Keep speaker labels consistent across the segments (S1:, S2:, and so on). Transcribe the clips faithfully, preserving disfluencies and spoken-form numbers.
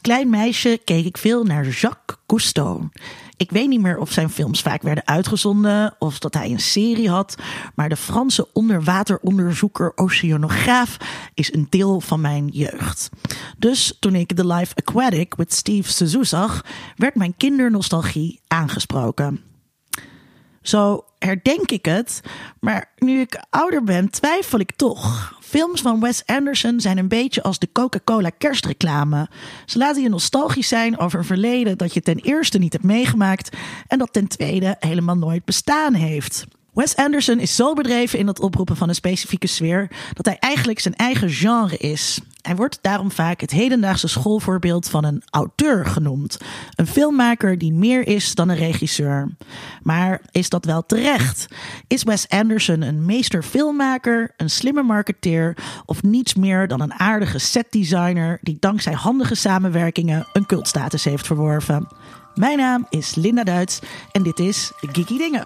S1: klein meisje keek ik veel naar Jacques Cousteau. Ik weet niet meer of zijn films vaak werden uitgezonden of dat hij een serie had, maar de Franse onderwateronderzoeker oceanograaf is een deel van mijn jeugd. Dus toen ik The Life Aquatic met Steve Zissou zag, werd mijn kindernostalgie aangesproken. Zo herdenk ik het, maar nu ik ouder ben twijfel ik toch. Films van Wes Anderson zijn een beetje als de Coca-Cola kerstreclame. Ze laten je nostalgisch zijn over een verleden dat je ten eerste niet hebt meegemaakt en dat ten tweede helemaal nooit bestaan heeft. Wes Anderson is zo bedreven in het oproepen van een specifieke sfeer dat hij eigenlijk zijn eigen genre is. Hij wordt daarom vaak het hedendaagse schoolvoorbeeld van een auteur genoemd. Een filmmaker die meer is dan een regisseur. Maar is dat wel terecht? Is Wes Anderson een meester filmmaker, een slimme marketeer of niets meer dan een aardige setdesigner die dankzij handige samenwerkingen een cultstatus heeft verworven? Mijn naam is Linda Duits en dit is Geeky Dingen.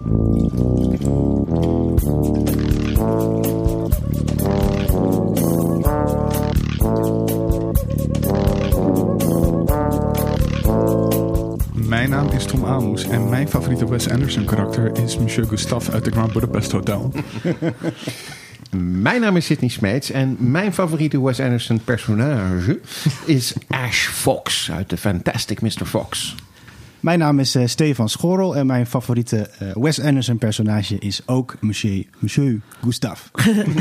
S2: Mijn naam is Tom Amos en mijn favoriete Wes Anderson karakter is Monsieur Gustave uit The Grand Budapest Hotel.
S3: Mijn naam is Sidney Smeets en mijn favoriete Wes Anderson personage is Ash Fox uit The Fantastic mister Fox.
S4: Mijn naam is uh, Stefan Schorrel en mijn favoriete uh, Wes Anderson personage is ook Monsieur, Monsieur Gustave.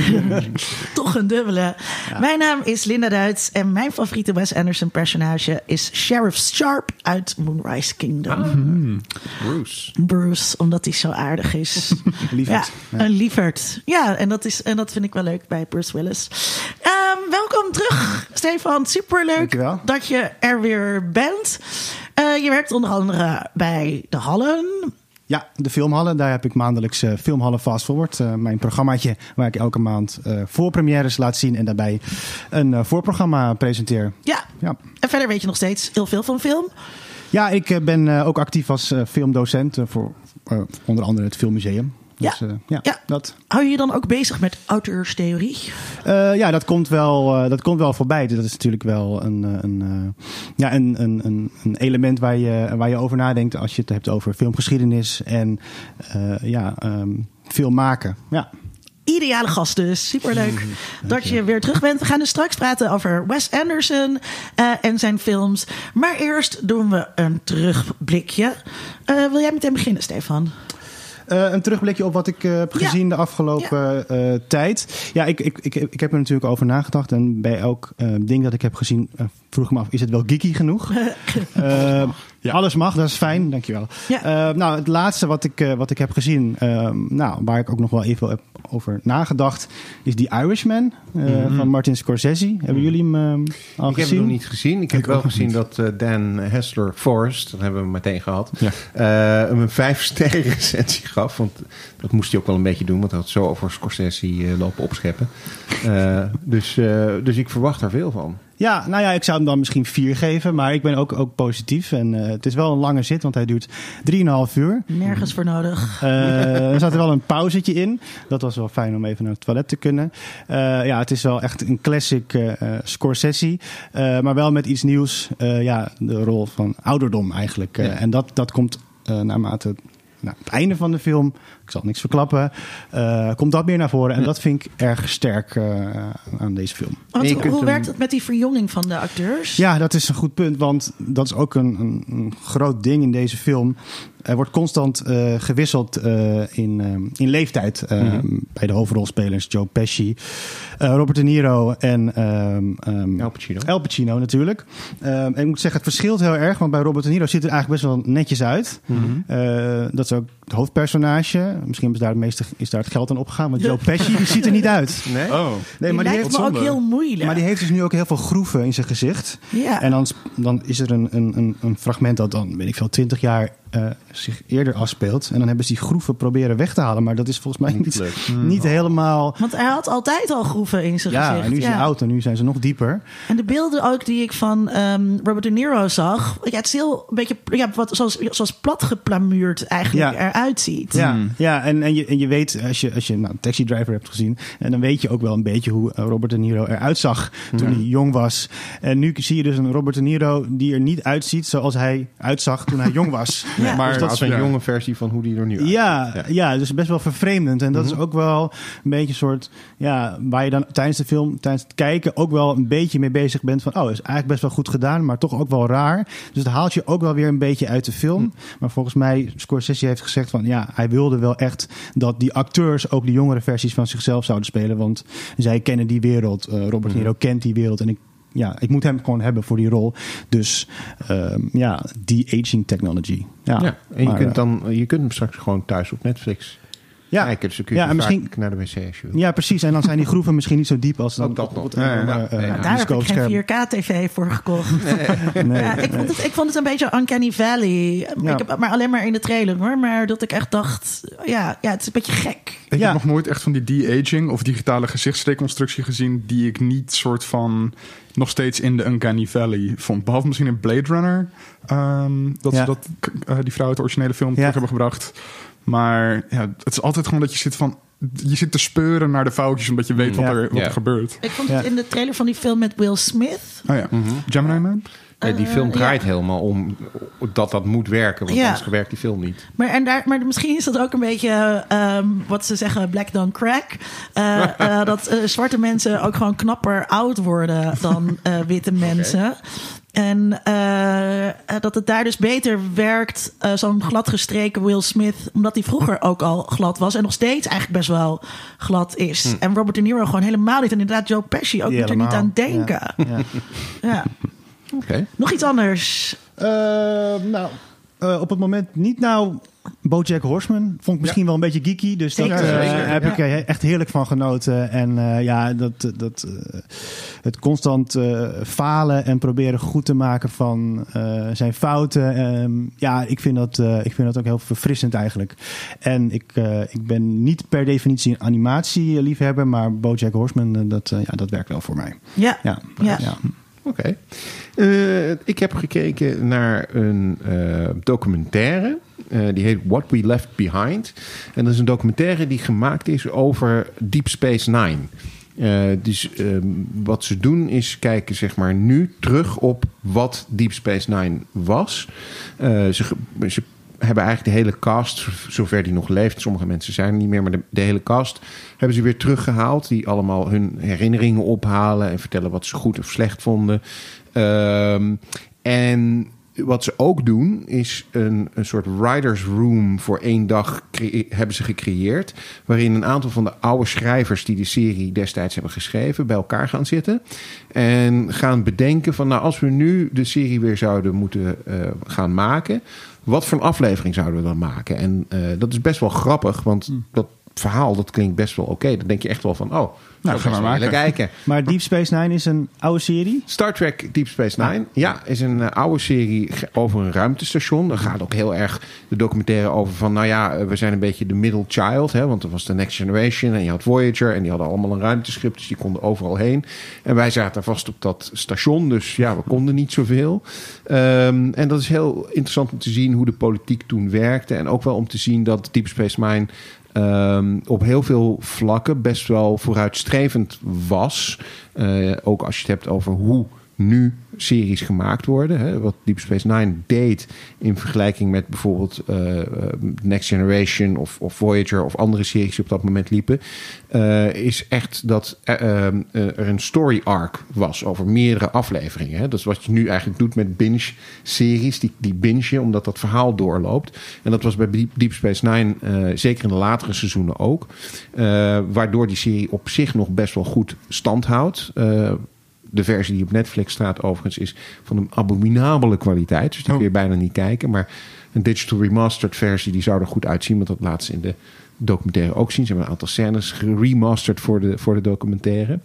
S1: Toch een dubbele. Ja. Mijn naam is Linda Duits en mijn favoriete Wes Anderson personage is Sheriff Sharp uit Moonrise Kingdom.
S3: Ah, mm. Bruce.
S1: Bruce, omdat hij zo aardig is.
S4: Lieverd.
S1: Ja, een lieverd. Ja, en dat, is, en dat vind ik wel leuk bij Bruce Willis. Um, welkom terug, Stefan. Superleuk
S4: Dankjewel.
S1: Dat je er weer bent. Uh, je werkt onder andere bij de Hallen.
S4: Ja, de Filmhallen. Daar heb ik maandelijks uh, Filmhallen Fast Forward. Uh, mijn programmaatje waar ik elke maand uh, voorpremières laat zien en daarbij een uh, voorprogramma presenteer.
S1: Ja.
S4: ja,
S1: en verder weet je nog steeds heel veel van film.
S4: Ja, ik uh, ben uh, ook actief als uh, filmdocent uh, voor uh, onder andere het Filmmuseum.
S1: Ja.
S4: Dus, uh, ja,
S1: ja.
S4: Dat.
S1: Hou je je dan ook bezig met auteurstheorie?
S4: Uh, ja, dat komt, wel, uh, dat komt wel voorbij. Dat is natuurlijk wel een, een, uh, ja, een, een, een element waar je, waar je over nadenkt als je het hebt over filmgeschiedenis en uh, ja, um, film maken. Ja.
S1: Ideale gast dus. Superleuk dat je weer terug bent. We gaan dus straks praten over Wes Anderson uh, en zijn films. Maar eerst doen we een terugblikje. Uh, wil jij meteen beginnen, Stefan?
S4: Uh, een terugblikje op wat ik uh, heb gezien ja. de afgelopen ja. uh, tijd. Ja, ik, ik, ik, ik heb er natuurlijk over nagedacht. En bij elk uh, ding dat ik heb gezien uh, vroeg ik me af, is het wel geeky genoeg? uh, ja. Alles mag, dat is fijn, dankjewel. Ja. Uh, nou, het laatste wat ik, uh, wat ik heb gezien, uh, nou, waar ik ook nog wel even heb over nagedacht, is The Irishman uh, mm-hmm. van Martin Scorsese. Hebben jullie hem uh, al
S3: ik
S4: gezien?
S3: Ik heb hem nog niet gezien. Ik heb
S4: ik
S3: wel gezien
S4: niet.
S3: dat uh, Dan Hessler Forrest, dat hebben we meteen gehad,
S4: ja.
S3: uh, hem een vijf sterren recensie gaf. Want dat moest hij ook wel een beetje doen, want hij had zo over Scorsese uh, lopen opscheppen. Uh, dus, uh, dus ik verwacht daar veel van.
S4: Ja, nou ja, ik zou hem dan misschien vier geven, maar ik ben ook, ook positief. En uh, het is wel een lange zit, want hij duurt drieënhalf uur.
S1: Nergens voor nodig.
S4: Uh, er zat er wel een pauzetje in. Dat was wel fijn om even naar het toilet te kunnen. Uh, ja, het is wel echt een classic uh, Scorsese. Uh, maar wel met iets nieuws. Uh, ja, de rol van ouderdom eigenlijk. Uh, ja. En dat, dat komt uh, naarmate... Nou, het einde van de film, ik zal niks verklappen, uh, komt dat meer naar voren. En dat vind ik erg sterk uh, aan deze film.
S1: Want, hoe hem... werkt het met die verjonging van de acteurs?
S4: Ja, dat is een goed punt, want dat is ook een, een, een groot ding in deze film. Er wordt constant uh, gewisseld uh, in, uh, in leeftijd uh, mm-hmm. bij de hoofdrolspelers Joe Pesci, uh, Robert De Niro en um, um,
S3: Al Pacino.
S4: Al Pacino natuurlijk. Um, en ik moet zeggen, het verschilt heel erg, want bij Robert De Niro ziet er eigenlijk best wel netjes uit. Mm-hmm. Uh, dat is ook het hoofdpersonage. Misschien is daar het meeste is daar het geld aan opgegaan, want Joe Pesci die ziet er niet uit.
S3: Nee?
S4: Oh. Nee, maar
S1: die,
S4: die
S1: lijkt
S4: heeft,
S1: me ook heel moeilijk.
S4: Maar die heeft dus nu ook heel veel groeven in zijn gezicht.
S1: Ja.
S4: En dan, dan is er een, een, een fragment dat dan, weet ik veel, twintig jaar uh, zich eerder afspeelt. En dan hebben ze die groeven proberen weg te halen. Maar dat is volgens mij niet, niet helemaal...
S1: Want hij had altijd al groeven in zijn
S4: ja,
S1: gezicht.
S4: En nu is
S1: ja,
S4: hij oud en nu zijn ze nog dieper.
S1: En de beelden ook die ik van um, Robert De Niro zag... Ja, het is heel een beetje ja, wat, zoals, zoals platgeplamuurd eigenlijk ja. eruit ziet.
S4: Ja, mm. ja en, en, je, en je weet, als je, als je nou, Taxi Driver hebt gezien... en dan weet je ook wel een beetje hoe Robert De Niro eruit zag toen ja. hij jong was. En nu zie je dus een Robert De Niro die er niet uitziet zoals hij uitzag toen hij jong was.
S3: Ja. Maar
S4: dus dat
S3: als een ja. jonge versie van hoe die er nu uitziet.
S4: Ja, ja. ja, dus best wel vervreemdend. En dat mm-hmm. is ook wel een beetje een soort... ja, waar je dan tijdens de film, tijdens het kijken... ook wel een beetje mee bezig bent van... oh, is eigenlijk best wel goed gedaan, maar toch ook wel raar. Dus dat haalt je ook wel weer een beetje uit de film. Mm. Maar volgens mij, Scorsese heeft gezegd van... ja, hij wilde wel echt dat die acteurs... ook die jongere versies van zichzelf zouden spelen. Want zij kennen die wereld. Uh, Robert De Niro kent die wereld. En ik Ja, ik moet hem gewoon hebben voor die rol. Dus um, ja, de-aging technology. Ja,
S3: ja, en je,
S4: maar,
S3: kunt dan, je kunt hem straks gewoon thuis op Netflix
S4: ja,
S3: kijken. Dus dan kun je
S4: ja, en misschien
S3: naar de wc als je wil.
S4: Ja, precies. En dan zijn die groeven misschien niet zo diep als dan...
S3: Ook dat nog.
S4: Het,
S3: ja, ja, ja.
S1: Uh, ja, daar heb ik geen vier K-tv voor gekocht. Nee. nee. Ja, ik, vond het, ik vond het een beetje Uncanny Valley. Ja. Ik heb, maar alleen maar in de trailer hoor. Maar dat ik echt dacht... Ja, ja het is een beetje gek.
S2: Ik
S4: ja.
S2: heb nog nooit echt van die de-aging of digitale gezichtsreconstructie gezien... die ik niet soort van... nog steeds in de Uncanny Valley vond. Behalve misschien in Blade Runner. Um, dat ja. ze dat, uh, die vrouw uit de originele film ja. terug hebben gebracht. Maar ja, het is altijd gewoon dat je zit van... je zit te speuren naar de foutjes... omdat je weet wat, ja. er, wat ja. er gebeurt.
S1: Ik vond het ja. in de trailer van die film met Will Smith...
S2: Oh ja, mm-hmm. Gemini Man?
S3: Ja, die film draait uh, ja. helemaal om dat dat moet werken. Want ja. anders werkt die film niet.
S1: Maar, en daar, maar misschien is dat ook een beetje... Um, wat ze zeggen, black don't crack. Uh, uh, dat uh, zwarte mensen ook gewoon knapper oud worden... dan uh, witte mensen. Okay. En uh, dat het daar dus beter werkt, uh, zo'n gladgestreken Will Smith... omdat hij vroeger ook al glad was... en nog steeds eigenlijk best wel glad is. Hm. En Robert De Niro gewoon helemaal niet. En inderdaad Joe Pesci ook moet er niet aan denken. Ja. ja. ja.
S3: Okay.
S1: Nog iets anders?
S4: Uh, nou, uh, op het moment niet. Nou, BoJack Horseman vond ik misschien ja. wel een beetje geeky. Dus daar uh, heb ja. ik er echt heerlijk van genoten. En uh, ja, dat, dat, uh, het constant uh, falen en proberen goed te maken van uh, zijn fouten. Um, ja, ik vind, dat, uh, ik vind dat ook heel verfrissend eigenlijk. En ik, uh, ik ben niet per definitie een animatieliefhebber. Maar BoJack Horseman, uh, dat, uh, ja, dat werkt wel voor mij.
S1: Ja,
S4: ja.
S1: ja.
S4: ja.
S3: Oké. Okay. Uh, ik heb gekeken naar een uh, documentaire. Uh, die heet What We Left Behind. En dat is een documentaire die gemaakt is over Deep Space Nine. Uh, dus uh, wat ze doen is kijken zeg maar nu terug op wat Deep Space Nine was. Uh, ze, ze hebben eigenlijk de hele cast, zover die nog leeft. Sommige mensen zijn er niet meer, maar de, de hele cast hebben ze weer teruggehaald. Die allemaal hun herinneringen ophalen en vertellen wat ze goed of slecht vonden. Um, en wat ze ook doen is een, een soort writers room voor één dag cre- hebben ze gecreëerd. Waarin een aantal van de oude schrijvers die de serie destijds hebben geschreven bij elkaar gaan zitten. En gaan bedenken van nou als we nu de serie weer zouden moeten uh, gaan maken. Wat voor een aflevering zouden we dan maken? En uh, dat is best wel grappig, want dat verhaal dat klinkt best wel oké. Okay. Dan denk je echt wel van oh...
S2: Nou, gaan we maar
S3: kijken.
S4: Maar Deep Space Nine is een oude serie?
S3: Star Trek Deep Space Nine, ja, is een uh, oude serie over een ruimtestation. Daar gaat ook heel erg de documentaire over van... nou ja, we zijn een beetje de middle child, hè, want er was de Next Generation en je had Voyager... en die hadden allemaal een ruimteschip, dus die konden overal heen. En wij zaten vast op dat station, dus ja, we konden niet zoveel. Um, en dat is heel interessant om te zien hoe de politiek toen werkte... en ook wel om te zien dat Deep Space Nine... Um, op heel veel vlakken best wel vooruitstrevend was. Uh, ook als je het hebt over hoe nu series gemaakt worden. Hè, wat Deep Space Nine deed in vergelijking met bijvoorbeeld uh, Next Generation of, of Voyager of andere series die op dat moment liepen. Uh, is echt dat uh, uh, er een story arc was over meerdere afleveringen. Hè. Dat is wat je nu eigenlijk doet met binge-series. Die, die binge omdat dat verhaal doorloopt. En dat was bij Deep, Deep Space Nine uh, zeker in de latere seizoenen ook. Uh, waardoor die serie op zich nog best wel goed stand houdt. Uh, De versie die op Netflix staat overigens is van een abominabele kwaliteit. Dus die kun je bijna niet kijken. Maar een digital remastered versie die zou er goed uitzien. Want dat laat ze in de documentaire ook zien. Ze hebben een aantal scènes geremasterd voor de, voor de documentaire.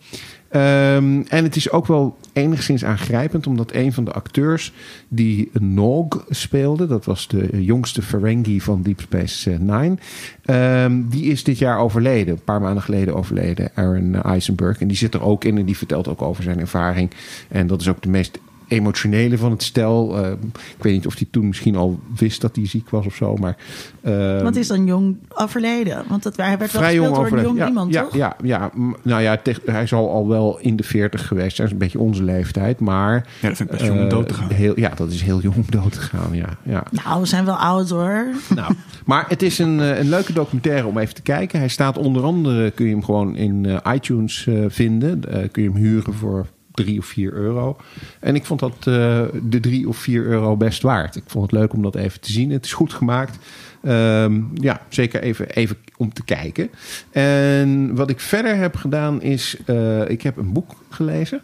S3: Um, en het is ook wel enigszins aangrijpend, omdat een van de acteurs die Nog speelde, dat was de jongste Ferengi van Deep Space Nine, um, die is dit jaar overleden, een paar maanden geleden overleden, Aaron Eisenberg. En die zit er ook in en die vertelt ook over zijn ervaring. En dat is ook de meest emotionele van het stel. Uh, ik weet niet of hij toen misschien al wist dat hij ziek was of zo, maar... Uh,
S1: Wat is dan jong overleden? Want het, hij werd wel
S3: vrij
S1: gespeeld
S3: jong
S1: door een jong
S3: ja,
S1: iemand,
S3: ja,
S1: toch?
S3: Ja, ja, nou ja, te, hij zal al wel in de veertig geweest zijn. Dat is een beetje onze leeftijd, maar...
S2: Ja, dat vind ik best jong om dood te gaan.
S3: Uh, heel, ja, dat is heel jong om dood te gaan, ja. ja.
S1: Nou, we zijn wel oud, hoor.
S3: Nou, maar het is een, een leuke documentaire om even te kijken. Hij staat onder andere, kun je hem gewoon in uh, iTunes uh, vinden. Uh, kun je hem huren voor drie of vier euro. En ik vond dat uh, de drie of vier euro best waard. Ik vond het leuk om dat even te zien. Het is goed gemaakt. Um, ja, zeker even, even om te kijken. En wat ik verder heb gedaan is... Uh, ik heb een boek gelezen.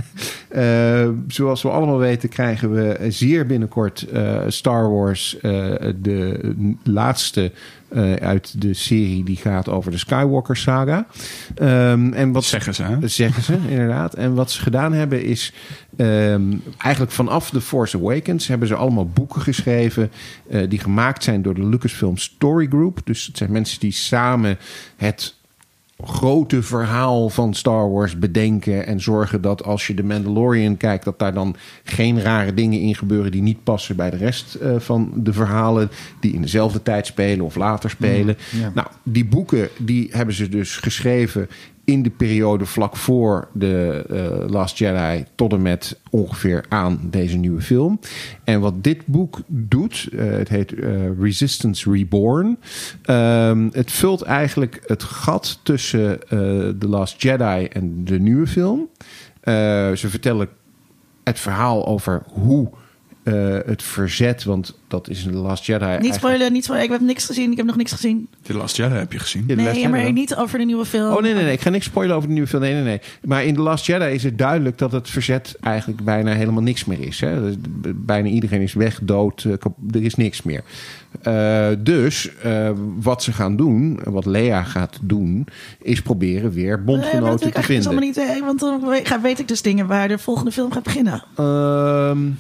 S3: uh, zoals we allemaal weten krijgen we zeer binnenkort uh, Star Wars... Uh, de laatste uh, uit de serie die gaat over de Skywalker saga. Um, en wat
S2: zeggen ze, hè?
S3: Zeggen ze, inderdaad. En wat ze gedaan hebben is... Um, eigenlijk vanaf The Force Awakens hebben ze allemaal boeken geschreven... Uh, die gemaakt zijn door de Lucasfilm Story Group. Dus het zijn mensen die samen het grote verhaal van Star Wars bedenken... en zorgen dat als je The Mandalorian kijkt... dat daar dan geen rare dingen in gebeuren... die niet passen bij de rest uh, van de verhalen... die in dezelfde tijd spelen of later spelen. Mm, ja. Nou, die boeken die hebben ze dus geschreven... in de periode vlak voor de uh, Last Jedi... tot en met ongeveer aan deze nieuwe film. En wat dit boek doet... Uh, het heet uh, Resistance Reborn. Um, het vult eigenlijk het gat tussen uh, The Last Jedi en de nieuwe film. Uh, ze vertellen het verhaal over hoe... Uh, het verzet, want dat is in The Last Jedi.
S1: Niet spoilen, niet spoilen. Ik heb niks gezien. Ik heb nog niks gezien.
S2: The Last Jedi heb je gezien?
S1: Ja, nee, maar niet over de nieuwe film.
S3: Oh, nee, nee, nee. Ik ga niks spoilen over de nieuwe film. Nee, nee, nee. Maar in The Last Jedi is het duidelijk dat het verzet eigenlijk bijna helemaal niks meer is. Hè? Bijna iedereen is weg, dood. Er is niks meer. Uh, dus uh, wat ze gaan doen, wat Leia gaat doen, is proberen weer bondgenoten
S1: nee,
S3: te vinden.
S1: Dat is allemaal niet, hè, want dan weet ik dus dingen waar de volgende film gaat beginnen.
S3: Ehm... Uh,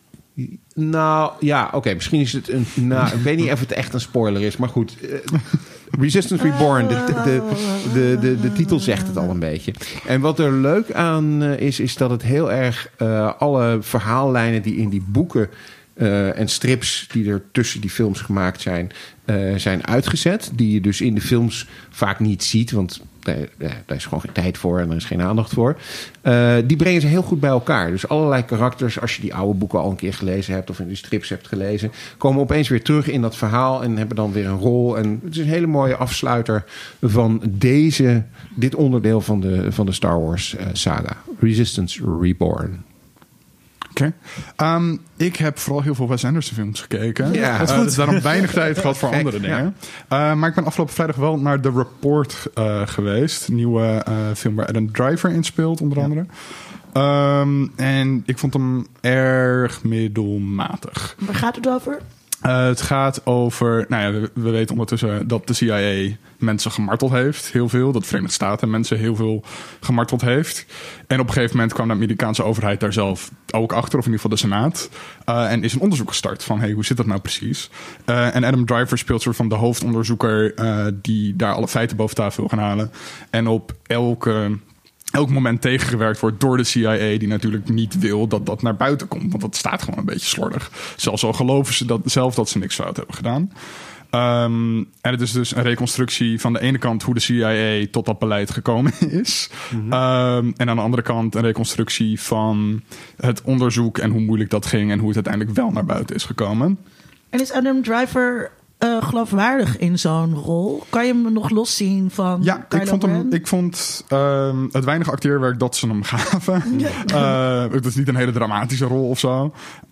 S3: Nou, ja, oké. Okay, misschien is het een... Nou, ik weet niet of het echt een spoiler is, maar goed. Uh, Resistance Reborn, de, de, de, de, de titel zegt het al een beetje. En wat er leuk aan uh, is, is dat het heel erg... Uh, alle verhaallijnen die in die boeken... Uh, en strips die er tussen die films gemaakt zijn... Uh, zijn uitgezet. Die je dus in de films vaak niet ziet, want... daar is gewoon geen tijd voor en er is geen aandacht voor. Uh, die brengen ze heel goed bij elkaar. Dus allerlei karakters, als je die oude boeken al een keer gelezen hebt... of in de strips hebt gelezen... komen opeens weer terug in dat verhaal... en hebben dan weer een rol. En het is een hele mooie afsluiter van deze, dit onderdeel van de, van de Star Wars uh, saga. Resistance Reborn.
S2: Oké. Okay. Um, ik heb vooral heel veel Wes Anderson films gekeken.
S3: Ja,
S2: dat is goed. Uh, dus daarom weinig tijd gehad voor
S3: Gek,
S2: andere dingen.
S3: Ja.
S2: Uh, maar ik ben afgelopen vrijdag wel naar The Report uh, geweest. Een nieuwe uh, film waar Adam Driver in speelt, onder andere. Ja. Um, en ik vond hem erg middelmatig.
S1: Waar gaat het over?
S2: Uh, het gaat over... Nou ja, we, we weten ondertussen dat de C I A mensen gemarteld heeft. Heel veel. Dat de Verenigde Staten mensen heel veel gemarteld heeft. En op een gegeven moment kwam de Amerikaanse overheid daar zelf ook achter. Of in ieder geval de Senaat. Uh, en is een onderzoek gestart van... Hey, hoe zit dat nou precies? Uh, en Adam Driver speelt soort van de hoofdonderzoeker... Uh, die daar alle feiten boven tafel wil gaan halen. En op elke... elk moment tegengewerkt wordt door de C I A... die natuurlijk niet wil dat dat naar buiten komt. Want dat staat gewoon een beetje slordig. Zelfs al geloven ze dat, zelf dat ze niks fout hebben gedaan. Um, en het is dus een reconstructie van de ene kant... hoe de C I A tot dat beleid gekomen is. Mm-hmm. Um, en aan de andere kant een reconstructie van het onderzoek... en hoe moeilijk dat ging... en hoe het uiteindelijk wel naar buiten is gekomen.
S1: En is Adam Driver... Uh, geloofwaardig in zo'n rol? Kan je hem nog loszien van
S2: Ja,
S1: Kylo
S2: ik vond, hem,
S1: Ren?
S2: ik vond um, het weinige acteerwerk dat ze hem gaven. Ja. Uh, het is niet een hele dramatische rol of zo.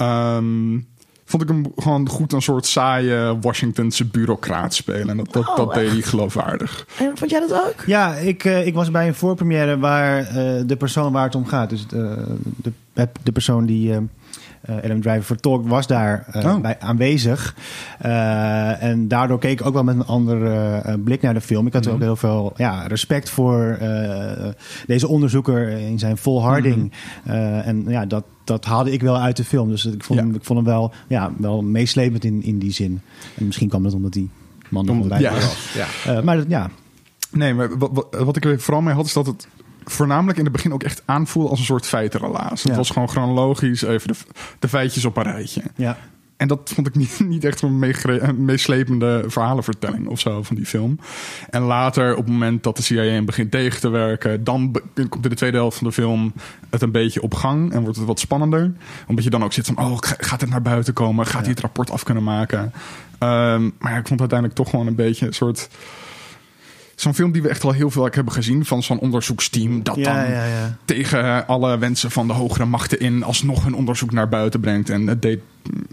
S2: Um, vond ik hem gewoon goed een soort saaie Washingtonse bureaucraat spelen. En dat, dat,
S1: oh,
S2: dat deed hij geloofwaardig.
S1: En vond jij dat ook?
S4: Ja, ik, uh, ik was bij een voorpremière waar uh, de persoon waar het om gaat. Dus de, de, de persoon die... Uh, uh, Adam Driver vertolkt, was daar uh,
S2: oh.
S4: bij aanwezig. Uh, en daardoor keek ik ook wel met een andere uh, blik naar de film. Ik had mm-hmm. ook heel veel ja, respect voor uh, deze onderzoeker in zijn volharding. Mm-hmm. Uh, en ja, dat, dat haalde ik wel uit de film. Dus ik vond,
S2: ja.
S4: hem, ik vond hem wel, ja, wel meeslepend in, in die zin. En misschien kwam dat omdat die man nog bij
S2: ja.
S4: was.
S3: Ja.
S4: Uh, maar dat, ja...
S2: Nee, maar wat, wat, wat ik er vooral mee had, is dat het voornamelijk in het begin ook echt aanvoelde als een soort feitenrelaas. Ja. Het was gewoon chronologisch even de, de feitjes op een rijtje.
S4: Ja.
S2: En dat vond ik niet, niet echt een meegre- meeslepende verhalenvertelling of zo van die film. En later, op het moment dat de C I A begint tegen te werken, dan be- komt in de tweede helft van de film het een beetje op gang en wordt het wat spannender. Omdat je dan ook zit van, oh, gaat het naar buiten komen? Gaat hij het rapport af kunnen maken? Um, maar ja, ik vond het uiteindelijk toch gewoon een beetje een soort... Zo'n film die we echt al heel veel hebben gezien van zo'n onderzoeksteam dat
S4: ja,
S2: dan
S4: ja, ja.
S2: tegen alle wensen van de hogere machten in alsnog hun onderzoek naar buiten brengt. En het deed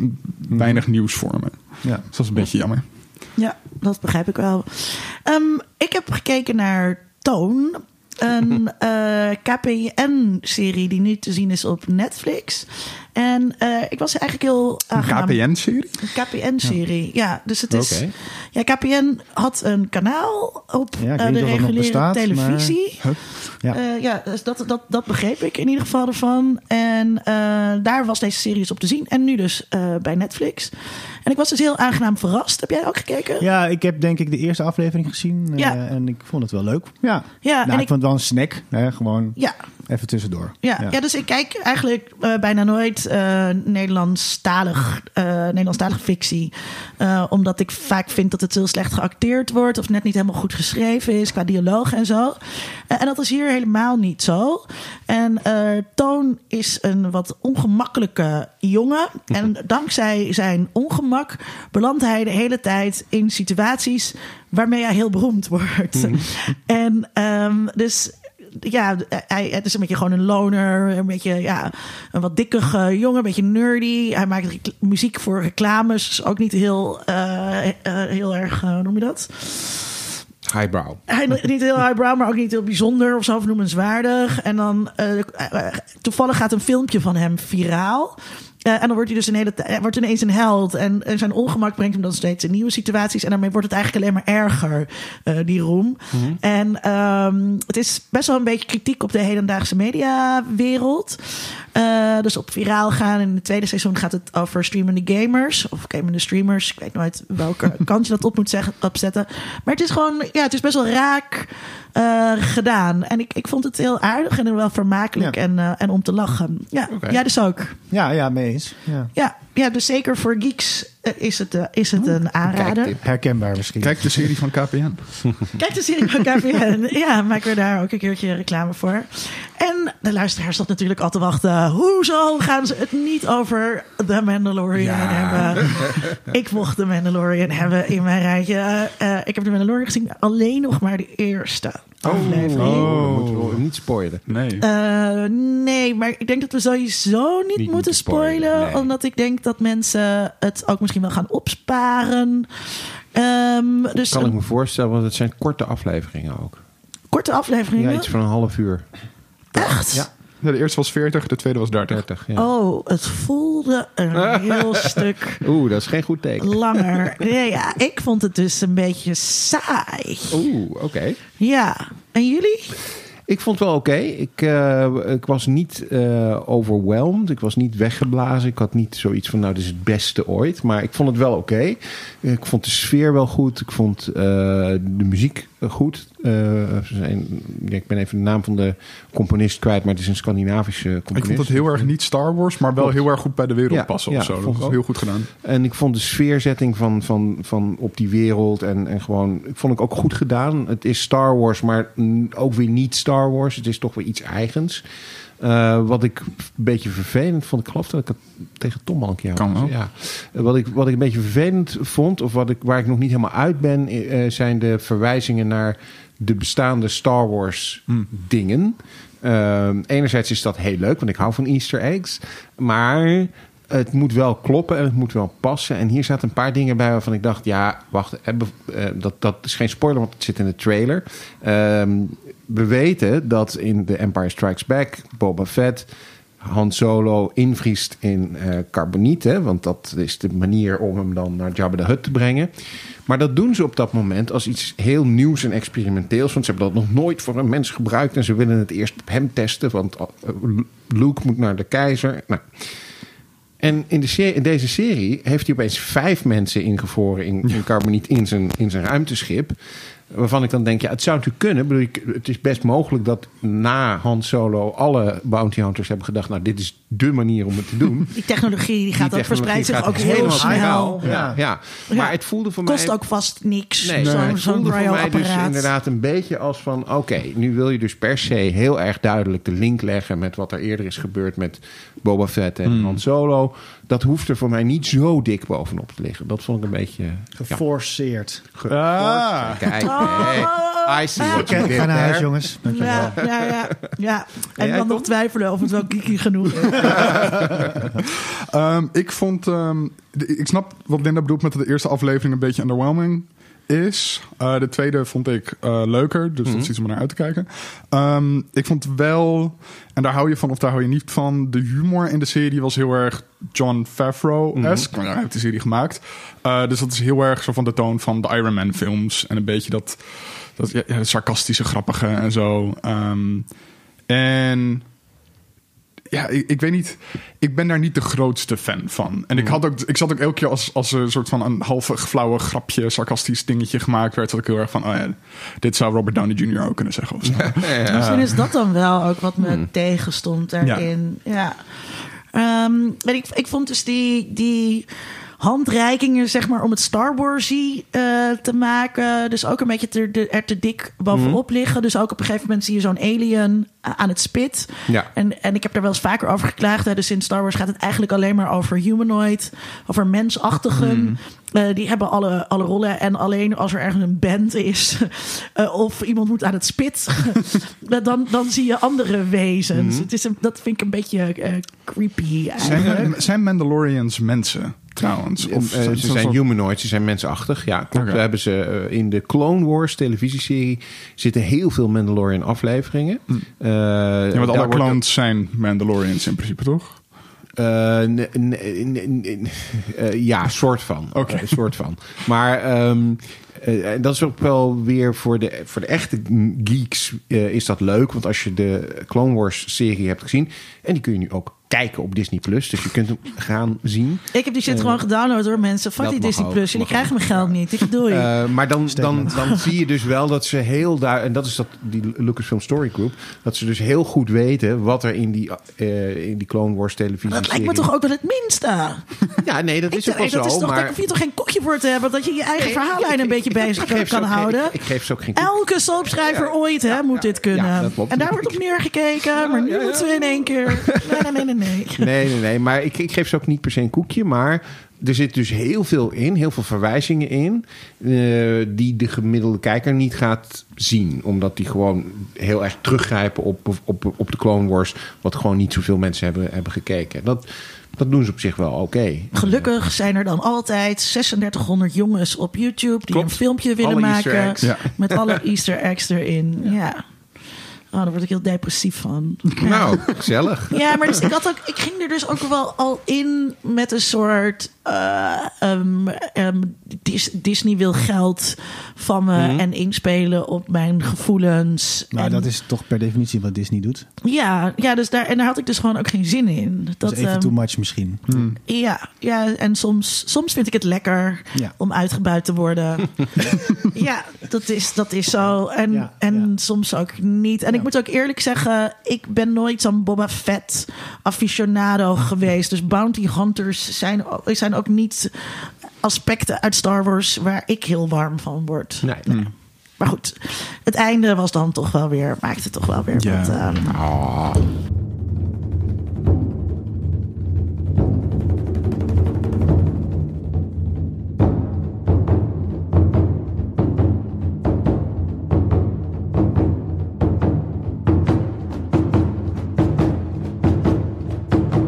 S2: weinig mm. nieuws voor me. Ja. Dus dat is een beetje jammer.
S1: Ja, dat begrijp ik wel. Um, ik heb gekeken naar Toon. Een uh, K P N-serie die nu te zien is op Netflix. En uh, ik was eigenlijk heel aangenaam.
S2: Een K P N-serie?
S1: Een K P N-serie, ja. ja. Dus het is...
S3: Okay.
S1: Ja, K P N had een kanaal op
S4: ja,
S1: uh, de reguliere bestaat, televisie.
S2: Maar...
S1: Ja, uh, ja dus dat, dat, dat begreep ik in ieder geval ervan. En uh, daar was deze serie dus op te zien. En nu dus uh, bij Netflix. En ik was dus heel aangenaam verrast. Heb jij ook gekeken?
S4: Ja, ik heb denk ik de eerste aflevering gezien.
S1: Ja.
S4: Uh, en ik vond het wel leuk. Ja,
S1: ja
S4: nou,
S1: en
S4: ik,
S1: ik
S4: vond het wel een snack. Hè, gewoon
S1: ja.
S4: even tussendoor.
S1: Ja, ja. ja, dus ik kijk eigenlijk uh, bijna nooit uh, Nederlandstalig, uh, Nederlandstalige fictie. Uh, omdat ik vaak vind dat het heel slecht geacteerd wordt. Of net niet helemaal goed geschreven is qua dialoog en zo. Uh, en dat is hier helemaal niet zo. En uh, Toon is een wat ongemakkelijke jongen. En dankzij zijn ongemak belandt hij de hele tijd in situaties waarmee hij heel beroemd wordt. Mm. En um, dus... Ja, hij, het is een beetje gewoon een loner. Een beetje, ja, een wat dikkige jongen. Een beetje nerdy. Hij maakt recl- muziek voor reclames. Dus ook niet heel, uh, uh, heel erg, uh, hoe noem je dat?
S3: Highbrow.
S1: Hij, niet heel highbrow, maar ook niet heel bijzonder of zo vernoemenswaardig. En dan uh, uh, toevallig gaat een filmpje van hem viraal. Uh, en dan wordt hij dus een hele t- wordt ineens een held. En, en zijn ongemak brengt hem dan steeds in nieuwe situaties. En daarmee wordt het eigenlijk alleen maar erger, uh, die roem. Mm-hmm. En um, het is best wel een beetje kritiek op de hedendaagse mediawereld. Uh, dus op viraal gaan. In het tweede seizoen gaat het over streamende gamers. Of gamende streamers. Ik weet nooit welke kant je dat op moet zeggen, opzetten. Maar het is gewoon, ja, het is best wel raak uh, gedaan. En ik, ik vond het heel aardig en wel vermakelijk. Ja. En, uh, en om te lachen. Ja, okay. Jij dus ook.
S4: Ja, ja, mee eens. Ja,
S1: ja, ja, dus zeker voor geeks uh, is het, uh, is het een aanrader.
S4: Kijk, herkenbaar misschien.
S2: Kijk de serie van K P N.
S1: Kijk de serie van K P N. Ja, maken we daar ook een keertje reclame voor. En de luisteraar zat natuurlijk al te wachten. Hoezo gaan ze het niet over The Mandalorian ja. hebben? Ik mocht The Mandalorian hebben in mijn rijtje. Uh, ik heb The Mandalorian gezien, alleen nog maar de eerste aflevering.
S3: Oh, oh. Moeten we niet spoilen.
S2: Nee.
S1: Uh, nee, maar ik denk dat we sowieso niet, niet moeten spoilen. spoilen nee. Omdat ik denk dat mensen het ook misschien wel gaan opsparen. Um, dus
S3: kan ik me voorstellen, want het zijn korte afleveringen ook.
S1: Korte afleveringen?
S3: Ja, iets van een half uur.
S1: Echt?
S3: Ja.
S2: De eerste was veertig, de tweede was dertig.
S3: dertig ja.
S1: Oh, het voelde een heel stuk...
S3: Oeh, dat is geen goed teken.
S1: Langer. Nee, ja, ik vond het dus een beetje saai.
S3: Oeh, oké. Okay.
S1: Ja, en jullie?
S3: Ik vond het wel oké. Okay. Ik, uh, ik was niet uh, overwhelmed. Ik was niet weggeblazen. Ik had niet zoiets van, nou, dit is het beste ooit. Maar ik vond het wel oké. Okay. Ik vond de sfeer wel goed. Ik vond uh, de muziek goed. Uh, zijn, ja, ik ben even de naam van de componist kwijt, maar het is een Scandinavische componist.
S2: Ik vond het heel erg niet Star Wars, maar wel heel erg goed bij de wereld ja, passen.
S3: Ja,
S2: of zo. Dat was heel goed gedaan.
S3: En ik vond de sfeerzetting van, van, van op die wereld en, en gewoon, ik vond ik ook goed gedaan. Het is Star Wars, maar ook weer niet Star Wars. Het is toch weer iets eigens. Uh, wat ik een beetje vervelend vond, ik geloof dat ik het tegen Tom al een keer had. Ja. Uh, wat, ik, wat ik een beetje vervelend vond, of wat ik, waar ik nog niet helemaal uit ben, uh, zijn de verwijzingen naar de bestaande Star Wars mm. dingen. Uh, enerzijds is dat heel leuk, want ik hou van Easter eggs. Maar het moet wel kloppen en het moet wel passen. En hier zaten een paar dingen bij waarvan ik dacht, ja, wacht, uh, dat, dat is geen spoiler, want het zit in de trailer. Uh, we weten dat in The Empire Strikes Back Boba Fett Han Solo invriest in uh, carboniet. Hè, want dat is de manier om hem dan naar Jabba the Hutt te brengen. Maar dat doen ze op dat moment als iets heel nieuws en experimenteels. Want ze hebben dat nog nooit voor een mens gebruikt. En ze willen het eerst op hem testen. Want uh, Luke moet naar de keizer. Nou... En in, de serie, in deze serie heeft hij opeens vijf mensen ingevroren in, in carboniet in zijn, in zijn ruimteschip. Waarvan ik dan denk, ja, het zou natuurlijk kunnen. Ik bedoel, het is best mogelijk dat na Han Solo alle bounty hunters hebben gedacht, nou, dit is dé manier om het te doen.
S1: Die technologie die gaat
S3: die
S1: ook verspreidt zich ook heel
S3: helemaal
S1: snel.
S3: Ja, ja. ja. Maar
S1: ja.
S3: het voelde voor
S1: Kost
S3: mij...
S1: ook vast niks.
S3: Nee,
S1: Zo'n,
S3: nee. Het
S1: zo'n
S3: voelde voor mij dus
S1: cryo-apparaat.
S3: inderdaad een beetje als van, oké, okay, nu wil je dus per se heel erg duidelijk de link leggen met wat er eerder is gebeurd met Boba Fett en mm. Han Solo. Dat hoeft er voor mij niet zo dik bovenop te liggen. Dat vond ik een beetje...
S4: Geforceerd.
S3: Ja, ge- ah. Kijk, hey, I see what you did
S4: Ga naar huis,
S3: there.
S4: jongens.
S1: Ja, ja, ja, ja. En
S3: jij,
S1: dan nog
S3: Tom?
S1: twijfelen of het wel geeky genoeg is.
S2: um, ik vond... Um, ik snap wat Linda bedoelt met dat de eerste aflevering een beetje underwhelming is. Uh, de tweede vond ik uh, leuker. Dus mm-hmm. dat is iets om naar uit te kijken. Um, ik vond wel... En daar hou je van of daar hou je niet van. De humor in de serie was heel erg Jon Favreau-esque. Mm-hmm. Hij heeft de serie gemaakt. Uh, dus dat is heel erg zo van de toon van de Iron Man films. En een beetje dat... dat ja, ja, sarcastische, grappige en zo. Um, en... Ja, ik, ik weet niet. Ik ben daar niet de grootste fan van. En ik, had ook, ik zat ook elke keer als, als een soort van een halve flauwe grapje, sarcastisch dingetje gemaakt werd, zat ik heel erg van, oh ja, dit zou Robert Downey junior ook kunnen zeggen of zo.
S1: Ja, ja. Misschien is dat dan wel ook wat me hmm. tegenstond daarin. Ja. ja. Um, en ik, ik vond dus die, die handreikingen, zeg maar, om het Star Wars-y uh, te maken. Dus ook een beetje te, de, er te dik bovenop mm. liggen. Dus ook op een gegeven moment zie je zo'n alien aan het spit.
S3: Ja.
S1: En, en ik heb daar wel eens vaker over geklaagd. Hè. Dus in Star Wars gaat het eigenlijk alleen maar over humanoid. Over mensachtigen. Mm. Uh, die hebben alle, alle rollen. En alleen als er ergens een band is uh, of iemand moet aan het spit, dan, dan zie je andere wezens. Mm. Het is een, dat vind ik een beetje uh, creepy eigenlijk.
S2: Zijn, zijn Mandalorians mensen? Trouwens. Of
S3: uh, ze zijn soort... humanoid, ze zijn mensachtig. Ja, klopt. Okay. We hebben ze uh, in de Clone Wars televisieserie zitten heel veel Mandalorian afleveringen. Mm. Uh,
S2: ja, want alle clones ook... zijn Mandalorians in principe, toch?
S3: Uh, n- n- n- n- uh, ja, soort van.
S2: Okay.
S3: Uh, soort van. Maar um, uh, dat is ook wel weer voor de, voor de echte geeks uh, is dat leuk. Want als je de Clone Wars serie hebt gezien, en die kun je nu ook kijken op Disney Plus, dus je kunt hem gaan zien.
S1: Ik heb die shit uh, gewoon gedownload door mensen. Fuck die Disney ook, Plus. Jullie krijgen mijn geld niet. Ik bedoel je.
S3: Uh, maar dan, dan, dan zie je dus wel dat ze heel daar, en dat is dat die Lucasfilm Story Group, dat ze dus heel goed weten wat er in die uh, in die Clone Wars televisie.
S1: Dat lijkt me toch ook wel het minste.
S3: Ja, nee, dat is ook wel
S1: dat
S3: zo.
S1: Is toch,
S3: maar
S1: daar hoef je toch geen kokje voor te hebben, dat je je eigen verhaallijn een beetje bezig kan, kan houden.
S3: Geen, ik, ik geef ze ook geen kokje.
S1: Elke soapschrijver ja, ooit hè, ja, moet ja, dit kunnen. Ja, en daar wordt op neergekeken, ja, maar nu ja, ja. moeten we in één keer. Nee, nee, nee, nee.
S3: Nee, nee, nee, maar ik, ik geef ze ook niet per se een koekje, maar er zit dus heel veel in, heel veel verwijzingen in, uh, die de gemiddelde kijker niet gaat zien. Omdat die gewoon heel erg teruggrijpen op, op, op de Clone Wars, wat gewoon niet zoveel mensen hebben, hebben gekeken. Dat, dat doen ze op zich wel oké. Okay.
S1: Gelukkig zijn er dan altijd zesendertighonderd jongens op YouTube die Klopt. een filmpje willen alle maken ja. met alle Easter eggs erin. Ja. ja. Oh, daar word ik heel depressief van.
S3: Nou, gezellig.
S1: Ja, maar dus ik, had ook, ik ging er dus ook wel al in met een soort... Uh, um, um, Dis, Disney wil geld van me mm-hmm. en inspelen op mijn gevoelens.
S4: Maar
S1: en,
S4: dat is toch per definitie wat Disney doet?
S1: Ja, ja dus daar, en daar had ik dus gewoon ook geen zin in. Dat,
S4: dat is even
S1: um,
S4: too much misschien.
S2: Mm.
S1: Ja, ja, en soms, soms vind ik het lekker ja. om uitgebuit te worden. Ja, dat is, dat is zo. En, ja, en ja. soms ook niet. En ja. ik moet ook eerlijk zeggen, ik ben nooit zo'n Boba Fett aficionado geweest. Dus bounty hunters zijn, zijn ook niet aspecten uit Star Wars waar ik heel warm van word.
S3: Nee. nee.
S1: Maar goed, het einde was dan toch wel weer, maakte toch wel weer
S2: ja.
S1: wat... Um,
S3: oh.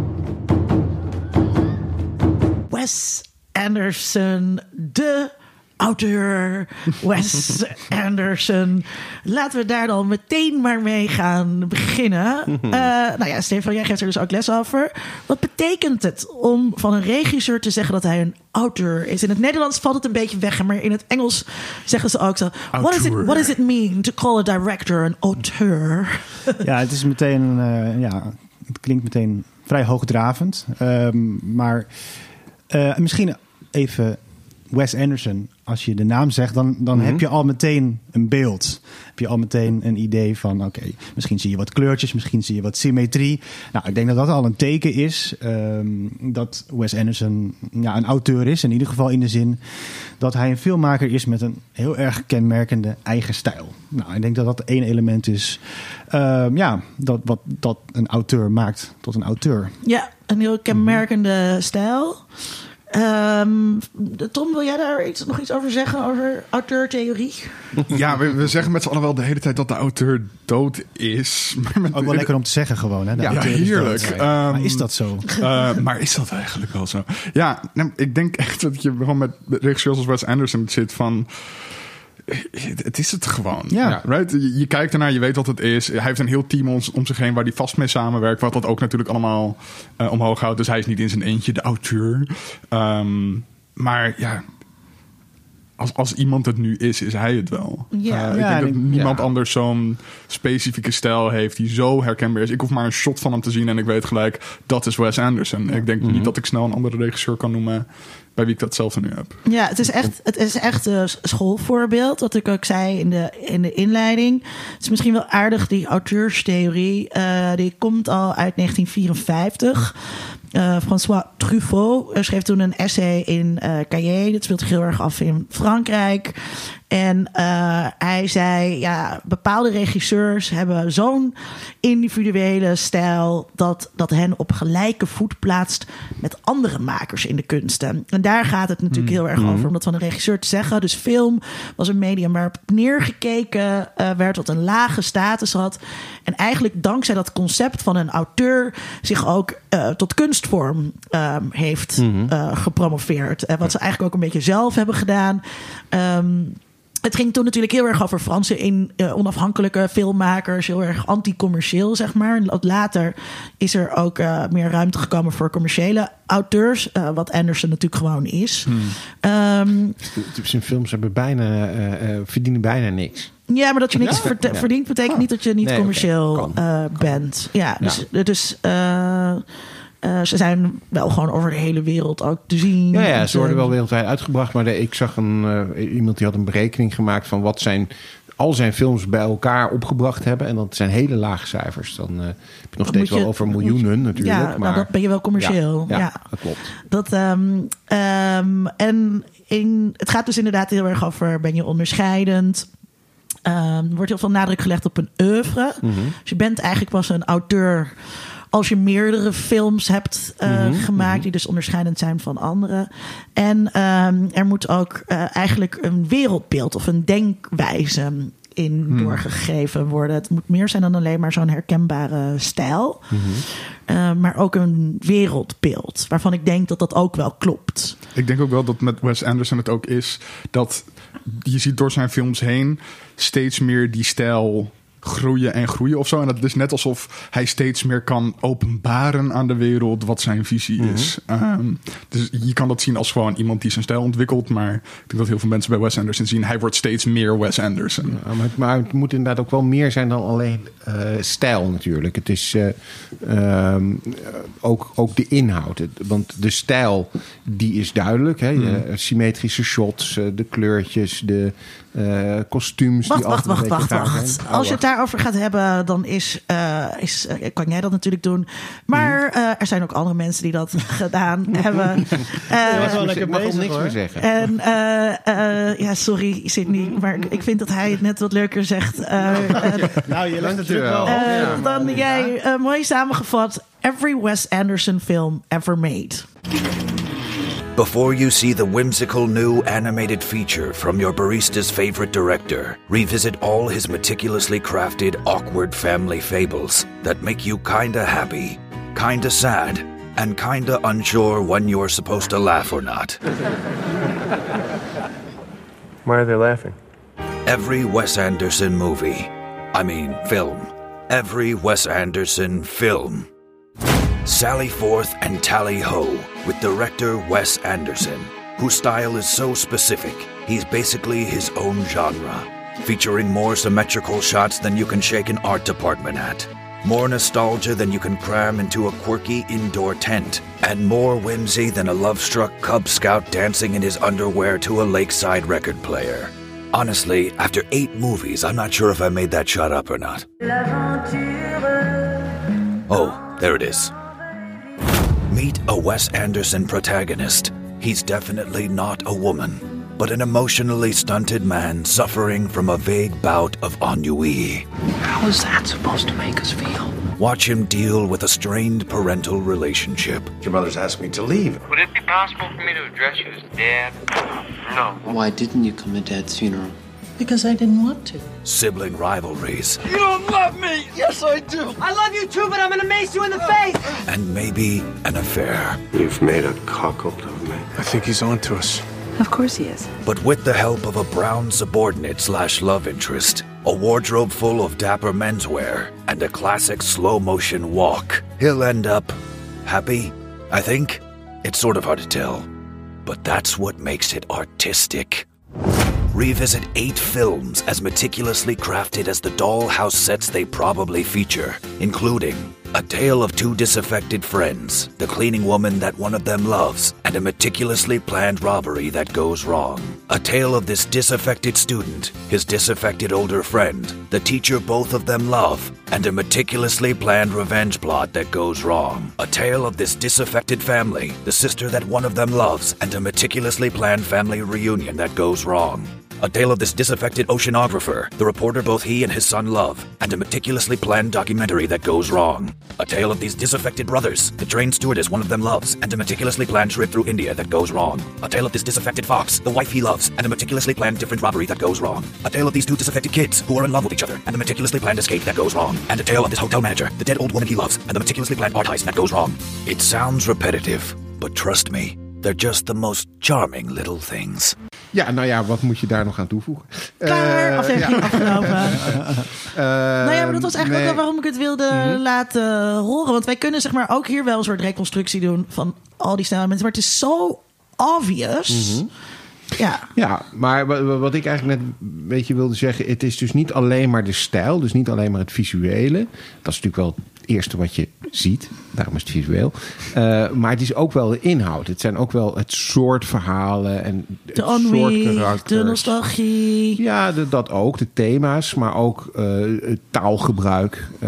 S1: Wes Anderson, de auteur Wes Anderson. Laten we daar dan meteen maar mee gaan beginnen. Uh, nou ja, Stefan, jij geeft er dus ook les over. Wat betekent het om van een regisseur te zeggen dat hij een auteur is? In het Nederlands valt het een beetje weg, maar in het Engels zeggen ze ook zo. What is it, what does it mean to call a director an auteur?
S4: Ja, het is meteen, uh, ja, het klinkt meteen vrij hoogdravend. Um, maar uh, misschien even Wes Anderson. Als je de naam zegt, dan, dan mm-hmm. heb je al meteen een beeld. Heb je al meteen een idee van, oké, okay, misschien zie je wat kleurtjes, misschien zie je wat symmetrie. Nou, ik denk dat dat al een teken is um, dat Wes Anderson ja, een auteur is. In ieder geval in de zin dat hij een filmmaker is met een heel erg kenmerkende eigen stijl. Nou, ik denk dat dat één element is um, ja, dat, wat dat een auteur maakt tot een auteur.
S1: Ja, een heel kenmerkende mm-hmm. stijl. Um, Tom, wil jij daar iets, nog iets over zeggen, over auteurtheorie?
S2: Ja, we, we zeggen met z'n allen wel de hele tijd dat de auteur dood is. Maar met,
S4: ook wel lekker om te zeggen gewoon. Hè? De
S2: ja, heerlijk.
S4: Is
S2: um,
S4: maar is dat zo?
S2: Uh, maar is dat eigenlijk wel zo? Ja, nou, ik denk echt dat je gewoon met regisseurs als Wes Anderson zit van... Het is het gewoon.
S4: Ja.
S2: Right? Je, je kijkt ernaar, je weet wat het is. Hij heeft een heel team om, om zich heen waar hij vast mee samenwerkt. Wat dat ook natuurlijk allemaal uh, omhoog houdt. Dus hij is niet in zijn eentje de auteur. Um, maar ja, als, als iemand het nu is, is hij het wel.
S1: Ja.
S2: Uh, ik
S4: ja,
S2: denk dat
S4: ik,
S2: niemand
S4: ja.
S2: anders zo'n specifieke stijl heeft die zo herkenbaar is. Ik hoef maar een shot van hem te zien en ik weet gelijk, dat is Wes Anderson. Ja. Ik denk mm-hmm. niet dat ik snel een andere regisseur kan noemen bij wie ik datzelfde nu heb.
S1: Ja, het is echt, het is echt een schoolvoorbeeld. Wat ik ook zei in de, in de inleiding. Het is misschien wel aardig, die auteurstheorie. Uh, die komt al uit negentien vierenvijftig. Uh, François Truffaut schreef toen een essay in uh, Cahiers. Dat speelt zich heel erg af in Frankrijk. En uh, hij zei, ja, bepaalde regisseurs hebben zo'n individuele stijl dat, dat hen op gelijke voet plaatst met andere makers in de kunsten. En daar gaat het natuurlijk heel erg over, om dat van een regisseur te zeggen. Dus film was een medium waarop neergekeken uh, werd, wat een lage status had. En eigenlijk dankzij dat concept van een auteur zich ook uh, tot kunstvorm uh, heeft mm-hmm. uh, gepromoveerd. Uh, wat ze eigenlijk ook een beetje zelf hebben gedaan. Um, Het ging toen natuurlijk heel erg over Franse in, uh, onafhankelijke filmmakers. Heel erg anti-commercieel, zeg maar. Later is er ook uh, meer ruimte gekomen voor commerciële auteurs. Uh, wat Anderson natuurlijk gewoon is. Hmm. Um,
S3: Zijn films hebben bijna, uh, uh, verdienen bijna niks.
S1: Ja, maar dat je niks
S3: ja?
S1: verte-
S3: ja.
S1: verdient betekent niet dat je niet
S3: nee,
S1: commercieel
S3: okay.
S1: uh, bent. Ja, dus...
S3: Ja.
S1: dus uh, Uh, ze zijn wel gewoon over de hele wereld ook te zien.
S3: Ja, ja ze worden wel wereldwijd uitgebracht. Maar de, ik zag een, uh, iemand die had een berekening gemaakt van wat zijn al zijn films bij elkaar opgebracht hebben. En dat zijn hele lage cijfers. Dan uh, heb je nog steeds je, wel over miljoenen je, natuurlijk.
S1: Ja,
S3: maar
S1: nou, dat ben je wel commercieel.
S3: Ja, ja,
S1: ja.
S3: dat klopt.
S1: Dat, um, um, en in, het gaat dus inderdaad heel erg over, ben je onderscheidend? Um, er wordt heel veel nadruk gelegd op een oeuvre. Mm-hmm. Dus je bent eigenlijk pas een auteur als je meerdere films hebt uh, mm-hmm, gemaakt... Mm-hmm. die dus onderscheidend zijn van anderen. En um, er moet ook uh, eigenlijk een wereldbeeld of een denkwijze in mm. doorgegeven worden. Het moet meer zijn dan alleen maar zo'n herkenbare stijl. Mm-hmm. Uh, maar ook een wereldbeeld, waarvan ik denk dat dat ook wel klopt.
S2: Ik denk ook wel dat met Wes Anderson het ook is dat je ziet door zijn films heen steeds meer die stijl groeien en groeien of zo. En dat is net alsof hij steeds meer kan openbaren aan de wereld wat zijn visie mm-hmm. is. Um, dus je kan dat zien als gewoon iemand die zijn stijl ontwikkelt. Maar ik denk dat heel veel mensen bij Wes Anderson zien, hij wordt steeds meer Wes Anderson.
S3: Ja, maar, het, maar het moet inderdaad ook wel meer zijn dan alleen uh, stijl natuurlijk. Het is uh, um, ook, ook de inhoud. Het, want de stijl, die is duidelijk. Hè? Mm. Uh, symmetrische shots, uh, de kleurtjes, de uh, kostuums.
S1: Wacht,
S3: die
S1: wacht, wacht, wacht, wacht.
S3: Zijn.
S1: Als je het daarover gaat hebben, dan is, uh, is uh, kan jij dat natuurlijk doen. Maar uh, er zijn ook andere mensen die dat gedaan hebben. Uh,
S4: je was wel lekker
S3: ik mag
S4: bezig,
S3: niks
S4: hoor.
S3: meer zeggen.
S1: En uh, uh, ja, sorry Sydney, maar ik vind dat hij het net wat leuker zegt. Uh, uh,
S4: nou, je legt natuurlijk
S3: wel.
S1: uh,
S3: Ja,
S1: dan
S3: maar,
S1: jij uh, mooi samengevat. Every Wes Anderson film ever made.
S5: Before you see the whimsical new animated feature from your barista's favorite director, revisit all his meticulously crafted awkward family fables that make you kinda happy, kinda sad, and kinda unsure when you're supposed to laugh or not.
S6: Why are they laughing?
S5: Every Wes Anderson movie. I mean, film. Every Wes Anderson film. Sally forth and tally ho with director Wes Anderson, whose style is so specific, he's basically his own genre, featuring more symmetrical shots than you can shake an art department at, more nostalgia than you can cram into a quirky indoor tent, and more whimsy than a love-struck Cub Scout dancing in his underwear to a lakeside record player. Honestly, after eight movies, I'm not sure if I made that shot up or not. Oh, there it is. Meet a Wes Anderson protagonist. He's definitely not a woman, but an emotionally stunted man suffering from a vague bout of ennui.
S7: How is that supposed to make us feel?
S5: Watch him deal with a strained parental relationship.
S8: Your mother's asked me to leave.
S9: Would it be possible for me to address you as Dad? No.
S7: Why didn't you come to Dad's funeral?
S1: Because I didn't want to.
S5: Sibling rivalries.
S10: You don't love me! Yes, I do!
S11: I love you too, but I'm gonna mace you in the face!
S5: And maybe an affair.
S8: You've made a cuckold of me.
S6: I think he's on to us.
S12: Of course he is.
S5: But with the help of a brown subordinate slash love interest, a wardrobe full of dapper menswear, and a classic slow-motion walk, he'll end up happy, I think. It's sort of hard to tell, but that's what makes it artistic. Revisit eight films as meticulously crafted as the dollhouse sets they probably feature, including A Tale of Two Disaffected Friends, the cleaning woman that one of them loves, and a meticulously planned robbery that goes wrong. A tale of this disaffected student, his disaffected older friend, the teacher both of them love, and a meticulously planned revenge plot that goes wrong. A tale of this disaffected family, the sister that one of them loves, and a meticulously planned family reunion that goes wrong. A tale of this disaffected oceanographer, the reporter both he and his son love, and a meticulously planned documentary that goes wrong. A tale of these disaffected brothers, the trained stewardess one of them loves, and a meticulously planned trip through India that goes wrong. A tale of this disaffected fox, the wife he loves, and a meticulously planned different robbery that goes wrong. A tale of these two disaffected kids who are in love with each other, and a meticulously planned escape that goes wrong. And a tale of this hotel manager, the dead old woman he loves, and the meticulously planned art heist that goes wrong. It sounds repetitive, but trust me, they're just the most charming little things.
S3: Ja, nou ja, wat moet je daar nog aan toevoegen?
S1: Klaar,
S3: uh,
S1: aflevering
S3: ja.
S1: afgelopen.
S3: Uh,
S1: nou ja, maar dat was eigenlijk
S3: nee.
S1: ook wel waarom ik het wilde mm-hmm. laten horen. Want wij kunnen zeg maar ook hier wel een soort reconstructie doen van al die snelle mensen. Maar het is zo obvious.
S3: Mm-hmm.
S1: Ja.
S3: ja, maar wat ik eigenlijk net een beetje wilde zeggen, het is dus niet alleen maar de stijl, dus niet alleen maar het visuele. Dat is natuurlijk wel het eerste wat je ziet, daarom is het visueel. Uh, maar het is ook wel de inhoud. Het zijn ook wel het soort verhalen en het
S1: de ennui,
S3: soort karakters.
S1: De nostalgie.
S3: Ja, de, dat ook. De thema's, maar ook uh, het taalgebruik. Uh,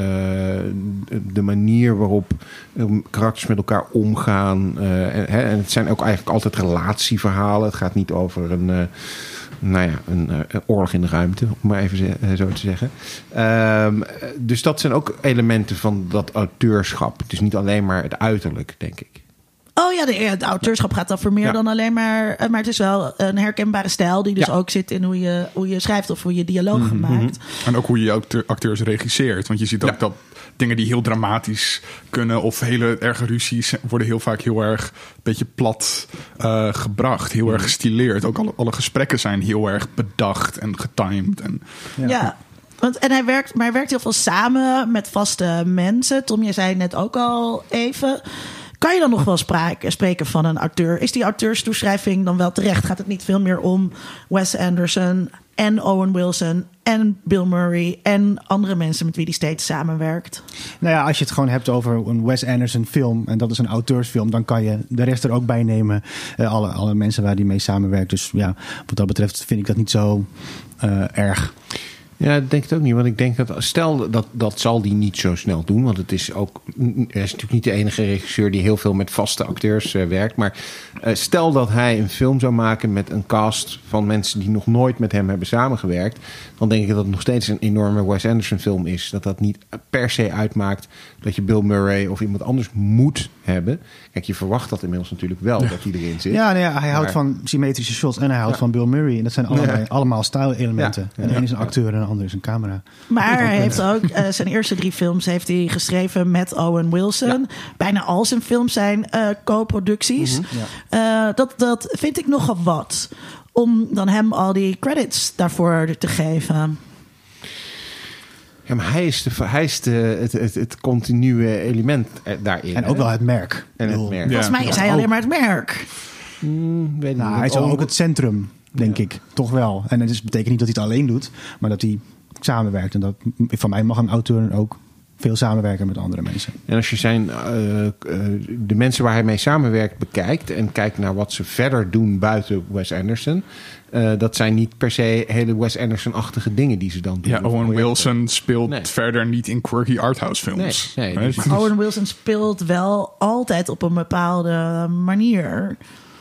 S3: de manier waarop um, karakters met elkaar omgaan. Uh, en, hè, en het zijn ook eigenlijk altijd relatieverhalen. Het gaat niet over een... Uh, nou ja, een, een oorlog in de ruimte, om maar even ze, zo te zeggen. Um, dus dat zijn ook elementen van dat auteurschap. Het is niet alleen maar het uiterlijk, denk ik.
S1: Oh ja, de, het auteurschap gaat dan voor meer ja. dan alleen maar... Maar het is wel een herkenbare stijl die dus ja. ook zit in hoe je, hoe je schrijft of hoe je dialogen mm-hmm. maakt.
S2: En ook hoe je acteur, acteurs regisseert. Want je ziet ook ja. dat dingen die heel dramatisch kunnen of hele erge ruzies worden heel vaak heel erg een beetje plat uh, gebracht. Heel erg gestileerd. Ook alle, alle gesprekken zijn heel erg bedacht en getimed. En,
S1: ja. ja. Want, en hij werkt, maar hij werkt heel veel samen met vaste mensen. Tom, jij zei net ook al even... Kan je dan nog wel sprake, spreken van een acteur? Is die auteurstoeschrijving dan wel terecht? Gaat het niet veel meer om Wes Anderson en Owen Wilson en Bill Murray en andere mensen met wie die steeds samenwerkt?
S4: Nou ja, als je het gewoon hebt over een Wes Anderson film en dat is een auteursfilm, dan kan je de rest er ook bij nemen. Uh, alle, alle mensen waar die mee samenwerkt. Dus ja, wat dat betreft vind ik dat niet zo uh, erg.
S3: Ja, ik denk het ook niet. Want ik denk dat, stel dat dat zal die niet zo snel doen. Want het is ook, hij is natuurlijk niet de enige regisseur die heel veel met vaste acteurs uh, werkt. Maar uh, stel dat hij een film zou maken met een cast van mensen die nog nooit met hem hebben samengewerkt. Dan denk ik dat het nog steeds een enorme Wes Anderson film is. Dat dat niet per se uitmaakt dat je Bill Murray of iemand anders moet hebben. Kijk, je verwacht dat inmiddels natuurlijk wel, ja. dat hij erin zit.
S4: Ja, nou ja hij
S3: maar,
S4: houdt van symmetrische shots en hij houdt ja. van Bill Murray. En dat zijn allebei, ja. allemaal stijlelementen. Ja. En de ja. een is een acteur en de ander is een camera.
S1: Maar hij heeft ook uh, zijn eerste drie films heeft hij geschreven met Owen Wilson. Ja. Bijna al zijn films zijn uh, co-producties. Mm-hmm. Ja. Uh, dat, dat vind ik nogal wat. om dan hem al die credits daarvoor te geven.
S3: Ja, maar hij is, de, hij is de, het, het, het continue element daarin.
S4: En ook wel het merk.
S3: En het merk.
S1: Volgens mij is hij alleen maar het merk.
S3: Hmm, weet
S4: nou,
S3: niet.
S4: hij is ook het centrum, denk ja. ik. Toch wel. En het is, betekent niet dat hij het alleen doet, maar dat hij samenwerkt. En dat, van mij mag een auteur ook veel samenwerken met andere mensen.
S3: En als je zijn, uh, uh, de mensen waar hij mee samenwerkt bekijkt en kijkt naar wat ze verder doen buiten Wes Anderson, uh, dat zijn niet per se hele Wes Anderson-achtige dingen die ze dan doen.
S2: Ja, Owen Wilson speelt
S3: nee.
S2: verder niet in quirky arthouse films.
S3: Nee, nee,
S2: right?
S3: dus,
S1: maar Owen Wilson speelt wel altijd op een bepaalde manier.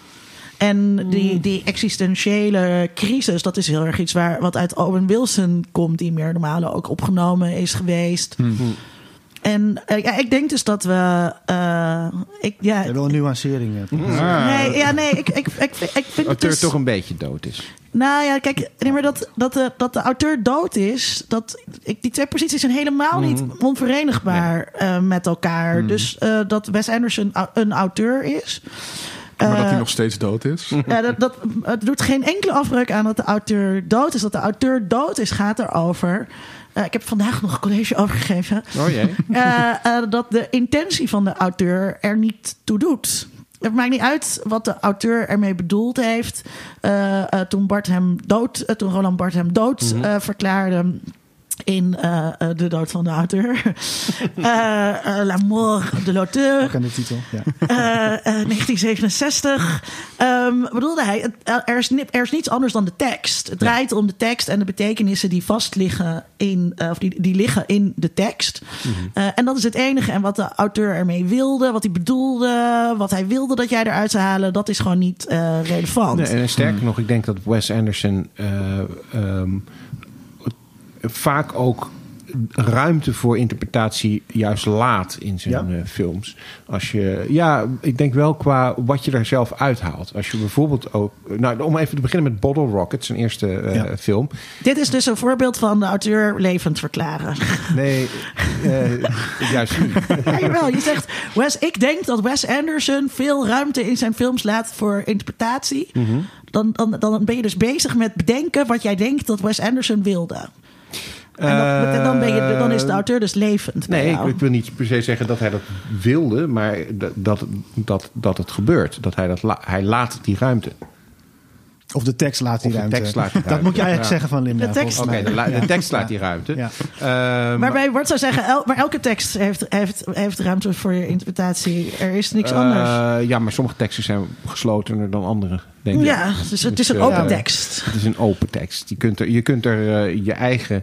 S1: En die, die existentiële crisis, dat is heel erg iets waar, wat uit Owen Wilson komt, die meer normale ook opgenomen is geweest. Mm-hmm. En uh, ja, ik denk dus dat we... Uh, ik, ja,
S4: je wil een nuancering hebben.
S1: Ah. Nee, ja, nee, ik, ik, ik, ik, ik vind
S3: auteur
S1: het dus,
S3: toch een beetje dood is.
S1: Nou ja, kijk, nee, maar dat, dat, de, dat de auteur dood is, dat, ik, die twee posities zijn helemaal niet mm. onverenigbaar nee. uh, met elkaar. Mm. Dus uh, dat Wes Anderson een auteur is...
S2: Maar uh, dat hij nog steeds dood is?
S1: Ja, dat, dat, het doet geen enkele afbreuk aan dat de auteur dood is. Dat de auteur dood is, gaat erover. Uh, ik heb vandaag nog een college overgegeven.
S3: Oh jee.
S1: Uh, uh, dat de intentie van de auteur er niet toe doet. Het maakt niet uit wat de auteur ermee bedoeld heeft. Uh, uh, toen, Bart hem dood, uh, toen Roland Barthes hem dood mm-hmm. uh, verklaarde... in uh, uh, de dood van de auteur. uh, uh, La mort de l'auteur.
S4: Ook aan de titel, ja.
S1: uh, uh, negentien zevenenzestig. Um, bedoelde hij, er is, er is niets anders dan de tekst. Het draait ja. om de tekst en de betekenissen die vast liggen in, uh, of die, die liggen in de tekst. Mm-hmm. Uh, en dat is het enige. En wat de auteur ermee wilde, wat hij bedoelde, wat hij wilde dat jij eruit zou halen, dat is gewoon niet uh, relevant.
S3: Nee, en sterker mm. nog, ik denk dat Wes Anderson uh, um, vaak ook ruimte voor interpretatie juist laat in zijn ja? uh, films. Als je, ja, ik denk wel qua wat je er zelf uithaalt. Als je bijvoorbeeld ook, nou, om even te beginnen met Bottle Rocket, zijn eerste uh, ja. film.
S1: Dit is dus een voorbeeld van de auteur levend verklaren.
S3: Nee, uh, juist niet.
S1: Ja, jawel, je zegt, Wes, ik denk dat Wes Anderson veel ruimte in zijn films laat voor interpretatie. Mm-hmm. Dan, dan, dan ben je dus bezig met bedenken wat jij denkt dat Wes Anderson wilde. En dan, dan, ben je, dan is de auteur dus levend.
S3: Nee, ik, ik wil niet per se zeggen dat hij dat wilde, maar dat, dat, dat het gebeurt. Dat hij, dat la, hij laat die ruimte.
S4: Of de tekst laat die
S3: of de
S4: ruimte.
S3: Tekst laat die ruimte.
S4: Dat moet je eigenlijk ja. zeggen van Linda.
S1: De tekst,
S3: Oké, okay, de, de tekst laat die ruimte. Ja.
S1: Uh, Waarbij Bart zou zeggen, el, maar elke tekst heeft, heeft, heeft ruimte voor je interpretatie. Er is niks uh, anders.
S3: Ja, maar sommige teksten zijn geslotener dan andere. Denk ik.
S1: Ja, dus het is een open uh, tekst.
S3: Het is een open tekst. Je kunt er, je, kunt er uh, je eigen...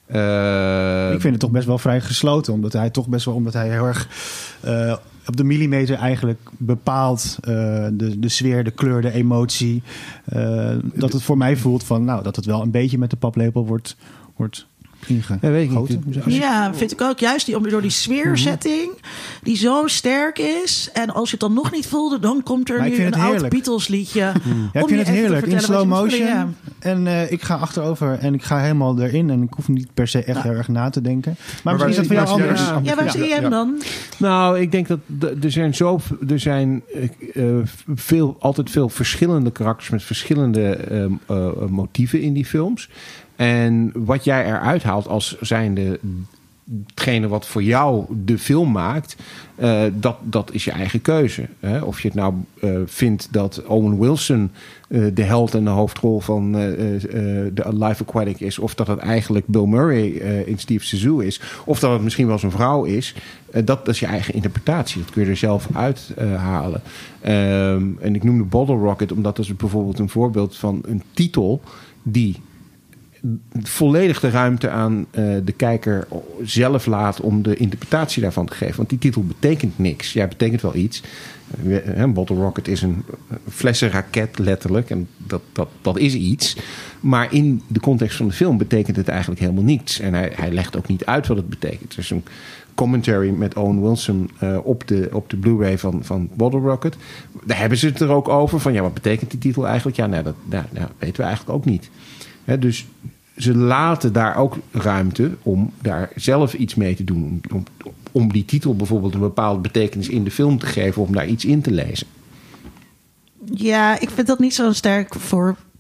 S3: Uh,
S4: ik vind het toch best wel vrij gesloten, omdat hij toch best wel, omdat hij heel erg uh, op de millimeter eigenlijk bepaalt uh, de, de sfeer, de kleur, de emotie. Uh, dat het voor mij voelt van, nou, dat het wel een beetje met de paplepel wordt, wordt ingegoten.
S3: Ja,
S1: ja, vind ik ook juist die, door die sfeersetting die zo sterk is. En als je het dan nog niet voelde, dan komt er maar nu een oud Beatles liedje.
S4: Mm. Ja, ik vind het heerlijk in slow motion. Ja. En uh, ik ga achterover en ik ga helemaal erin. En ik hoef niet per se echt ja. heel erg na te denken. Maar, maar misschien is dat voor jou anders.
S1: Ja, ja waar ja, zie je hem ja. dan?
S3: Nou, ik denk dat d- er zijn zo er zijn uh, veel, altijd veel verschillende karakters met verschillende uh, uh, motieven in die films. En wat jij eruit haalt als zijnde hetgene wat voor jou de film maakt, uh, dat, dat is je eigen keuze. Hè? Of je het nou uh, vindt dat Owen Wilson uh, de held en de hoofdrol van uh, uh, The Life Aquatic is, of dat het eigenlijk Bill Murray uh, in Steve Zissou is, of dat het misschien wel zijn vrouw is. Uh, dat, dat is je eigen interpretatie. Dat kun je er zelf uithalen. Uh, um, en ik noemde Bottle Rocket omdat dat is bijvoorbeeld een voorbeeld van een titel die volledig de ruimte aan uh, de kijker zelf laat om de interpretatie daarvan te geven. Want die titel betekent niks. Ja, betekent wel iets. Uh, Bottle Rocket is een flessenraket letterlijk. En dat, dat, dat is iets. Maar in de context van de film betekent het eigenlijk helemaal niets. En hij, hij legt ook niet uit wat het betekent. Er is een commentary met Owen Wilson uh, op, de, op de Blu-ray van, van Bottle Rocket. Daar hebben ze het er ook over. Van ja, wat betekent die titel eigenlijk? Ja, nou, dat nou, nou, weten we eigenlijk ook niet. He, dus ze laten daar ook ruimte om daar zelf iets mee te doen. Om, om, om die titel bijvoorbeeld een bepaalde betekenis in de film te geven, om daar iets in te lezen.
S1: Ja, ik vind dat niet zo'n sterk voor,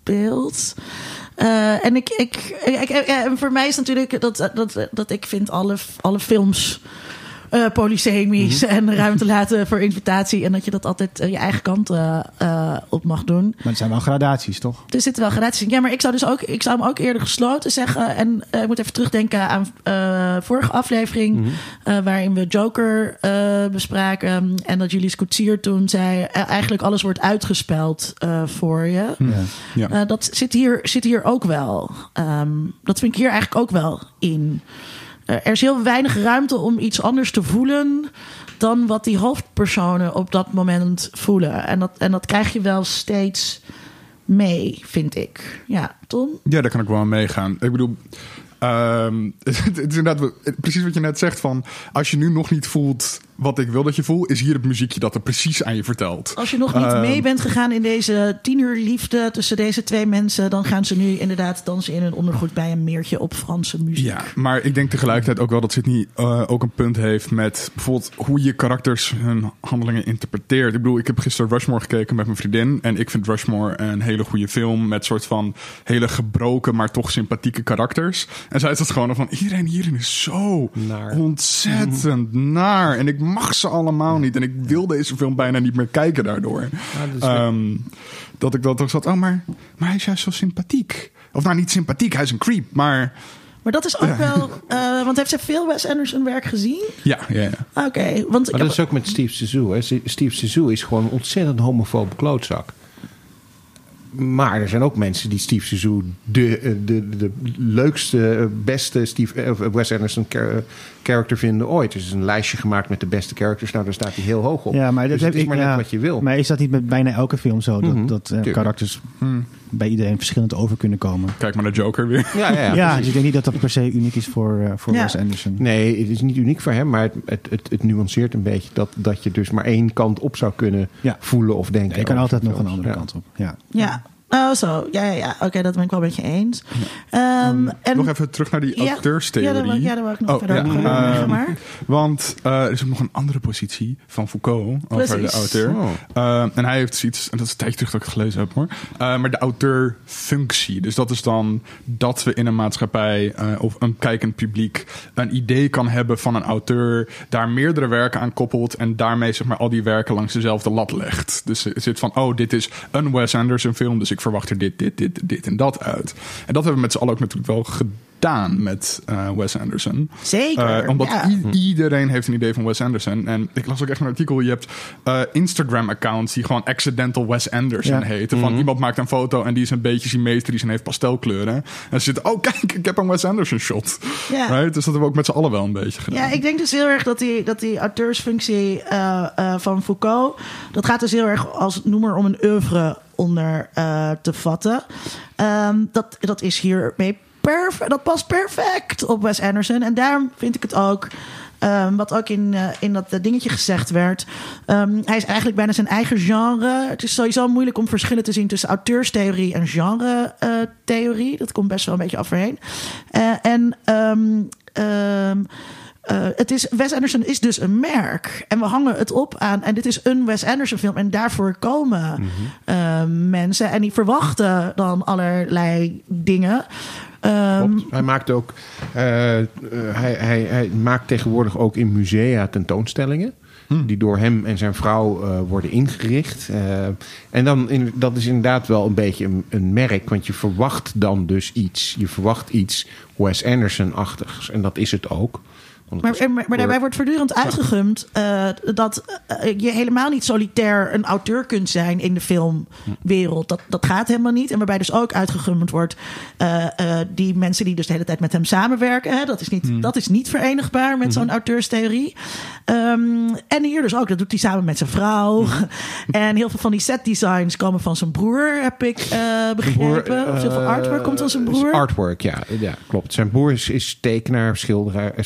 S1: speelt. Uh, en ik, ik, ik, ik, en voor mij is natuurlijk dat, dat, dat ik vind alle, alle films uh, polysemisch mm-hmm. en ruimte laten voor interpretatie. En dat je dat altijd uh, je eigen kant uh, uh, op mag doen.
S4: Maar het zijn wel gradaties, toch?
S1: Er zitten wel gradaties in. Ja, maar ik zou dus ook, ik zou hem ook eerder gesloten zeggen. En uh, ik moet even terugdenken aan uh, vorige aflevering, mm-hmm. uh, waarin we Joker uh, bespraken. En dat Julius Koetsier toen zei, uh, eigenlijk alles wordt uitgespeld uh, voor je.
S2: Ja. Ja.
S1: Uh, dat zit hier, zit hier ook wel. Um, dat vind ik hier eigenlijk ook wel in. Uh, er is heel weinig ruimte om iets anders te voelen dan wat die hoofdpersonen op dat moment voelen. En dat, en dat krijg je wel steeds mee, vind ik. Ja, Tom?
S2: Ja, daar kan ik wel aan meegaan. Ik bedoel, um, het is inderdaad precies wat je net zegt van, als je nu nog niet voelt wat ik wil dat je voelt, is hier het muziekje dat er precies aan je vertelt.
S1: Als je nog niet
S2: um,
S1: mee bent gegaan in deze tienerliefde tussen deze twee mensen, dan gaan ze nu inderdaad dansen in hun ondergoed bij een meertje op Franse muziek.
S2: Ja, maar ik denk tegelijkertijd ook wel dat Sydney uh, ook een punt heeft met bijvoorbeeld hoe je karakters hun handelingen interpreteert. Ik bedoel, ik heb gisteren Rushmore gekeken met mijn vriendin en ik vind Rushmore een hele goede film met soort van hele gebroken, maar toch sympathieke karakters. En zij is dat gewoon van, iedereen hierin is zo naar. ontzettend mm. naar. En ik mag ze allemaal niet. En ik wil deze film bijna niet meer kijken daardoor. Ja, dat, um, dat ik dat ook zat. Oh, maar, maar hij is juist zo sympathiek. Of nou, niet sympathiek. Hij is een creep. Maar
S1: Maar dat is ook ja. wel... Uh, want heeft zij veel Wes Anderson werk gezien?
S2: Ja, ja, ja.
S1: Oké. Okay, want
S3: maar dat is ook met Steve Zissou. Hè. Steve Zissou is gewoon een ontzettend homofobe klootzak. Maar er zijn ook mensen die Steve Zissou de, de, de leukste, beste Steve, Wes Anderson character vinden ooit. Dus er is een lijstje gemaakt met de beste characters. Nou, daar staat hij heel hoog op.
S4: Ja, maar dat
S3: dus
S4: heb
S3: het is
S4: ik,
S3: maar net
S4: ja,
S3: wat je wil.
S4: Maar is dat niet met bijna elke film zo? Dat,
S3: mm-hmm.
S4: dat uh, karakters mm. bij iedereen verschillend over kunnen komen?
S2: Kijk maar naar Joker weer.
S3: Ja, ja, ja,
S4: ja dus ik denk niet dat dat per se uniek is voor, uh, voor ja. Wes Anderson.
S3: Nee, het is niet uniek voor hem. Maar het, het, het, het nuanceert een beetje dat, dat je dus maar één kant op zou kunnen ja. voelen of denken.
S4: Ja, je kan altijd nog
S3: films.
S4: een andere
S3: ja.
S4: kant op. Ja.
S1: Ja. Oh, zo. Ja, ja, ja. Oké, okay, dat ben ik wel een beetje eens. Ja. Um, en...
S2: Nog even terug naar die
S1: ja,
S2: auteurstheorie.
S1: Ja, daar, ja, daar wil ik nog
S2: oh,
S1: verder
S2: ja.
S1: op gaan.
S2: Um,
S1: maar.
S2: Want uh, er is ook nog een andere positie van Foucault over
S1: Precies.
S2: de auteur. Oh. Uh, en hij heeft iets, en dat is een tijdje terug dat ik het gelezen heb hoor. Uh, maar de auteurfunctie. Dus dat is dan dat we in een maatschappij uh, of een kijkend publiek een idee kan hebben van een auteur, daar meerdere werken aan koppelt en daarmee zeg maar al die werken langs dezelfde lat legt. Dus het zit van, oh, dit is een Wes Anderson film, dus ik verwacht er dit, dit, dit, dit en dat uit. En dat hebben we met z'n allen ook natuurlijk wel gedaan met uh, Wes Anderson.
S1: Zeker.
S2: Uh, omdat
S1: ja.
S2: i- iedereen heeft een idee van Wes Anderson. En ik las ook echt een artikel. Je hebt uh, Instagram-accounts die gewoon accidental Wes Anderson ja. heten. Van mm-hmm. iemand maakt een foto en die is een beetje symmetrisch en heeft pastelkleuren. En ze zitten, oh kijk, ik heb een Wes Anderson shot. Ja. Right? Dus dat hebben we ook met z'n allen wel een beetje gedaan.
S1: Ja, ik denk dus heel erg dat die, dat die auteursfunctie uh, uh, van Foucault, dat gaat dus heel erg als noemer om een oeuvre onder uh, te vatten. Um, dat, dat is hiermee perfect. Dat past perfect op Wes Anderson. En daarom vind ik het ook, um, wat ook in, uh, in dat dingetje gezegd werd. Um, hij is eigenlijk bijna zijn eigen genre. Het is sowieso moeilijk om verschillen te zien tussen auteurstheorie en genre-theorie. Uh, dat komt best wel een beetje overheen. Uh, en um, um, Uh, het is, Wes Anderson is dus een merk. En we hangen het op aan. En dit is een Wes Anderson film. En daarvoor komen mm-hmm. uh, mensen. En die verwachten dan allerlei dingen. Um,
S3: hij maakt ook. Uh, uh, hij, hij, hij maakt tegenwoordig ook in musea tentoonstellingen. Hmm. Die door hem en zijn vrouw uh, worden ingericht. Uh, en dan in, dat is inderdaad wel een beetje een, een merk. Want je verwacht dan dus iets. Je verwacht iets Wes Anderson-achtigs. En dat is het ook.
S1: Maar, maar, maar daarbij wordt voortdurend uitgegumd uh, dat uh, je helemaal niet solitair een auteur kunt zijn in de filmwereld. Dat, dat gaat helemaal niet. En waarbij dus ook uitgegumd wordt uh, uh, die mensen die dus de hele tijd met hem samenwerken. Hè, dat, is niet, hmm. dat is niet verenigbaar met zo'n hmm. auteurstheorie. Um, en hier dus ook. Dat doet hij samen met zijn vrouw. Hmm. En heel veel van die setdesigns komen van zijn broer, heb ik uh, begrepen. Broer, uh, of heel veel artwork komt van zijn broer.
S3: Artwork, ja, ja klopt. Zijn broer is, is tekenaar, schilder, schilder.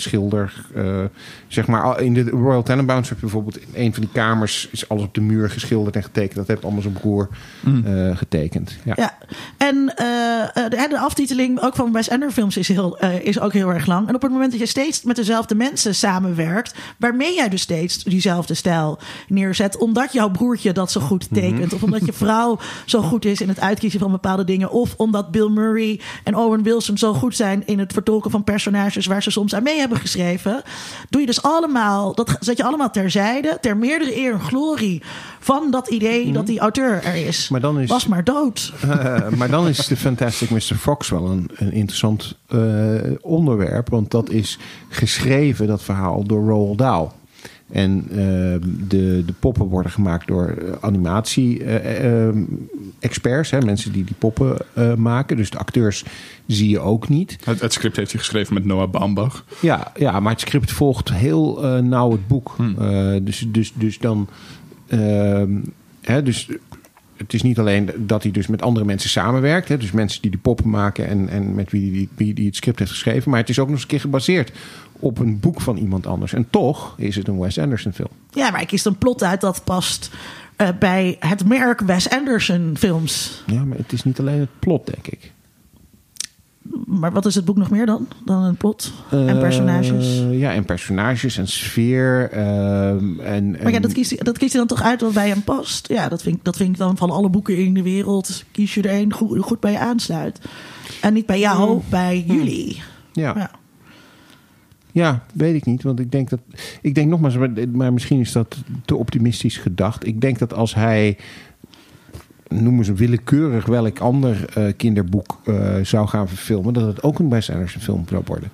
S3: erg... Uh, zeg maar, in de Royal Tenenbaums heb je bijvoorbeeld... in een van die kamers is alles op de muur geschilderd en getekend. Dat heeft allemaal zijn broer mm. uh, getekend. Ja,
S1: ja. En uh, de, de aftiteling ook van Wes Anderson films is, heel, uh, is ook heel erg lang. En op het moment dat je steeds met dezelfde mensen samenwerkt... waarmee jij dus steeds diezelfde stijl neerzet... omdat jouw broertje dat zo goed tekent... Mm-hmm. of omdat je vrouw zo goed is in het uitkiezen van bepaalde dingen... of omdat Bill Murray en Owen Wilson zo goed zijn... in het vertolken van personages waar ze soms aan mee hebben geschreven... doe je dus allemaal, dat zet je allemaal terzijde... ter meerdere eer en glorie van dat idee mm-hmm. dat die auteur er is.
S3: Maar dan is
S1: was maar dood.
S3: Uh, maar dan is de Fantastic mister Fox wel een, een interessant uh, onderwerp... want dat is geschreven, dat verhaal, door Roald Dahl. En uh, de, de poppen worden gemaakt door animatie-experts. Uh, uh, mensen die die poppen uh, maken. Dus de acteurs zie je ook niet.
S2: Het, het script heeft hij geschreven met Noah Baumbach.
S3: Ja, ja, maar het script volgt heel uh, nauw het boek. Hmm. Uh, dus, dus, dus dan... Uh, hè, dus het is niet alleen dat hij dus met andere mensen samenwerkt. Hè, dus mensen die die poppen maken en, en met wie die, wie die het script heeft geschreven. Maar het is ook nog eens een keer gebaseerd op een boek van iemand anders. En toch is het een Wes Anderson film.
S1: Ja, maar ik kies een plot uit dat past uh, bij het merk Wes Anderson films.
S3: Ja, maar het is niet alleen het plot, denk ik.
S1: Maar wat is het boek nog meer dan? Dan een plot uh, en personages?
S3: Ja, en personages en sfeer. Uh, en, en...
S1: Maar ja, dat kiest, dat kiest hij dan toch uit wat bij hem past? Ja, dat vind, dat vind ik dan van alle boeken in de wereld... kies je er een goed, goed bij je aansluit. En niet bij jou, mm. bij mm. jullie.
S3: Ja. ja. Ja, weet ik niet. Want ik denk dat... Ik denk nogmaals, maar misschien is dat te optimistisch gedacht. Ik denk dat als hij... noem eens een willekeurig welk ander uh, kinderboek uh, zou gaan verfilmen... dat het ook een Wes Anderson film zou worden.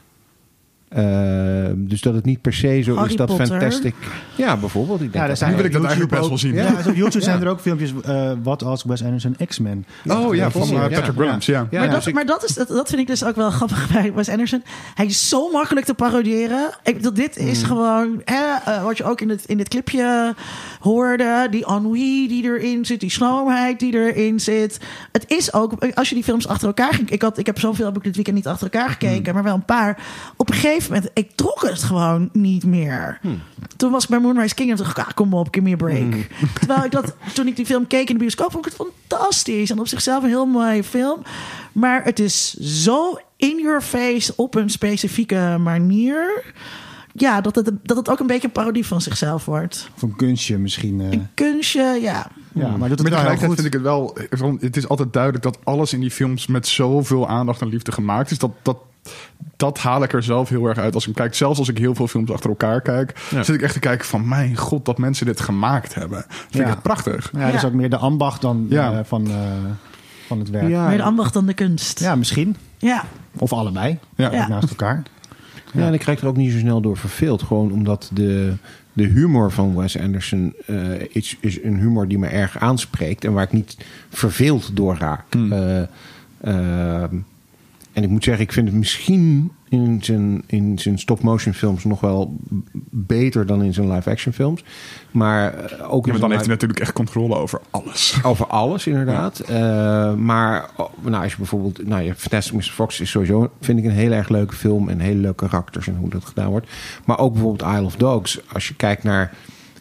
S3: Uh, dus dat het niet per se zo
S1: Harry
S3: is dat
S1: Potter.
S3: Fantastic... Ja, bijvoorbeeld. Ik denk
S4: ja,
S3: dat
S4: zijn
S2: nu wil ik dat eigenlijk best
S4: ook,
S2: wel zien.
S4: Ja, dus op YouTube
S3: ja.
S4: zijn er ook filmpjes... Uh, wat als Wes Anderson X-Men.
S2: Oh ja, van uh,
S3: ja.
S2: Patrick Williams, ja.
S3: ja.
S1: Maar,
S3: ja,
S1: dat,
S3: dus ik...
S1: maar dat, is, dat, dat vind ik dus ook wel grappig bij Wes Anderson. Hij is zo makkelijk te parodiëren. Ik bedoel, dit is mm. gewoon... Hè, uh, wat je ook in het, in dit clipje hoorde. Die ennui die erin zit. Die sloomheid die erin zit. Het is ook... Als je die films achter elkaar ging... Ik, had, ik heb zoveel heb ik dit weekend niet achter elkaar gekeken. Mm. Maar wel een paar. Op een gegeven moment... Ik trok het gewoon niet meer. Hmm. Toen was ik bij Moonrise Kingdom en dacht ik, ah, kom op, give me a break. Hmm. Terwijl ik dat, toen ik die film keek in de bioscoop, vond ik het fantastisch. En op zichzelf een heel mooie film. Maar het is zo in your face op een specifieke manier. Ja, dat het, dat het ook een beetje een parodie van zichzelf wordt.
S4: Of een kunstje misschien. Uh...
S1: Een kunstje, ja.
S4: Ja, maar dat
S2: maar tegelijkertijd
S4: goed.
S2: vind ik het wel... Het is altijd duidelijk dat alles in die films met zoveel aandacht en liefde gemaakt is. Dat, dat, dat haal ik er zelf heel erg uit als ik kijk. Zelfs als ik heel veel films achter elkaar kijk, ja. zit ik echt te kijken van, mijn god, dat mensen dit gemaakt hebben. Vind ja. ik het prachtig.
S4: Ja, dat is ook meer de ambacht dan ja. uh, van, uh, van het werk.
S1: Ja. Meer de ambacht dan de kunst.
S4: Ja, misschien.
S1: Ja.
S4: Of allebei. Ja. Ja. Naast elkaar.
S3: Ja, ja, en ik krijg er ook niet zo snel door verveeld. Gewoon omdat de, de humor van Wes Anderson uh, is, is een humor die me erg aanspreekt. En waar ik niet verveeld door raak. Hmm. Uh, uh, en ik moet zeggen, ik vind het misschien in zijn, in zijn stop-motion films nog wel beter dan in zijn live-action films. Maar uh, ook...
S2: Ja, maar dan heeft hij natuurlijk echt controle over alles.
S3: Over alles, inderdaad. Ja. Uh, maar nou, als je bijvoorbeeld... Nou, ja, Fantastic mister Fox is sowieso, vind ik, een heel erg leuke film. En hele leuke karakters en hoe dat gedaan wordt. Maar ook bijvoorbeeld Isle of Dogs. Als je kijkt naar...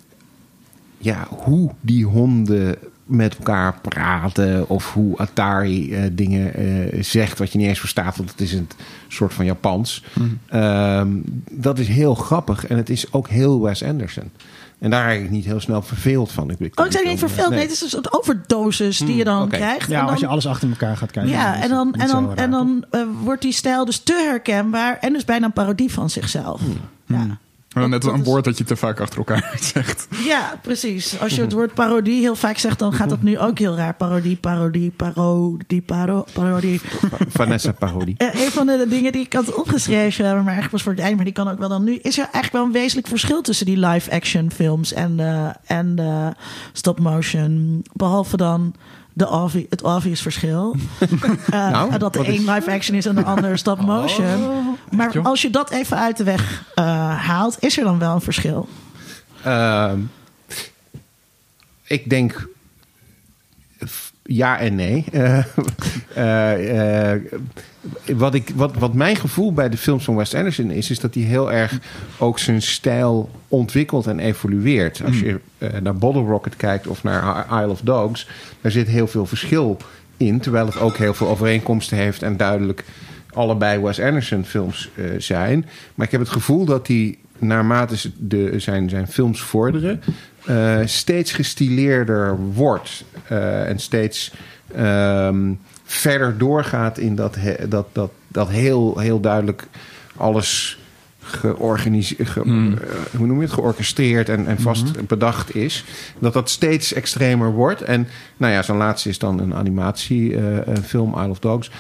S3: Ja, hoe die honden met elkaar praten, of hoe Atari uh, dingen uh, zegt wat je niet eens verstaat, want het is een soort van Japans. Mm. Um, dat is heel grappig en het is ook heel Wes Anderson. En daar raak ik niet heel snel verveeld van. Ik, ik
S1: oh, ik zei niet verveeld. Nee, nee, het is een soort overdosis die je dan mm, okay. krijgt.
S4: Ja,
S1: en dan,
S4: als je alles achter elkaar gaat kijken.
S1: Ja, en dan, en dan, en dan uh, wordt die stijl dus te herkenbaar en dus bijna een parodie van zichzelf. Mm. Ja.
S2: Mm. Maar net een woord dat je te vaak achter elkaar zegt.
S1: Ja, precies. Als je het woord parodie heel vaak zegt, dan gaat dat nu ook heel raar. Parodie, parodie, parodie, paro, parodie.
S3: Vanessa parodie.
S1: Uh, een van de dingen die ik had opgeschreven, maar eigenlijk was voor het eind, maar die kan ook wel dan nu, is er eigenlijk wel een wezenlijk verschil tussen die live-action films en de, en de stop-motion. Behalve dan de obvi- het obvious verschil. Uh, nou, dat de een live-action is en de ander stop-motion. Oh, maar als je dat even uit de weg uh, haalt, is er dan wel een verschil?
S3: Uh, ik denk ja en nee. Uh, uh, uh, wat, ik, wat, wat mijn gevoel bij de films van Wes Anderson is... is dat hij heel erg ook zijn stijl ontwikkelt en evolueert. Als je uh, naar Bottle Rocket kijkt of naar Isle of Dogs... daar zit heel veel verschil in... terwijl het ook heel veel overeenkomsten heeft... en duidelijk allebei Wes Anderson films uh, zijn. Maar ik heb het gevoel dat hij... naarmate de, zijn, zijn films vorderen... Uh, steeds gestileerder wordt. Uh, en steeds um, verder doorgaat in dat, he, dat, dat, dat heel, heel duidelijk alles georganiseerd, ge, mm. uh, hoe noem je het, georchestreerd en, en vast mm-hmm. bedacht is. Dat dat steeds extremer wordt. En nou ja, zo'n laatste is dan een animatiefilm, uh, Isle of Dogs.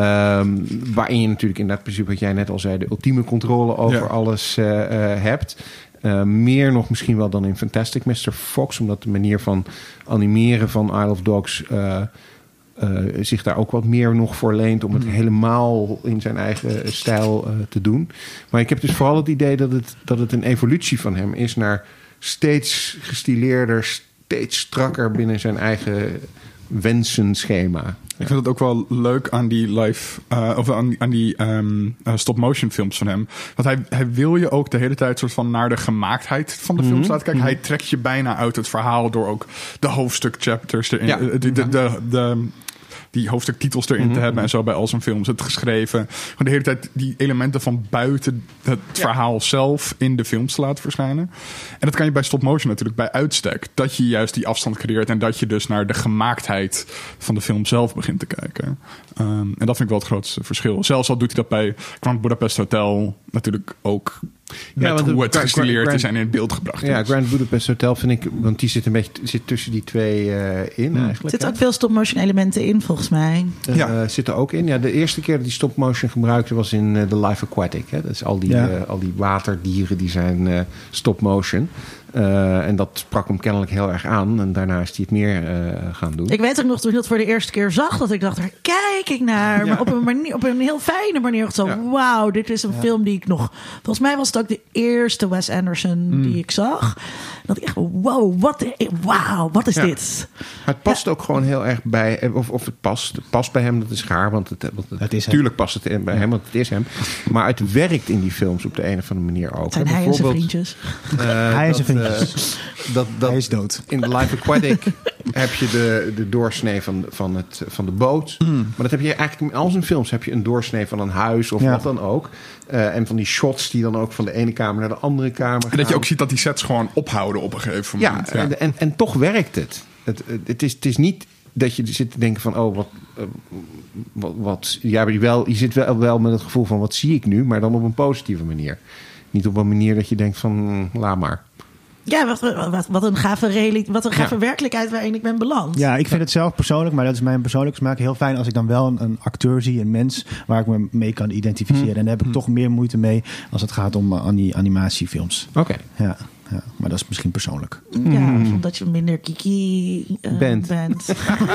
S3: Um, waarin je natuurlijk inderdaad, precies wat jij net al zei, de ultieme controle over ja. alles uh, uh, hebt. Uh, meer nog misschien wel dan in Fantastic mister Fox, omdat de manier van animeren van Isle of Dogs uh, uh, zich daar ook wat meer nog voor leent om het mm. helemaal in zijn eigen stijl uh, te doen. Maar ik heb dus vooral het idee dat het, dat het een evolutie van hem is naar steeds gestileerder, steeds strakker binnen zijn eigen wensenschema.
S2: Ik vind het ook wel leuk aan die live, uh, of aan, aan die um, uh, stop-motion films van hem. Want hij, hij wil je ook de hele tijd soort van naar de gemaaktheid van de films mm-hmm. laten kijken. Mm-hmm. Hij trekt je bijna uit het verhaal door ook de hoofdstuk-chapters erin, ja. de, de, de, de, de, die hoofdstuktitels erin mm-hmm. te hebben en zo bij al zijn films. Het geschreven. Gewoon de hele tijd die elementen van buiten het ja. verhaal zelf in de films te laten verschijnen. En dat kan je bij stop-motion natuurlijk bij uitstek. Dat je juist die afstand creëert en dat je dus naar de gemaaktheid van de film zelf begint te kijken. Um, en dat vind ik wel het grootste verschil. Zelfs al doet hij dat bij Grand Budapest Hotel natuurlijk ook. Met ja, hoe het gestileerd is en in het beeld gebracht
S3: ja,
S2: is.
S3: Grand Budapest Hotel vind ik... want die zit een beetje zit tussen die twee uh, in mm. eigenlijk.
S1: Er zitten ook veel stop-motion elementen in, volgens mij.
S3: Uh, ja. Zit er ook in. Ja, de eerste keer dat die stop-motion gebruikte was in uh, The Life Aquatic. Hè? Dat is al die, ja. uh, al die waterdieren die zijn uh, stop-motion. Uh, en dat sprak hem kennelijk heel erg aan. En daarna is hij het meer uh, gaan doen.
S1: Ik weet ook nog toen ik dat voor de eerste keer zag... dat ik dacht, daar kijk ik naar. Ja. Maar op een, manier, op een heel fijne manier. Zo, ja. wauw, dit is een ja. film die ik nog... Volgens mij was het ook de eerste Wes Anderson mm. die ik zag. Dat ik echt, wow, wat, wow, wat is ja. dit?
S3: Maar het past ja. ook gewoon heel erg bij... Of, of het past. Het past bij hem, dat is gaar. Want het, want het,
S4: het is
S3: natuurlijk past het bij hem, want het is hem. Maar het werkt in die films op de een of andere manier ook.
S1: Het zijn hij en zijn vriendjes.
S3: Uh,
S4: hij en zijn vriendjes.
S3: Uh, dat, dat,
S4: hij is dood.
S3: In The Life Aquatic heb je de, de doorsnee van, van, het, van de boot. Mm. Maar dat heb je eigenlijk in al zijn films. Heb je een doorsnee van een huis of ja. wat dan ook. Uh, en van die shots die dan ook van de ene kamer naar de andere kamer gaan.
S2: En dat je ook ziet dat die sets gewoon ophouden op een gegeven moment.
S3: Ja, ja. En, en, en toch werkt het. Het, het, is, het is niet dat je zit te denken van... oh, wat... Uh, wat, wat ja, je, wel, je zit wel, wel met het gevoel van... wat zie ik nu? Maar dan op een positieve manier. Niet op een manier dat je denkt van... laat maar.
S1: Ja, wat, wat, wat een gave, reali- wat een gave ja. werkelijkheid waarin ik ben beland.
S4: Ja, ik vind het zelf persoonlijk, maar dat is mijn persoonlijke smaak, heel fijn als ik dan wel een, een acteur zie, een mens waar ik me mee kan identificeren. Hmm. En daar heb ik hmm. toch meer moeite mee als het gaat om uh, die animatiefilms.
S3: Oké. Okay.
S4: Ja, ja, maar dat is misschien persoonlijk.
S1: Ja, hmm. omdat je minder kiki uh, bent. bent.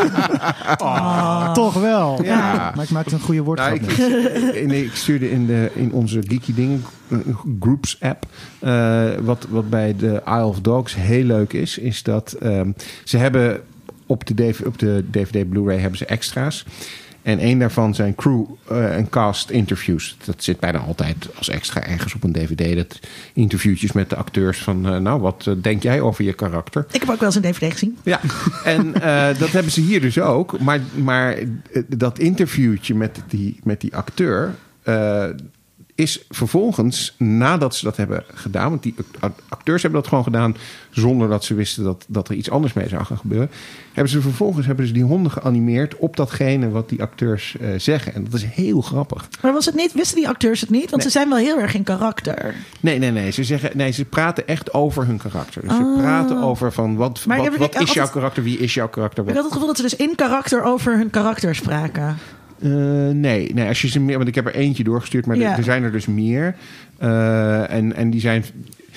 S4: oh, toch wel. Ja. Ja. Maar ik maakte een goede woordgrap.
S3: Nou, ik, ik, ik stuurde in, de, in onze Geeky Dingen Groups app. Uh, wat, wat bij de Isle of Dogs heel leuk is, is dat um, ze hebben op de, D V, op de D V D Blu-ray hebben ze extra's. En één daarvan zijn crew uh, en cast interviews. Dat zit bijna altijd als extra ergens op een D V D. Dat interviewtjes met de acteurs van... Uh, nou, wat uh, denk jij over je karakter?
S1: Ik heb ook wel eens een D V D gezien.
S3: Ja, en uh, dat hebben ze hier dus ook. Maar, maar uh, dat interviewtje met die, met die acteur... Uh, is vervolgens, nadat ze dat hebben gedaan... want die acteurs hebben dat gewoon gedaan... zonder dat ze wisten dat, dat er iets anders mee zou gaan gebeuren... hebben ze vervolgens hebben ze die honden geanimeerd... op datgene wat die acteurs uh, zeggen. En dat is heel grappig.
S1: Maar was het niet, wisten die acteurs het niet? Want nee. ze zijn wel heel erg in karakter.
S3: Nee, nee, nee. Ze, zeggen, nee, ze praten echt over hun karakter. Dus oh. ze praten over van... wat, wat, wat, wat is jouw karakter? Wie is jouw karakter? Wat?
S1: Ik had het gevoel dat ze dus in karakter over hun karakter spraken...
S3: Uh, nee, nee, als je ze meer, want ik heb er eentje doorgestuurd, maar ja. er, er zijn er dus meer. Uh, en, en die zijn.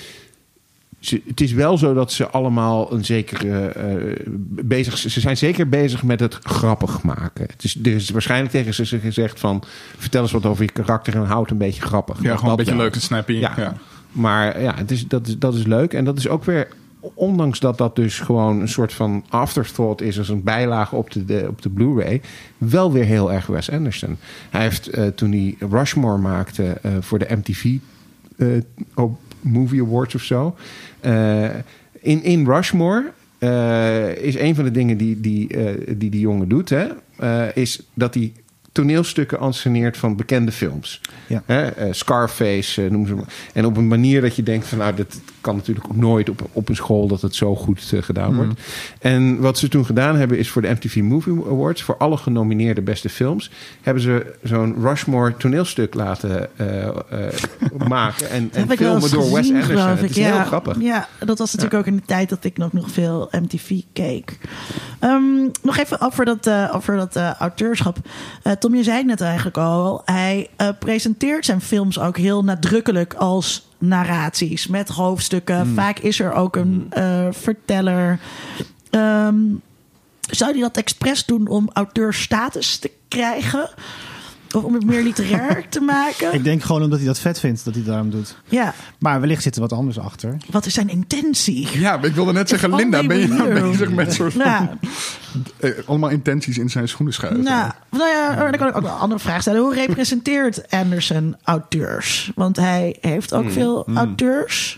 S3: Ze, het is wel zo dat ze allemaal een zekere uh, bezig. Ze zijn zeker bezig met het grappig maken. Het is, er is waarschijnlijk tegen ze gezegd van: vertel eens wat over je karakter en houd een beetje grappig.
S2: Ja, gewoon een beetje leuk en snappy.
S3: Ja.
S2: ja.
S3: Maar ja, het is, dat, is, dat is leuk en dat is ook weer ondanks dat dat dus gewoon een soort van afterthought is als een bijlage op de, de, op de Blu-ray, wel weer heel erg Wes Anderson. Hij heeft uh, toen hij Rushmore maakte uh, voor de M T V uh, op Movie Awards of zo. Uh, in, in Rushmore uh, is een van de dingen die die, uh, die, die jongen doet, hè, uh, is dat hij toneelstukken anceneert van bekende films.
S4: Ja.
S3: Hè? Uh, Scarface, uh, noem ze maar. En op een manier dat je denkt van, nou, dat kan natuurlijk ook nooit op, op een school dat het zo goed uh, gedaan mm. wordt. En wat ze toen gedaan hebben is voor de M T V Movie Awards, voor alle genomineerde beste films, hebben ze zo'n Rushmore toneelstuk laten uh, uh, maken en, en filmen door Wes Anderson. Het is
S1: ja,
S3: heel grappig.
S1: Ja, dat was natuurlijk ja. ook in de tijd dat ik nog, nog veel M T V keek. Um, nog even over dat, uh, over dat uh, auteurschap. Uh, Tom, je zei het net eigenlijk al. Hij uh, presenteert zijn films ook heel nadrukkelijk als narraties met hoofdstukken. Mm. Vaak is er ook een uh, verteller. Um, zou hij dat expres doen om auteurstatus te krijgen? Of om het meer literair te maken?
S4: Ik denk gewoon omdat hij dat vet vindt, dat hij het daarom doet.
S1: Ja.
S4: Maar wellicht zit er wat anders achter.
S1: Wat is zijn intentie?
S2: Ja, ik wilde net zeggen, Linda, ben je nou bezig met soort van...
S1: Ja.
S2: allemaal intenties in zijn schoenen schuiven?
S1: Nou, nou ja, dan kan ik ook wel een andere vraag stellen. Hoe representeert Anderson auteurs? Want hij heeft ook mm. veel mm. auteurs.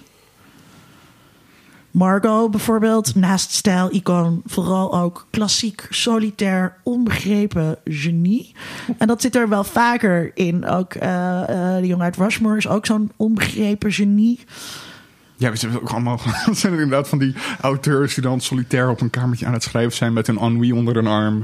S1: Margot bijvoorbeeld, naast stijl-icoon, vooral ook klassiek, solitair, onbegrepen genie. En dat zit er wel vaker in. Ook uh, uh, de jongen uit Rushmore is ook zo'n onbegrepen genie.
S2: Ja, we zijn ook allemaal. Dat zijn er inderdaad van die auteurs die dan solitair op een kamertje aan het schrijven zijn met een ennui onder hun arm.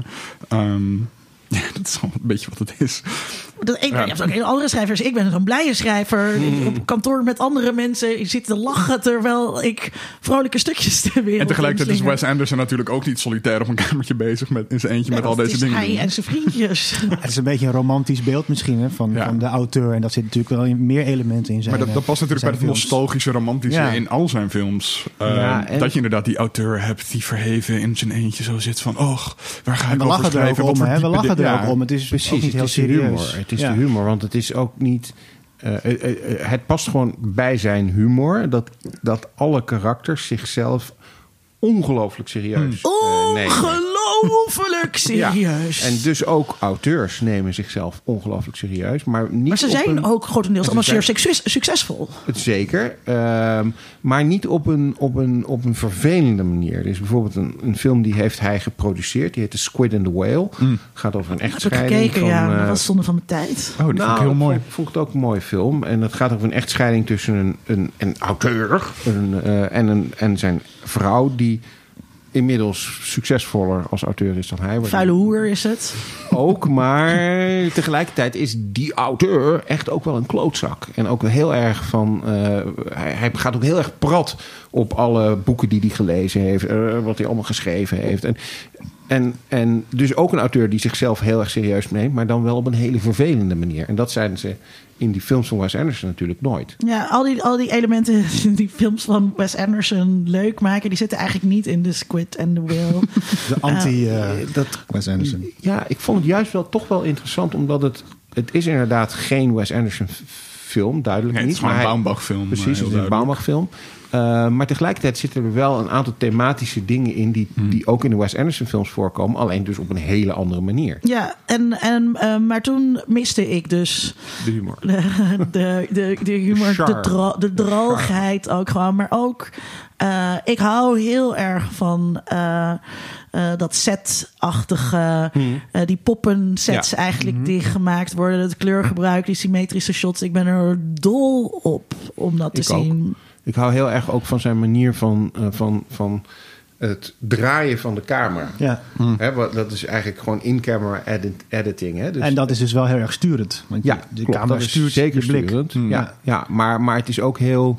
S2: Um, ja, dat is gewoon een beetje wat het is.
S1: Dat, ik, ja. Je hebt ook hele andere schrijvers. Ik ben zo'n blije schrijver. Mm. Op kantoor met andere mensen. Je zit te lachen terwijl ik vrolijke stukjes te wereld.
S2: En tegelijkertijd is Wes Anderson natuurlijk ook niet solitair op een kamertje bezig met in zijn eentje ja, met al deze dingen.
S1: Hij en zijn vriendjes.
S4: Het is een beetje een romantisch beeld misschien hè, van, ja. van de auteur. En dat zit natuurlijk wel in meer elementen in zijn.
S2: Maar dat, dat past natuurlijk bij het
S4: films.
S2: nostalgische, romantische ja. in al zijn films. Uh, ja, en... Dat je inderdaad die auteur hebt die verheven in zijn eentje zo zit van, oh, waar ga ik
S4: we
S2: over schrijven?
S4: Wat om, hè? We lachen er ook om. Het is
S3: precies,
S4: ook niet
S3: het
S4: heel
S3: is de
S4: serieus.
S3: humor. Het is ja. de humor, want het is ook niet... Uh, uh, uh, het past gewoon bij zijn humor dat, dat alle karakters zichzelf ongelooflijk serieus
S1: hmm. uh, nemen. Ongelooflijk serieus.
S3: Ja. En dus ook auteurs nemen zichzelf ongelooflijk serieus. Maar, niet
S1: maar ze zijn
S3: een,
S1: ook grotendeels allemaal zeer succes, succesvol.
S3: Zeker. Uh, maar niet op een, op, een, op een vervelende manier. Er is bijvoorbeeld een, een film die heeft hij geproduceerd. Die heet The Squid and the Whale. Mm. Gaat over een echtscheiding.
S1: Heb ik gekeken,
S3: van,
S1: ja.
S3: Uh,
S1: dat was zonde van mijn tijd.
S2: Oh, die
S3: nou,
S2: vond ik heel mooi.
S3: Ik vond het ook een mooie film. En het gaat over een echtscheiding tussen een, een, een auteur een, uh, en, een, en zijn vrouw die inmiddels succesvoller als auteur is dan hij.
S1: Vuile hoer is het.
S3: Ook, maar tegelijkertijd is die auteur echt ook wel een klootzak. En ook heel erg van... Uh, hij, hij gaat ook heel erg prat op alle boeken die hij gelezen heeft. Uh, wat hij allemaal geschreven heeft. En, en, en dus ook een auteur die zichzelf heel erg serieus neemt, maar dan wel op een hele vervelende manier. En dat zijn ze in die films van Wes Anderson natuurlijk nooit.
S1: Ja, al die, al die elementen die films van Wes Anderson leuk maken, die zitten eigenlijk niet in The Squid and the Whale.
S4: De anti uh, uh, dat, Wes Anderson.
S3: Ja, ik vond het juist wel toch wel interessant, omdat het, het is inderdaad geen Wes Anderson film, duidelijk
S2: nee,
S3: niet.
S2: Het is gewoon een Baumbach film.
S3: Precies, het is een Baumbach film. Uh, maar tegelijkertijd zitten er wel een aantal thematische dingen in die, hmm. die ook in de Wes Anderson films voorkomen. Alleen dus op een hele andere manier.
S1: Ja, en, en, uh, maar toen miste ik dus...
S3: De humor.
S1: De, de, de, de humor, de, dra, de droogheid ook gewoon. Maar ook, uh, ik hou heel erg van... Uh, Uh, dat set-achtige, hmm. uh, die poppensets ja. eigenlijk hmm. die gemaakt worden. Het kleurgebruik, die symmetrische shots. Ik ben er dol op om dat te
S3: ik
S1: zien.
S3: Ook. Ik hou heel erg ook van zijn manier van, uh, van, van het draaien van de camera.
S4: Ja.
S3: Hmm. He, dat is eigenlijk gewoon in-camera edit, editing. Hè? Dus,
S4: en dat is dus wel heel erg sturend. Want
S3: ja,
S4: de
S3: klopt,
S4: camera stuurt
S3: zeker
S4: je blik.
S3: Sturend. Hmm. Ja, ja maar, maar het is ook heel...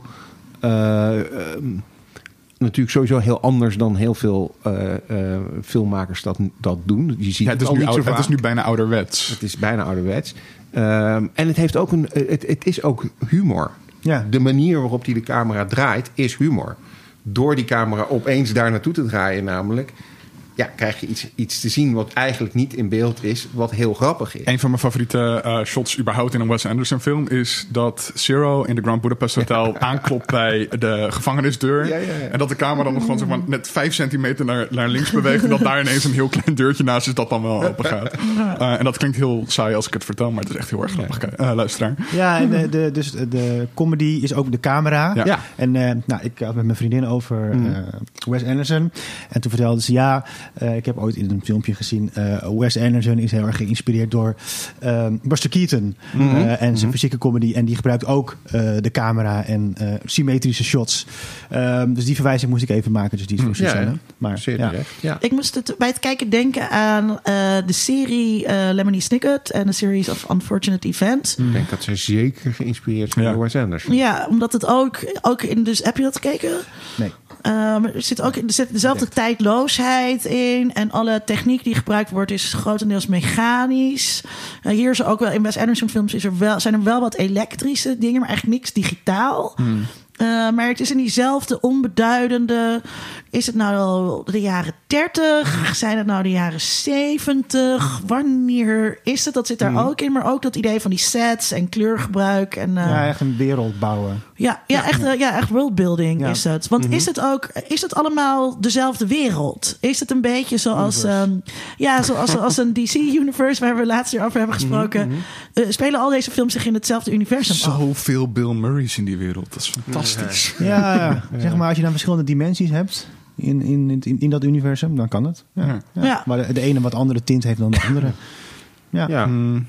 S3: Uh, um, natuurlijk sowieso heel anders dan heel veel uh, uh, filmmakers dat, dat doen. Je ziet
S2: ja, het,
S3: het,
S2: is
S3: al
S2: nu
S3: niet
S2: ouder,
S3: zo vaak.
S2: Het is nu bijna ouderwets.
S3: Het is bijna ouderwets. Um, en het heeft ook een, het, het is ook humor.
S4: Ja.
S3: De manier waarop die de camera draait is humor. Door die camera opeens daar naartoe te draaien namelijk... ja, krijg je iets, iets te zien wat eigenlijk niet in beeld is, wat heel grappig is.
S2: Een van mijn favoriete uh, shots überhaupt in een Wes Anderson film is dat Zero in de Grand Budapest Hotel ja. aanklopt bij de gevangenisdeur. Ja, ja, ja. En dat de camera dan nog gewoon zeg maar, net vijf centimeter naar, naar links beweegt. En dat daar ineens een heel klein deurtje naast is dat dan wel open gaat. Uh, en dat klinkt heel saai als ik het vertel, maar het is echt heel erg grappig. Uh, luisteraar.
S4: Ja, en de, de, dus de comedy is ook de camera.
S2: Ja. Ja.
S4: En uh, nou, ik had met mijn vriendin over uh, mm. Wes Anderson. En toen vertelde ze, ja, uh, ik heb ooit in een filmpje gezien, uh, Wes Anderson is heel erg geïnspireerd door uh, Buster Keaton. Mm-hmm. Uh, en zijn mm-hmm. fysieke comedy. En die gebruikt ook uh, de camera en uh, symmetrische shots. Uh, dus die verwijzing moest ik even maken. Dus die is voor Suzanne. Ja, ja. Maar,
S3: Zeer
S4: ja.
S3: ja.
S1: Ik moest het bij het kijken denken aan uh, de serie uh, Lemony Snicket en de Series of Unfortunate Events.
S3: Mm. Ik denk dat ze zeker geïnspireerd zijn ja. door Wes Anderson.
S1: Ja, omdat het ook, ook in... Dus, heb je dat gekeken?
S4: Nee.
S1: Um, er zit ook er zit dezelfde tijdloosheid in. En alle techniek die gebruikt wordt is grotendeels mechanisch. Uh, hier is er ook wel in Wes Anderson films is er wel, zijn er wel wat elektrische dingen, maar eigenlijk niks digitaal. Hmm. Uh, maar het is in diezelfde onbeduidende... Is het nou al de jaren dertig? Zijn het nou de jaren zeventig? Wanneer is het? Dat zit daar mm. ook in. Maar ook dat idee van die sets en kleurgebruik. En, uh,
S4: ja, echt een wereld bouwen.
S1: Ja, ja, ja. Echt, uh, ja echt worldbuilding ja. is het. Want mm-hmm. is het ook... Is het allemaal dezelfde wereld? Is het een beetje zoals... Um, ja, zoals als een D C-universe... waar we laatst hier over hebben gesproken. Mm-hmm. Uh, spelen al deze films zich in hetzelfde universum af?
S2: Zoveel Bill Murray's in die wereld. Dat is fantastisch.
S4: Ja, ja, ja. Zeg maar als je dan verschillende dimensies hebt... In, in, in, in dat universum, dan kan het. Ja, ja. Ja. Maar de, de ene wat andere tint heeft dan de andere. Ja,
S3: ja. Mm.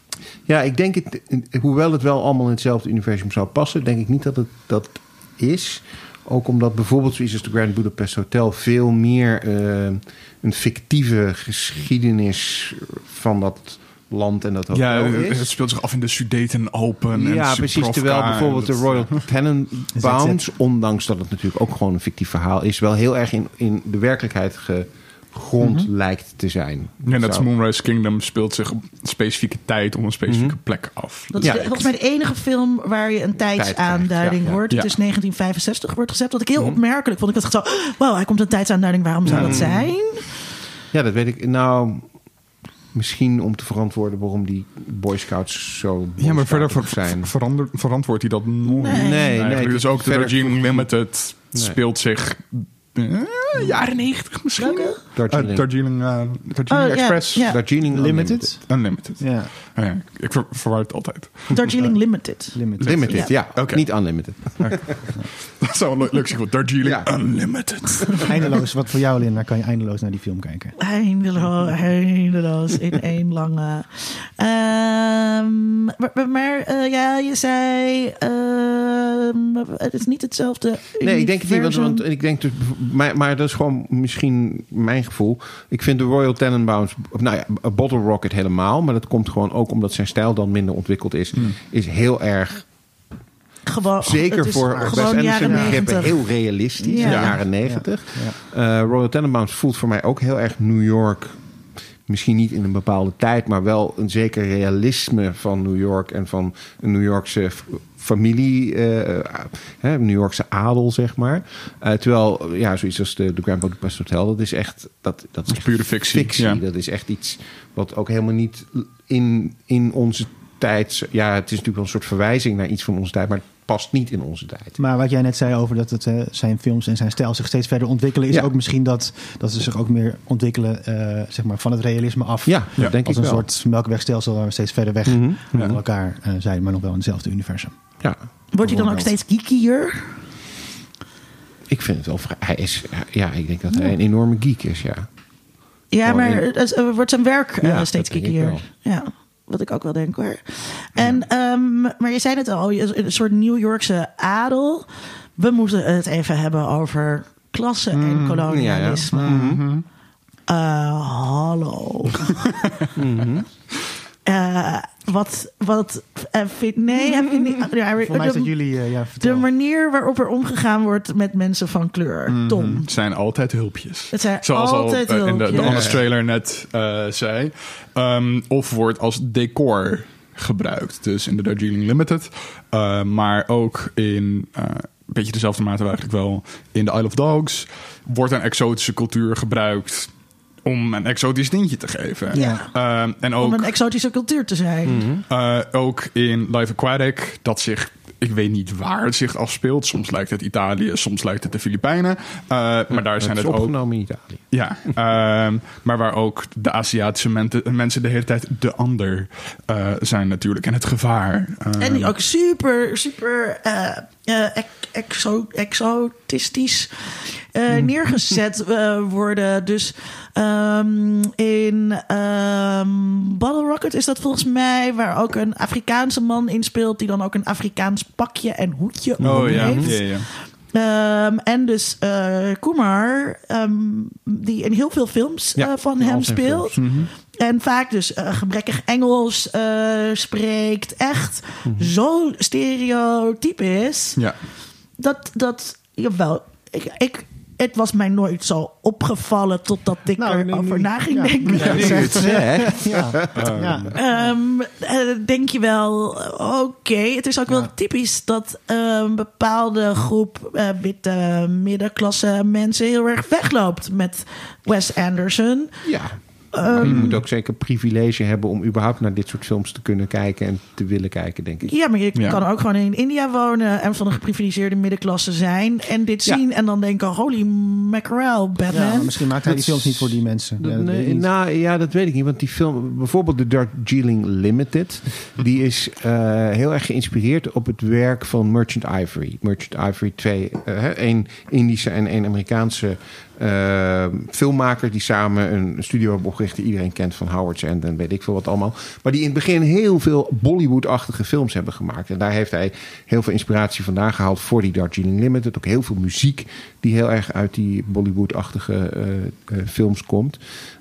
S3: ja ik denk het, hoewel het wel allemaal in hetzelfde universum zou passen, denk ik niet dat het dat is. Ook omdat bijvoorbeeld zoiets als de Grand Budapest Hotel veel meer uh, een fictieve geschiedenis van dat land en dat hotel
S2: ja,
S3: is.
S2: Het speelt zich af in de Sudeten Open.
S3: Ja,
S2: en
S3: precies. Terwijl bijvoorbeeld dat, de Royal Tenenbaums, ondanks dat het natuurlijk ook gewoon een fictief verhaal is, wel heel erg in, in de werkelijkheid gegrond mm-hmm. lijkt te zijn.
S2: Ja, net als Moonrise Kingdom speelt zich op een specifieke tijd om een specifieke mm-hmm. plek af.
S1: Dat is ja, de, volgens mij de enige film waar je een tijdsaanduiding ja, ja. hoort. Ja. Het is negentien vijfenzestig wordt gezet. Wat ik heel mm-hmm. opmerkelijk vond. Ik dacht zo, wow, hij komt een tijdsaanduiding. Waarom zou mm. dat zijn?
S3: Ja, dat weet ik. Nou... Misschien om te verantwoorden waarom die Boy Scouts zo
S2: ja, maar verder ver, zijn. Verander, verantwoordt hij dat nooit?
S3: Nee, nee. nee
S2: dus ook de Darjeeling Limited nee. speelt zich... Uh, jaren negentig misschien? Darjeeling, uh, Darjeeling, uh, Darjeeling oh,
S3: Express.
S1: Ja, ja.
S3: Darjeeling
S2: Limited. Unlimited.
S4: Ja.
S2: Oh, ja. Ik ver, verwar het altijd.
S1: Darjeeling Limited.
S3: Limited, Limited ja. ja. Okay. Niet Unlimited.
S2: Okay. Dat zou een leuk zijn. Darjeeling ja. Unlimited.
S4: Eindeloos. Wat voor jou, Linda, kan je eindeloos naar die film kijken?
S1: Eindeloos. Eindeloos. In één lange... Um, maar maar uh, ja, je zei... Uh, het is niet hetzelfde universum.
S3: Nee, ik denk het niet. Want, want ik denk dus, maar, maar dat is gewoon misschien mijn gevoel. Ik vind de Royal Tenenbaums... Nou ja, Bottle Rocket helemaal. Maar dat komt gewoon ook omdat zijn stijl dan minder ontwikkeld is. Hmm. Is heel erg...
S1: Gewoon,
S3: Zeker voor Wes Anderson begrippen heel realistisch. Ja. In de jaren negentig. Ja. Ja. Uh, Royal Tenenbaums voelt voor mij ook heel erg New York... Misschien niet in een bepaalde tijd, maar wel een zeker realisme van New York en van een New Yorkse familie, uh, hè, New Yorkse adel, zeg maar. Uh, terwijl, ja, zoiets als de, de Grand Budapest Hotel, dat is echt, dat, dat is,
S2: dat is pure fictie.
S3: fictie. Ja. Dat is echt iets wat ook helemaal niet in, in onze tijd, ja, het is natuurlijk wel een soort verwijzing naar iets van onze tijd, maar past niet in onze tijd.
S4: Maar wat jij net zei over dat het, uh, zijn films en zijn stijl zich steeds verder ontwikkelen, is ja. ook misschien dat, dat ze zich ook meer ontwikkelen uh, zeg maar van het realisme af.
S3: Ja, ja. denk
S4: als
S3: ik
S4: een
S3: wel.
S4: soort melkwegstelsel waar we steeds verder weg mm-hmm. van ja. elkaar uh, zijn, maar nog wel in hetzelfde universum.
S3: Ja.
S1: Wordt hij dan ook steeds geekier?
S3: Ik vind het wel vrij. Hij is, ja, ik denk dat hij een enorme geek is, ja.
S1: Ja, Gewoon maar in... uh, wordt zijn werk uh, ja, steeds geekier. Ja. Wat ik ook wel denk hoor. En, ja. um, maar je zei het al, een soort New Yorkse adel. We moeten het even hebben over klasse en mm, kolonialisme. Ja, ja. Mm-hmm. Uh, hallo. mm-hmm. uh, wat, wat uh, vind, nee, heb je niet. Ja,
S4: voor mij is dat jullie, uh, ja, vertel.
S1: De manier waarop er omgegaan wordt met mensen van kleur. Mm-hmm. Tom.
S2: Het zijn altijd hulpjes.
S1: Het zijn
S2: Zoals
S1: altijd
S2: al uh,
S1: hulpjes.
S2: in de, de Honest trailer net uh, zei. Um, of wordt als decor gebruikt. Dus in de Darjeeling Limited. Uh, maar ook in... Uh, een beetje dezelfde mate eigenlijk wel in The Isle of Dogs. Wordt een exotische cultuur gebruikt. om een exotisch tintje te geven.
S1: Ja.
S2: Uh, en ook,
S1: om een exotische cultuur te zijn.
S2: Mm-hmm. Uh, ook in Life Aquatic, dat zich... Ik weet niet waar het zich afspeelt. Soms lijkt het Italië, soms lijkt het de Filipijnen. Uh, maar ja, daar zijn het, het ook...
S3: opgenomen in Italië.
S2: Ja, uh, maar waar ook de Aziatische men- mensen de hele tijd de ander uh, zijn natuurlijk. En het gevaar. Uh,
S1: en die ook super, super uh, uh, exo- exotistisch uh, neergezet uh, worden. Dus um, in um, Bottle Rocket is dat volgens mij... waar ook een Afrikaanse man in speelt... die dan ook een Afrikaans pakje en hoedje
S2: oh,
S1: om
S2: ja.
S1: heeft.
S2: Ja, ja.
S1: Um, en dus uh, Kumar, um, die in heel veel films
S3: ja,
S1: uh, van hem speelt.
S2: Mm-hmm.
S1: En vaak dus uh, gebrekkig Engels uh, spreekt. Echt mm-hmm. zo stereotypisch.
S2: Ja.
S1: Dat, dat jawel, ik... ik het was mij nooit zo opgevallen totdat ik nou, erover nee, na ging
S4: ja.
S1: denken.
S4: Ja, ja, ja.
S1: ja. ja. Um, denk je wel, oké. Okay. Het is ook ja. wel typisch dat een bepaalde groep uh, witte middenklasse mensen heel erg wegloopt met Wes Anderson.
S3: Ja. Um, je moet ook zeker privilege hebben om überhaupt naar dit soort films te kunnen kijken en te willen kijken, denk ik.
S1: Ja, maar je
S2: ja.
S1: kan ook gewoon in India wonen en van een geprivilegeerde middenklasse zijn en dit zien ja. en dan denken, holy mackerel, Batman. Ja,
S4: maar misschien maakt hij die films niet voor die mensen.
S3: Dat,
S4: ja, dat
S3: nee, nou ja, dat weet ik niet, want die film, bijvoorbeeld de Darjeeling Limited, die is uh, heel erg geïnspireerd op het werk van Merchant Ivory. Merchant Ivory twee, uh, één Indische en één Amerikaanse Uh, filmmakers die samen een studio hebben opgericht die iedereen kent van Howard's End en weet ik veel wat allemaal. Maar die in het begin heel veel Bollywood-achtige films hebben gemaakt. En daar heeft hij heel veel inspiratie vandaan gehaald voor die Darjeeling Limited. Ook heel veel muziek die heel erg uit die Bollywood-achtige uh, uh, films komt.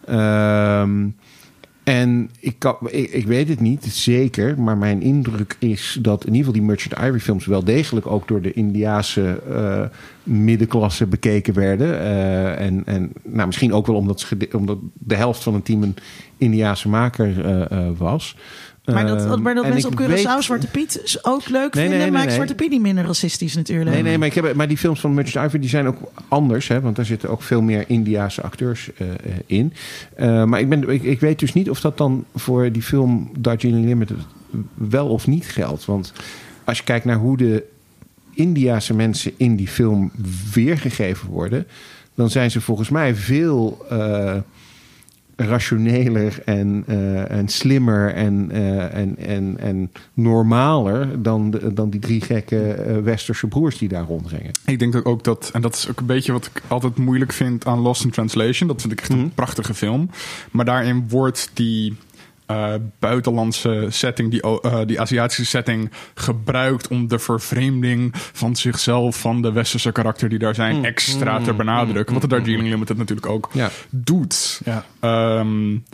S3: Um, En ik, kan, ik, ik weet het niet zeker, maar mijn indruk is dat in ieder geval die Merchant Ivory films wel degelijk ook door de Indiase uh, middenklasse bekeken werden. Uh, en en nou, misschien ook wel omdat, ze, omdat de helft van het team een Indiase maker uh, uh, was.
S1: Maar dat, maar dat mensen op Curaçao weet... Zwarte Piet ook leuk
S3: nee,
S1: vinden,
S3: nee, nee,
S1: maakt
S3: nee.
S1: Zwarte Piet niet minder racistisch natuurlijk.
S3: Nee, nee, maar, ik heb, maar die films van Merchant Ivory die zijn ook anders, hè, want daar zitten ook veel meer Indiase acteurs uh, in. Uh, maar ik, ben, ik, ik weet dus niet of dat dan voor die film Darjeeling Limited wel of niet geldt. Want als je kijkt naar hoe de Indiase mensen in die film weergegeven worden, dan zijn ze volgens mij veel Uh, rationeler en, uh, en slimmer en, uh, en, en, en normaler dan, de, dan die drie gekke uh, westerse broers die daar rondringen.
S2: Ik denk ook dat, en dat is ook een beetje wat ik altijd moeilijk vind aan Lost in Translation. Dat vind ik echt een mm-hmm. prachtige film. Maar daarin wordt die Uh, buitenlandse setting, die, uh, die Aziatische setting gebruikt om de vervreemding van zichzelf, van de westerse karakter die daar zijn, mm, extra mm, te benadrukken. Mm, wat de Darjeeling Limited natuurlijk ook ja. doet. Ja. Um,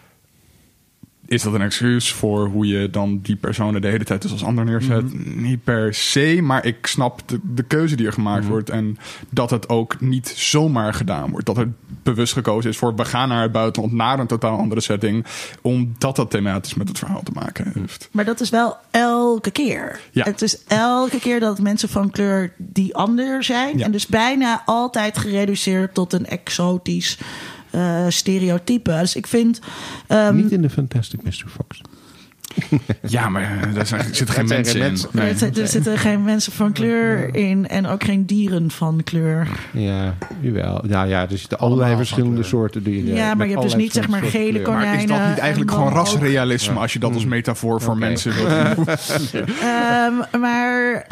S2: is dat een excuus voor hoe je dan die personen de hele tijd dus als ander neerzet? Mm-hmm. Niet per se, maar ik snap de, de keuze die er gemaakt mm-hmm. wordt. En dat het ook niet zomaar gedaan wordt. Dat er bewust gekozen is voor we gaan naar het buitenland, naar een totaal andere setting, omdat dat thematisch met het verhaal te maken heeft.
S1: Maar dat is wel elke keer. Ja. Het is elke keer dat mensen van kleur die ander zijn. Ja. En dus bijna altijd gereduceerd tot een exotisch Uh, stereotypen. Dus ik vind Um,
S3: niet in de Fantastic mister Fox.
S2: Ja, maar uh, daar zijn, zitten geen mensen in.
S1: Mensen. Nee. Er, er zitten geen mensen van kleur in en ook geen dieren van kleur.
S3: Ja, jawel. Ja, ja, er zitten allerlei Allemaal verschillende soorten dieren.
S1: Ja, maar je hebt dus niet zeg maar gele konijnen.
S2: Maar is dat niet eigenlijk gewoon rasrealisme, ja, als je dat als metafoor voor okay. mensen wilt?
S1: um, maar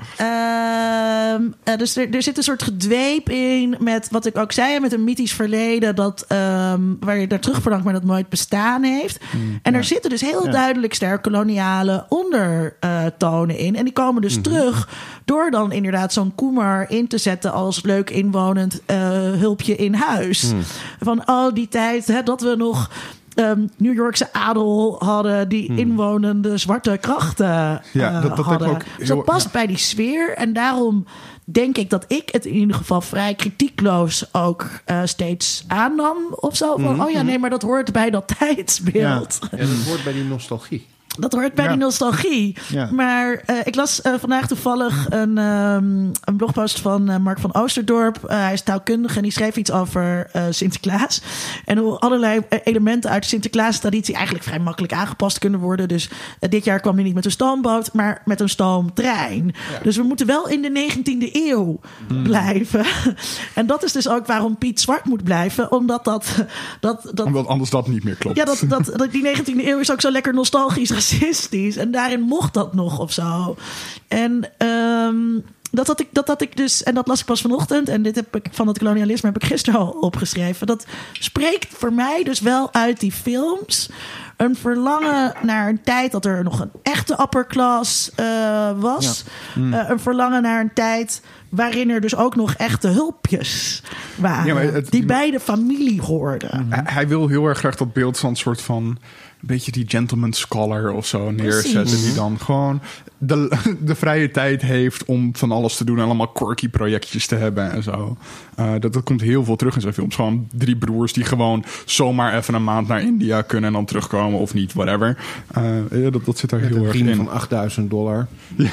S1: um, uh, dus er, er zit een soort gedweep in met wat ik ook zei, met een mythisch verleden dat um, waar je daar terugverlangt, maar dat nooit bestaan heeft. Mm, en ja. er zitten dus heel ja. duidelijk sterk koloniale ondertonen uh, in. En die komen dus mm-hmm. terug door dan inderdaad zo'n Kumar in te zetten als leuk inwonend uh, hulpje in huis. Mm. Van oh, die tijd hè, dat we nog Um, New Yorkse adel hadden die mm. inwonende zwarte krachten uh, ja, dat, dat hadden. Ook heel, Zo past ja. bij die sfeer. En daarom denk ik dat ik het in ieder geval vrij kritiekloos ook uh, steeds aannam of zo. Van, mm-hmm. oh ja, nee, maar dat hoort bij dat tijdsbeeld.
S3: Ja, ja dat hoort bij die nostalgie.
S1: Dat hoort bij
S4: Ja.
S1: die nostalgie.
S4: Ja.
S1: Maar uh, ik las uh, vandaag toevallig een, um, een blogpost van uh, Mark van Oosterdorp. Uh, hij is taalkundige en die schreef iets over uh, Sinterklaas. En hoe allerlei uh, elementen uit de Sinterklaas-traditie eigenlijk vrij makkelijk aangepast kunnen worden. Dus uh, dit jaar kwam hij niet met een stoomboot, maar met een stoomtrein. Ja. Dus we moeten wel in de negentiende eeuw hmm. blijven. En dat is dus ook waarom Piet zwart moet blijven. Omdat dat... dat, dat
S2: omdat anders dat niet meer klopt.
S1: Ja, dat, dat, dat, die negentiende eeuw is ook zo lekker nostalgisch racistisch. En daarin mocht dat nog of zo. En um, dat had ik, dat had ik dus... En dat las ik pas vanochtend. En dit heb ik van het kolonialisme heb ik gisteren al opgeschreven. Dat spreekt voor mij dus wel uit die films... een verlangen naar een tijd dat er nog een echte upper class uh, was. Ja. Mm. Uh, een verlangen naar een tijd waarin er dus ook nog echte hulpjes waren. Ja, het, die bij de familie hoorden.
S2: Hij, hij wil heel erg graag dat beeld van een soort van... een beetje die gentleman scholar of zo neerzetten. Precies. Die dan gewoon de, de vrije tijd heeft om van alles te doen... en allemaal quirky projectjes te hebben en zo. Uh, dat, dat komt heel veel terug in zijn films. Gewoon drie broers die gewoon zomaar even een maand naar India kunnen... en dan terugkomen of niet, whatever. Uh, ja, dat, dat zit daar
S3: met
S2: heel erg in.
S3: Met een van achtduizend dollar.
S2: Ja.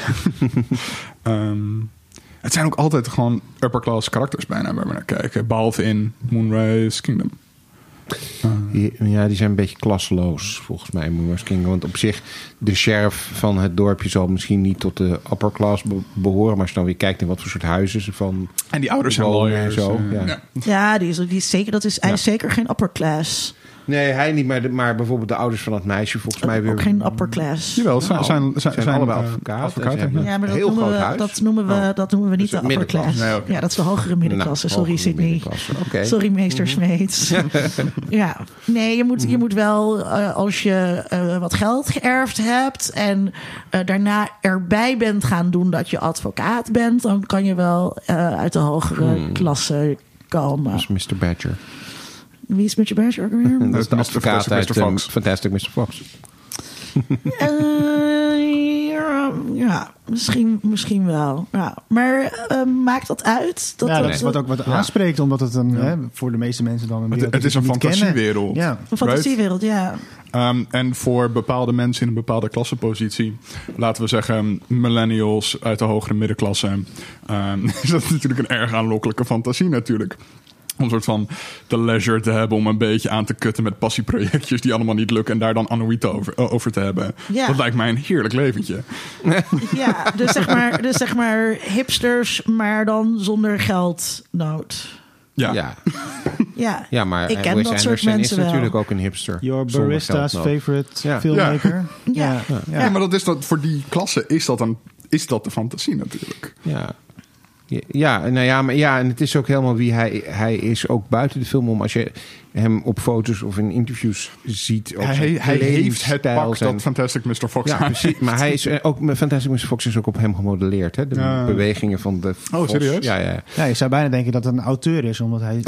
S2: um, het zijn ook altijd gewoon upper class karakters bijna waar we naar kijken. Behalve in Moonrise Kingdom.
S3: Uh. Ja, die zijn een beetje klasloos volgens mij in Moonrise Kingdom. Want op zich, de sheriff van het dorpje zal misschien niet tot de upper class be- behoren. Maar als je dan weer kijkt naar wat voor soort huizen ze van...
S2: En die ouders zijn lawyers.
S3: En zo,
S2: uh,
S3: ja.
S1: Ja, ja die, is, die is zeker, dat is, hij is ja. zeker geen upper class.
S3: Nee, hij niet, maar, de, maar bijvoorbeeld de ouders van dat meisje volgens mij weer...
S1: Ook geen upper class.
S2: Jawel, zijn,
S3: nou,
S2: zijn, zijn,
S3: zijn, zijn allebei advocaat.
S2: advocaten.
S3: Ja,
S1: ja, maar dat
S3: heel
S1: noemen,
S3: groot
S1: we,
S3: huis.
S1: dat, noemen we, oh. dat noemen we niet
S3: dus
S1: de upper class.
S2: Nee, okay.
S1: Ja, dat is de hogere middenklasse.
S3: Nou,
S1: Sorry,
S3: hogere
S1: Sydney.
S3: Okay.
S1: Sorry, meester mm-hmm. Smeets. Ja, nee, je moet, mm-hmm. je moet wel, uh, als je uh, wat geld geërfd hebt... en uh, daarna erbij bent gaan doen dat je advocaat bent... dan kan je wel uh, uit de hogere mm. klasse komen.
S3: Dat is mister Badger.
S1: Wie is mister Badger ook weer?
S3: Dat is de advocaat uit um, Fantastic mister Fox.
S1: uh, ja, ja, misschien, misschien wel. Ja. Maar uh, maakt dat uit? Dat
S4: ja,
S1: dat
S4: dat is wat ook wat ja. aanspreekt, omdat het een, ja. hè, voor de meeste mensen dan een
S2: wereld het, het is een fantasiewereld.
S1: Ja. Een fantasiewereld, ja.
S2: Um, en voor bepaalde mensen in een bepaalde klassenpositie, laten we zeggen millennials uit de hogere middenklasse, um, is dat natuurlijk een erg aanlokkelijke fantasie natuurlijk. Om een soort van de leisure te hebben om een beetje aan te kutten met passieprojectjes die allemaal niet lukken en daar dan annuïte over, uh, over te hebben. Ja. Dat lijkt mij een heerlijk leventje.
S1: Ja, dus zeg maar, dus zeg maar hipsters, maar dan zonder geldnood.
S2: Ja.
S3: Ja.
S1: Ja,
S3: ja, maar
S1: ik ken
S3: Wes
S1: dat soort
S3: Anderson
S1: mensen
S3: is
S1: wel.
S3: natuurlijk ook een hipster.
S4: Your barista's favorite ja. filmmaker.
S1: Ja. Ja.
S2: Ja. Ja. Ja. ja, maar dat is dat, voor die klasse is dat, een, is dat de fantasie natuurlijk.
S3: Ja. Ja, nou ja, maar ja, en het is ook helemaal wie hij, hij is ook buiten de film om. Als je hem op foto's of in interviews ziet. Ook
S2: hij hij heeft het pak
S3: zijn.
S2: dat Fantastic mister Fox
S3: ja, precies. Maar hij is ook, Fantastic mister Fox is ook op hem gemodelleerd. Hè? De ja. bewegingen van de
S2: Oh,
S3: Fox.
S2: serieus?
S3: Ja, ja.
S4: ja, je zou bijna denken dat het een auteur is, omdat hij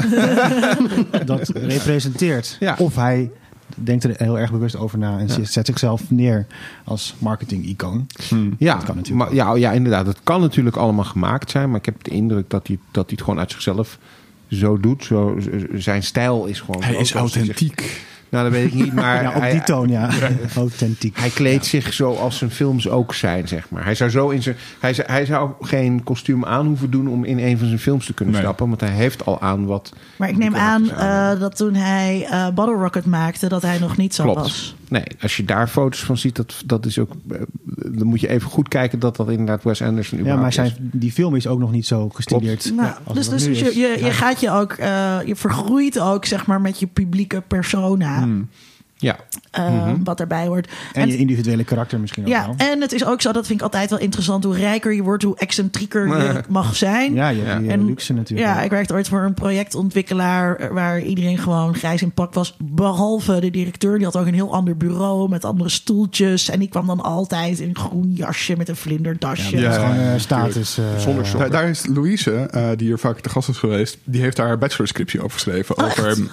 S4: dat representeert. Ja. Of hij denkt er heel erg bewust over na en ja. zet zichzelf neer als marketing-icoon.
S3: Hmm. Ja, dat kan natuurlijk maar, ja, ja, inderdaad. Het kan natuurlijk allemaal gemaakt zijn, maar ik heb de indruk dat hij, dat hij het gewoon uit zichzelf zo doet. Zo, zijn stijl is gewoon...
S2: Hij is authentiek.
S3: Zich, nou, dat weet ik niet, maar...
S4: ja, op
S3: hij,
S4: die toon, ja. ja. Authentiek.
S3: Hij kleedt ja. zich zo als zijn films ook zijn, zeg maar. Hij zou, zo in zijn, hij, zou, hij zou geen kostuum aan hoeven doen om in een van zijn films te kunnen nee. stappen. Want hij heeft al aan wat...
S1: Maar ik neem aan uh, dat toen hij uh, Bottle Rocket maakte, dat hij nog niet zo
S3: Klopt.
S1: was.
S3: Nee, als je daar foto's van ziet, dat, dat is ook... Uh, dan moet je even goed kijken dat dat inderdaad Wes Anderson
S4: ja, maar zijn, die film is ook nog niet zo gestudeerd.
S1: Nou, ja, dus dus je, je, je gaat je ook... Uh, je vergroeit ook, zeg maar, met je publieke persona.
S3: Hmm. Ja.
S1: Uh, mm-hmm. Wat erbij hoort.
S4: En, en je individuele karakter misschien ook
S1: ja,
S4: wel.
S1: En het is ook zo, dat vind ik altijd wel interessant. Hoe rijker je wordt, hoe excentrieker je mag zijn.
S4: Ja, je hebt ja.
S1: en,
S4: luxe natuurlijk.
S1: Ja, ik werkte ooit voor een projectontwikkelaar waar iedereen gewoon grijs in pak was. Behalve de directeur. Die had ook een heel ander bureau met andere stoeltjes. En die kwam dan altijd in een groen jasje met een vlinderdasje.
S4: Ja, dat is gewoon uh, status. Uh,
S2: Zonder daar, daar is Louise, uh, die hier vaak te gast is geweest, die heeft daar haar bachelorscriptie over geschreven.
S1: Oh,
S2: over...
S1: Echt?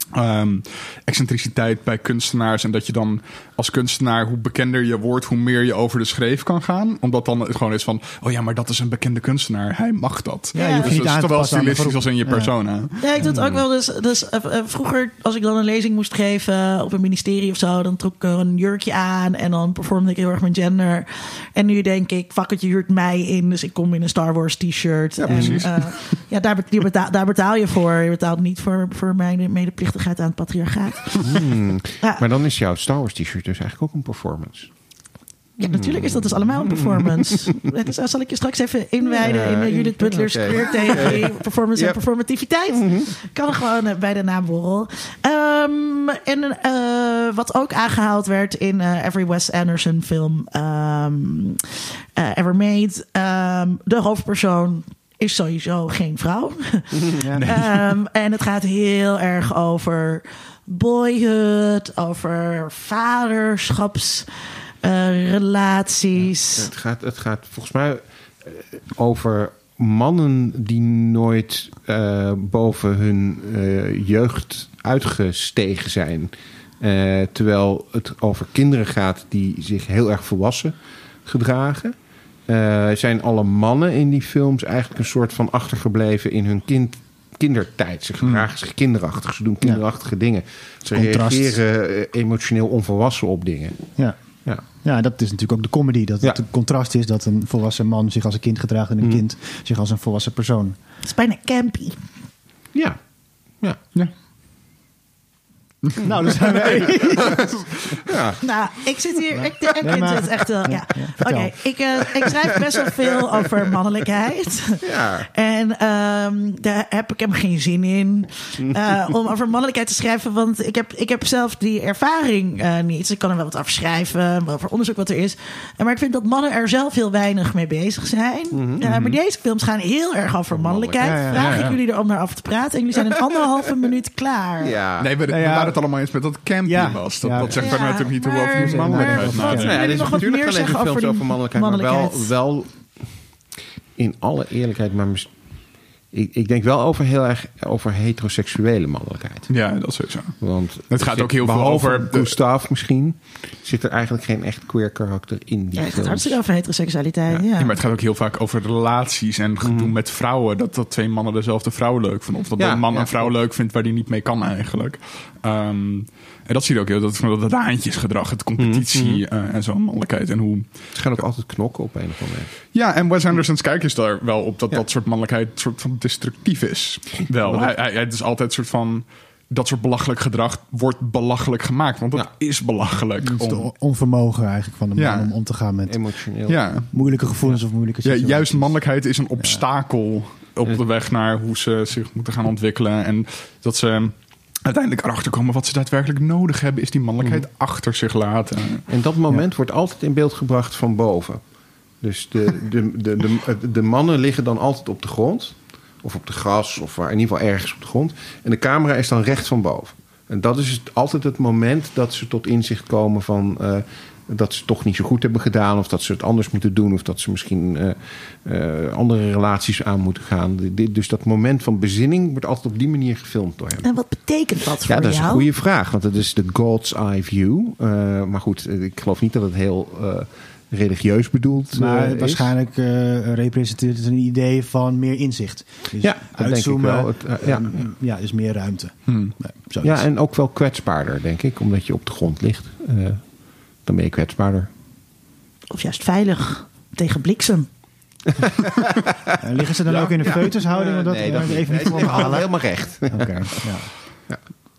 S2: Um, excentriciteit bij kunstenaars. En dat je dan als kunstenaar, hoe bekender je wordt, hoe meer je over de schreef kan gaan. Omdat dan het gewoon is van, oh ja, maar dat is een bekende kunstenaar. Hij mag dat.
S4: Ja, je hoeft
S2: dus
S4: niet
S2: het
S4: aan
S2: is
S4: te
S2: toch wel
S4: passen aan de
S2: stilistisch als in je
S4: ja.
S2: persona.
S1: Ja, ik doe het ook wel. Dus, dus uh, uh, vroeger, als ik dan een lezing moest geven op een ministerie of zo, dan trok ik er een jurkje aan en dan performde ik heel erg mijn gender. En nu denk ik, fuck it, je huurt mij in, dus ik kom in een Star Wars t-shirt.
S2: Ja,
S1: en,
S2: precies.
S1: Uh, ja, daar, be- betaal, daar betaal je voor. Je betaalt niet voor, voor mijn medeplichtigheid aan het patriarchaat.
S3: Hmm.
S1: Ja.
S3: Maar dan is jouw Star Wars t-shirt dus eigenlijk ook een performance.
S1: Ja, natuurlijk is dat dus allemaal een performance. Dus daar zal ik je straks even inwijden in uh, Judith Butler's
S3: okay.
S1: queer-theorie, performance
S3: Yep.
S1: en performativiteit. Mm-hmm. Kan er gewoon uh, bij de naam borrel. Um, en uh, wat ook aangehaald werd in uh, every Wes Anderson film um, uh, ever made. Um, de hoofdpersoon is sowieso geen vrouw. Ja, nee. um, en het gaat heel erg over boyhood, over vaderschaps... Uh, relaties.
S3: Ja, het, gaat, het gaat volgens mij uh, over mannen die nooit uh, boven hun uh, jeugd uitgestegen zijn. Uh, terwijl het over kinderen gaat die zich heel erg volwassen gedragen. Uh, zijn alle mannen in die films eigenlijk een soort van achtergebleven in hun kind, kindertijd. Ze gedragen zich kinderachtig. Ze doen kinderachtige ja. dingen. Ze Contrast. reageren uh, emotioneel onvolwassen op dingen.
S4: Ja. Ja. ja, dat is natuurlijk ook de comedy. Dat het ja. een contrast is dat een volwassen man zich als een kind gedraagt en een mm. kind zich als een volwassen persoon.
S1: Het is bijna campy.
S3: Ja. Ja.
S2: ja.
S4: Nou, dan zijn wij.
S1: ja. Nou, ik zit hier. Ik, ik nee, maar... het echt wel. Ja. ja Oké, okay, ik, uh, ik schrijf best wel veel over mannelijkheid.
S3: Ja.
S1: En um, daar heb ik hem geen zin in uh, om over mannelijkheid te schrijven, want ik heb, ik heb zelf die ervaring uh, niet. Dus ik kan er wel wat over schrijven, wel over onderzoek wat er is. Maar ik vind dat mannen er zelf heel weinig mee bezig zijn. Mm-hmm. Uh, maar deze films gaan heel erg over mannelijkheid. Ja, ja, Vraag ja, ja. ik jullie er om naar af te praten. En jullie zijn in anderhalve minuut klaar.
S2: Ja. Nee, we, we waren het allemaal eens met dat campy ja. was. Dat, ja. dat zegt ja, verder natuurlijk niet hoe over je mannelijkheid nadenken.
S3: Ja, er is natuurlijk gaan even films over mannelijkheid, mannelijkheid, maar wel, wel in alle eerlijkheid, maar mis, ik, ik denk wel over heel erg over heteroseksuele mannelijkheid.
S2: Ja, dat is sowieso.
S3: Want
S2: het gaat ook heel veel over
S3: Gustav misschien. Zit er eigenlijk geen echt queer karakter in die
S1: ja, het
S3: gaat
S1: hartstikke over heteroseksualiteit. Ja.
S2: Ja.
S1: Ja.
S2: ja, maar het gaat ook heel vaak over relaties en gedoe mm. met vrouwen. Dat, dat twee mannen dezelfde vrouw leuk vinden. Of dat ja, een man ja, een vrouw klopt. leuk vindt waar die niet mee kan eigenlijk. Um, en dat zie je ook heel. Dat, dat raantjesgedrag, het competitie mm-hmm. uh, en zo'n mannelijkheid. En hoe...
S3: Het gaat ook altijd knokken op een of andere manier.
S2: Ja, en Wes Anderson's kijk is daar wel op dat ja. dat soort mannelijkheid soort van destructief is. Wel, hij, hij, het is altijd een soort van... Dat soort belachelijk gedrag wordt belachelijk gemaakt. Want dat ja. is belachelijk.
S4: Het is de onvermogen eigenlijk van de man ja. om om te gaan met
S3: emotioneel
S2: ja.
S4: moeilijke gevoelens ja. of moeilijke situaties.
S2: Ja, juist mannelijkheid is een obstakel ja. op de weg naar hoe ze zich moeten gaan ontwikkelen. En dat ze uiteindelijk erachter komen wat ze daadwerkelijk nodig hebben, is die mannelijkheid mm. achter zich laten.
S3: En dat moment ja. wordt altijd in beeld gebracht van boven. Dus de, de, de, de, de, de mannen liggen dan altijd op de grond. Of op de gras, of waar, in ieder geval ergens op de grond. En de camera is dan recht van boven. En dat is het, altijd het moment dat ze tot inzicht komen van... Uh, dat ze het toch niet zo goed hebben gedaan... of dat ze het anders moeten doen... of dat ze misschien uh, uh, andere relaties aan moeten gaan. Dus dat moment van bezinning wordt altijd op die manier gefilmd door hem.
S1: En wat betekent dat voor jou?
S3: Ja, dat is een goede vraag. Want het is de God's Eye View. Uh, maar goed, ik geloof niet dat het heel... Uh, religieus bedoeld
S4: maar
S3: uh,
S4: waarschijnlijk uh, representeert het een idee van meer inzicht. Dus
S3: ja, dat
S4: uitzoomen,
S3: denk ik wel. Het, uh, ja.
S4: Um, ja, dus meer ruimte.
S3: Hmm. Nee, ja, en ook wel kwetsbaarder, denk ik. Omdat je op de grond ligt. Uh, dan ben je kwetsbaarder.
S1: Of juist veilig tegen bliksem.
S4: uh, liggen ze dan ja, ook in een ja. foetushouding? Uh, dat
S3: nee, dat
S4: even
S3: niet.
S4: niet
S3: nee, helemaal recht.
S4: Oké, okay, ja.
S3: ja.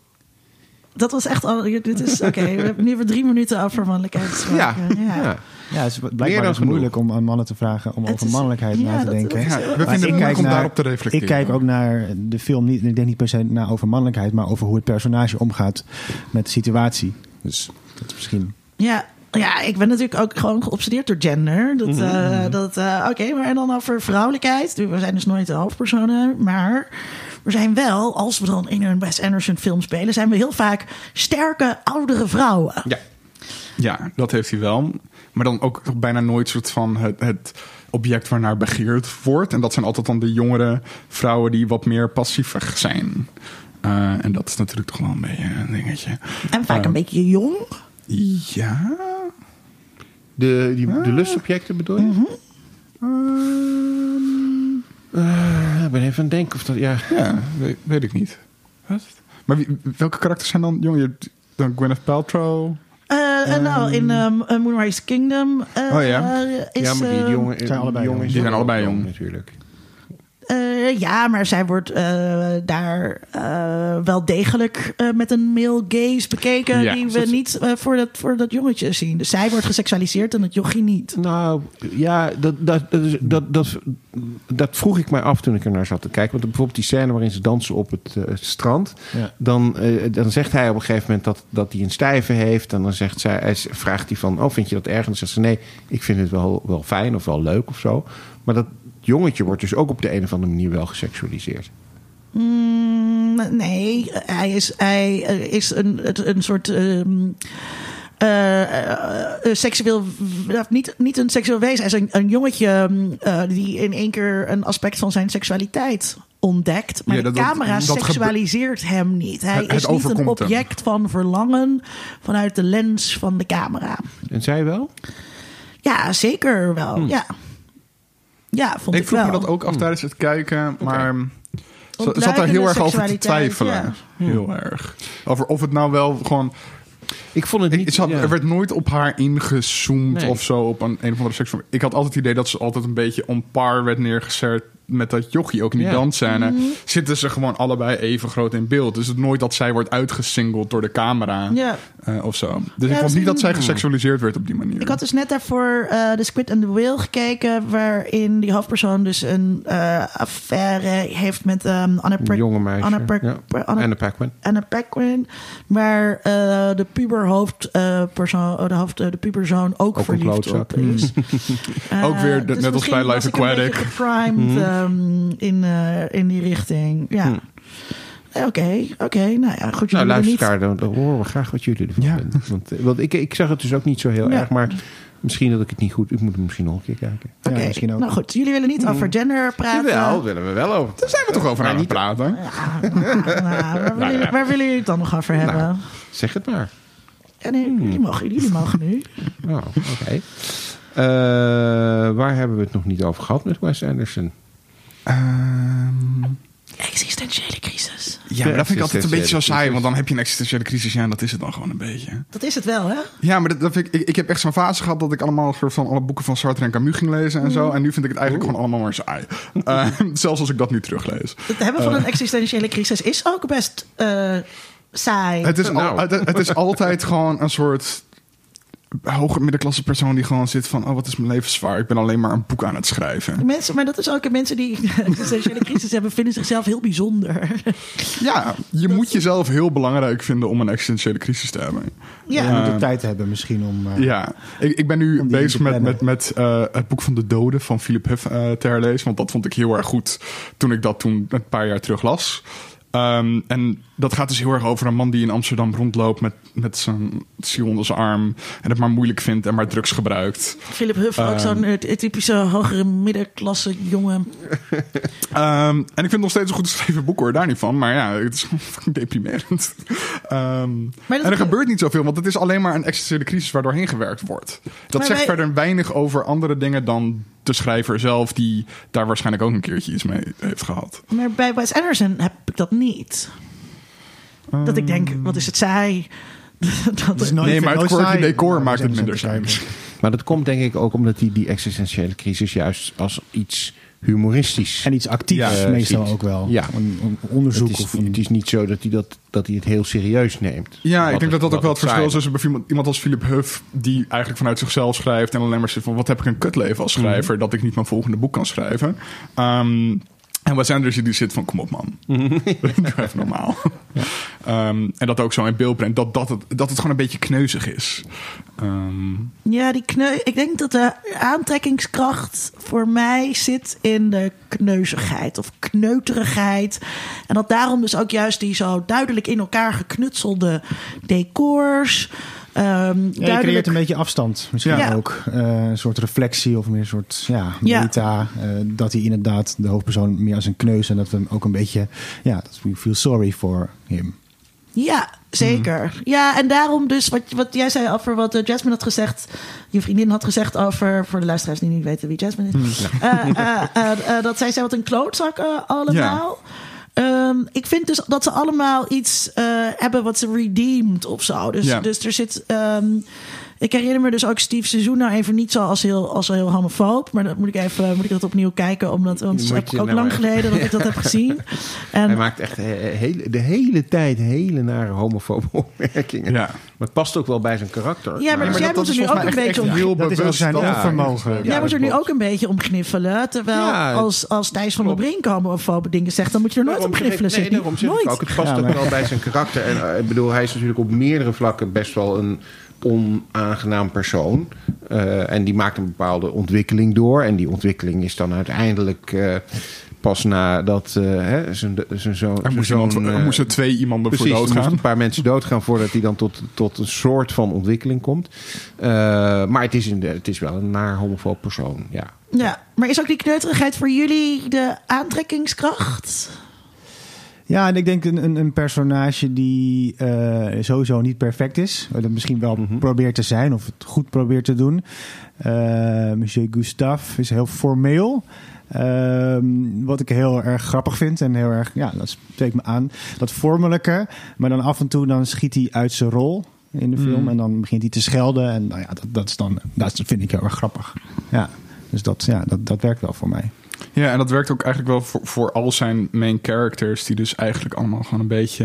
S1: Dat was echt al. Dit is oké. Okay, we hebben nu weer drie minuten over mannelijkheid gesproken.
S3: Ja,
S1: ja.
S3: ja.
S4: Ja, het is blijkbaar is moeilijk om aan mannen te vragen om het over is, mannelijkheid ja, na te denken.
S2: Ja, we vinden het moeilijk om daarop te reflecteren.
S4: Ik kijk ook naar de film, niet, ik denk niet per se naar over mannelijkheid, maar over hoe het personage omgaat met de situatie. Dus dat is misschien...
S1: Ja, ja, ik ben natuurlijk ook gewoon geobsedeerd door gender. Dat, mm-hmm. uh, dat, uh, Oké, okay, maar en dan over vrouwelijkheid. We zijn dus nooit de hoofdpersonen, maar... We zijn wel, als we dan in een Wes Anderson film spelen... zijn we heel vaak sterke, oudere vrouwen.
S2: Ja, ja dat heeft hij wel. Maar dan ook bijna nooit soort van het, het object waarnaar begeerd wordt. En dat zijn altijd dan de jongere vrouwen die wat meer passievig zijn. Uh, en dat is natuurlijk toch wel een beetje een dingetje.
S1: En vaak
S2: uh,
S1: een beetje jong.
S2: Ja.
S3: De, die, de lustobjecten bedoel je?
S1: Mm-hmm.
S3: Uh, uh, ik ben even aan het denken of dat... Ja,
S2: ja weet, weet ik niet. Wat? Maar wie, welke karakters zijn dan jong? Je, dan Gwyneth Paltrow...
S1: Uh, um, nou, in um, Moonrise Kingdom uh,
S2: oh ja.
S1: is...
S3: Ja, maar die, die jongen
S4: zijn allebei jong.
S2: Die zijn allebei jong,
S3: natuurlijk.
S1: Uh, ja, maar zij wordt uh, daar uh, wel degelijk uh, met een male gaze bekeken...
S2: Ja,
S1: die we
S2: dat...
S1: niet uh, voor, dat, voor dat jongetje zien. Dus zij wordt geseksualiseerd en het jochie niet.
S3: Nou, ja, dat, dat, dat, dat, dat, dat vroeg ik mij af toen ik er naar zat te kijken. Want bijvoorbeeld die scène waarin ze dansen op het uh, strand... Ja. Dan, uh, dan zegt hij op een gegeven moment dat, dat hij een stijve heeft... en dan zegt zij, hij, vraagt hij van, oh, vind je dat erg? En dan zegt ze, nee, ik vind het wel, wel fijn of wel leuk of zo. Maar dat... jongetje wordt dus ook op de een of andere manier wel geseksualiseerd.
S1: Mm, nee, hij is, hij is een, een soort um, uh, uh, seksueel... Niet, niet een seksueel wezen. Hij is een, een jongetje uh, die in één keer een aspect van zijn seksualiteit ontdekt. Maar ja, dat, de camera dat, dat seksualiseert gebe- hem niet. Hij het, is het niet een object hem. van verlangen vanuit de lens van de camera.
S3: En zij wel?
S1: Ja, zeker wel. Hm. Ja. Ja, vond ik,
S2: ik vroeg
S1: wel.
S2: me dat ook af tijdens het kijken, maar okay. zat daar heel erg over te twijfelen. Ja. Heel hmm. erg. Over of het nou wel gewoon...
S3: Ik vond het niet...
S2: Ik, zat,
S3: ja.
S2: Er werd nooit op haar ingezoomd nee. of zo op een, een of andere seks. Ik had altijd het idee dat ze altijd een beetje on par werd neergezet met dat jochie. Ook in die ja. dansscène mm-hmm. zitten ze gewoon allebei even groot in beeld. Dus het nooit dat zij wordt uitgesingeld door de camera ja. uh, of zo. Dus ja, ik vond niet dat zij geseksualiseerd werd op die manier.
S1: Ik had dus net daarvoor uh, The Squid and the Whale gekeken, waarin die hoofdpersoon dus een uh, affaire heeft met um, Anna
S3: Pra- jonge meisje.
S1: Anna, Pra-
S3: ja.
S1: Pra- Anna,
S3: Anna Paquin.
S1: Anna Paquin, waar uh, de puber hoofdpersoon, uh, de, hoofd, uh, de puberzoon ook, ook verliefd op is.
S2: uh, ook weer de, dus net als bij Life Aquatic.
S1: Geprimed um, in, uh, in die richting. Ja. Hmm. Oké, oké. Okay. Nou ja, goed.
S3: Nou, luister
S1: niet...
S3: daar, dan, dan horen we graag wat jullie ervan ja. vinden. Want, want ik, ik zag het dus ook niet zo heel ja. erg, maar misschien dat ik het niet goed... Ik moet hem misschien nog een keer kijken.
S1: Oké, okay. ja, nou goed. Jullie willen niet mm. over gender praten?
S3: Jawel, willen we wel over.
S2: Daar zijn we toch over aan het praten?
S1: Ja, nou, waar, willen, ja. waar willen jullie het dan nog over hebben? Nou,
S3: zeg het maar.
S1: Ja, nee, hmm. jullie, mogen, jullie mogen nu.
S3: Oh, oké. Okay. Uh, waar hebben we het nog niet over gehad met Wes Anderson?
S2: Um,
S1: existentiële crisis.
S2: Ja, maar dat vind ik altijd een beetje zo saai. Want dan heb je een existentiële crisis. Ja, en dat is het dan gewoon een beetje.
S1: Dat is het wel, hè?
S2: Ja, maar dat, dat vind ik, ik... Ik heb echt zo'n fase gehad dat ik allemaal van alle boeken van Sartre en Camus ging lezen en mm. zo. En nu vind ik het eigenlijk Oeh. gewoon allemaal maar saai. Uh, zelfs als ik dat nu teruglees.
S1: Het hebben van uh, een existentiële crisis is ook best uh, saai.
S2: Het is, nou. al, het, het is altijd gewoon een soort... hoger middenklasse persoon die gewoon zit van... oh, wat is mijn leven zwaar. Ik ben alleen maar een boek aan het schrijven.
S1: Mensen, maar dat is ook... mensen die een existentiële crisis hebben... vinden zichzelf heel bijzonder.
S2: Ja, je dat moet jezelf heel belangrijk vinden... om een existentiële crisis te hebben.
S4: Ja, je uh, moet de tijd hebben misschien om... Uh,
S2: ja, ik, ik ben nu bezig met, met, met uh, het boek van de doden... van Philip Huff uh, te herlezen. Want dat vond ik heel erg goed... toen ik dat toen een paar jaar terug las... Um, en dat gaat dus heel erg over een man die in Amsterdam rondloopt met, met zijn ziel onder zijn arm. En het maar moeilijk vindt en maar drugs gebruikt.
S1: Philip Huff, um, ook zo'n uh, typische hogere middenklasse jongen.
S2: Um, en ik vind het nog steeds een goed geschreven boek hoor, daar niet van. Maar ja, het is fucking deprimerend. Um, en er gebeurt niet zoveel, want het is alleen maar een existentiële crisis waar doorheen gewerkt wordt. Dat maar zegt wij... verder weinig over andere dingen dan de schrijver zelf, die daar waarschijnlijk ook een keertje iets mee heeft gehad.
S1: Maar bij Wes Anderson heb ik dat niet. Um, dat ik denk, wat is het saai?
S2: dat is nee, maar het quirky decor nou, maakt het minder saai.
S3: Maar dat komt denk ik ook omdat hij die existentiële crisis juist als iets humoristisch...
S4: En iets actiefs ja, uh, meestal ziet. Ook wel.
S3: Ja.
S4: Een, een onderzoek.
S3: Het is,
S4: of een...
S3: het is niet zo dat hij, dat, dat hij het heel serieus neemt.
S2: Ja, ik denk dat dat ook wel het verschil is tussen bijvoorbeeld iemand als Philip Huff... die eigenlijk vanuit zichzelf schrijft... en alleen maar zit van... wat heb ik een kutleven als schrijver... Mm-hmm. dat ik niet mijn volgende boek kan schrijven. Um, en Wes Anderson die zit van... kom op man, doe even normaal. Ja. Um, en dat ook zo in beeld brengt... dat, dat, het, dat het gewoon een beetje kneuzig is. Um,
S1: ja, die kneu... ik denk dat de aantrekkingskracht voor mij zit in de kneuzigheid of kneuterigheid. En dat daarom dus ook juist die zo duidelijk in elkaar geknutselde decors... Um,
S4: ja, je creëert een beetje afstand. Misschien
S1: ja.
S4: ook. Uh, een soort reflectie of meer een soort ja, meta. Ja. Uh, dat hij inderdaad de hoofdpersoon meer als een kneus. En dat we hem ook een beetje... Ja, dat we feel sorry for him.
S1: Ja, zeker. Mm. Ja, en daarom dus wat, wat jij zei over wat uh, Jasmine had gezegd. Je vriendin had gezegd over... Voor de luisteraars die niet weten wie Jasmine is. Mm. Uh, uh, uh, uh, dat zij zei wat een klootzak uh, allemaal. Ja. Um, ik vind dus dat ze allemaal iets uh, hebben wat ze redeemed of zo. Dus, ja. dus er zit... Um, ik herinner me dus ook Steve Zissou nou even niet zo als heel, als heel homofoob. Maar dan moet ik even moet ik dat opnieuw kijken. Omdat want het heb ik ook nou lang geleden dat ik dat heb gezien. En
S3: hij maakt echt hele, de hele tijd hele nare homofobe opmerkingen. Ja. Maar het past ook wel bij zijn karakter.
S1: Ja, maar, maar, dus jij moet er nu ook een beetje om
S4: heel Dat is ook zijn onvermogen.
S1: Ja, jij moet er nu ook een beetje om gniffelen. Terwijl ja, als, als Thijs van der Brink homofobe dingen zegt, dan moet je er nooit om gniffelen.
S3: Nee, daarom zeg ik ook. Het past ja, ook wel bij zijn karakter. En uh, ik bedoel, hij is natuurlijk op meerdere vlakken best wel een onaangenaam persoon. Uh, en die maakt een bepaalde ontwikkeling door. En die ontwikkeling is dan uiteindelijk uh, pas nadat uh, hè, zijn, zijn zoon...
S2: Er moesten, zoon, uh, er moesten twee iemanden
S3: precies,
S2: voor doodgaan.
S3: Er moesten een paar mensen doodgaan voordat hij dan tot, tot een soort van ontwikkeling komt. Uh, maar het is, in de, het is wel een naar homofoob persoon, ja.
S1: Ja, maar is ook die kneuterigheid voor jullie de aantrekkingskracht?
S4: Ja, en ik denk een, een, een personage die uh, sowieso niet perfect is. Dat misschien wel mm-hmm. probeert te zijn of het goed probeert te doen. Uh, Monsieur Gustave is heel formeel. Uh, wat ik heel erg grappig vind en heel erg, ja, dat spreekt me aan. Dat vormelijke, maar dan af en toe dan schiet hij uit zijn rol in de film. Mm. En dan begint hij te schelden. En nou ja, dat, dat, is dan, dat vind ik heel erg grappig. Ja, dus dat, ja, dat, dat werkt wel voor mij.
S2: Ja, en dat werkt ook eigenlijk wel voor, voor al zijn main characters, die dus eigenlijk allemaal gewoon een beetje...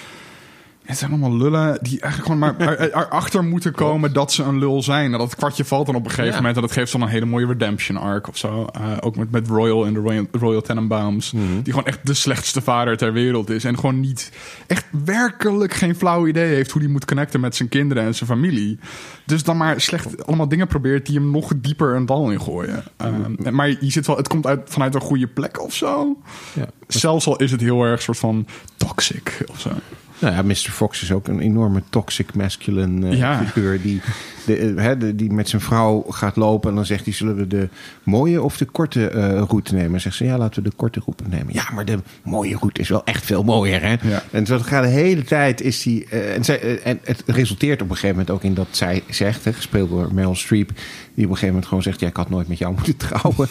S2: Het zijn allemaal lullen die eigenlijk gewoon maar erachter moeten komen dat ze een lul zijn. En dat het kwartje valt dan op een gegeven ja. moment. En dat geeft dan een hele mooie redemption arc of zo. Uh, ook met, met Royal en de Royal, Royal Tenenbaums. Mm-hmm. Die gewoon echt de slechtste vader ter wereld is. En gewoon niet echt werkelijk geen flauw idee heeft hoe die moet connecten met zijn kinderen en zijn familie. Dus dan maar slecht allemaal dingen probeert die hem nog dieper een dal in gooien. Um, mm-hmm. Maar je zit wel, het komt uit, vanuit een goede plek of zo. Ja. Zelfs al is het heel erg soort van toxic of zo.
S3: Nou ja, mister Fox is ook een enorme toxic masculine uh, ja. figuur die, de, uh, de, die met zijn vrouw gaat lopen. En dan zegt hij, zullen we de mooie of de korte uh, route nemen? En zegt ze, ja, laten we de korte route nemen. Ja, maar de mooie route is wel echt veel mooier, hè? Ja. En zo gaat de hele tijd is hij... Uh, en, zij, uh, en het resulteert op een gegeven moment ook in dat zij zegt, hè, gespeeld door Meryl Streep, die op een gegeven moment gewoon zegt, ja, ik had nooit met jou moeten trouwen.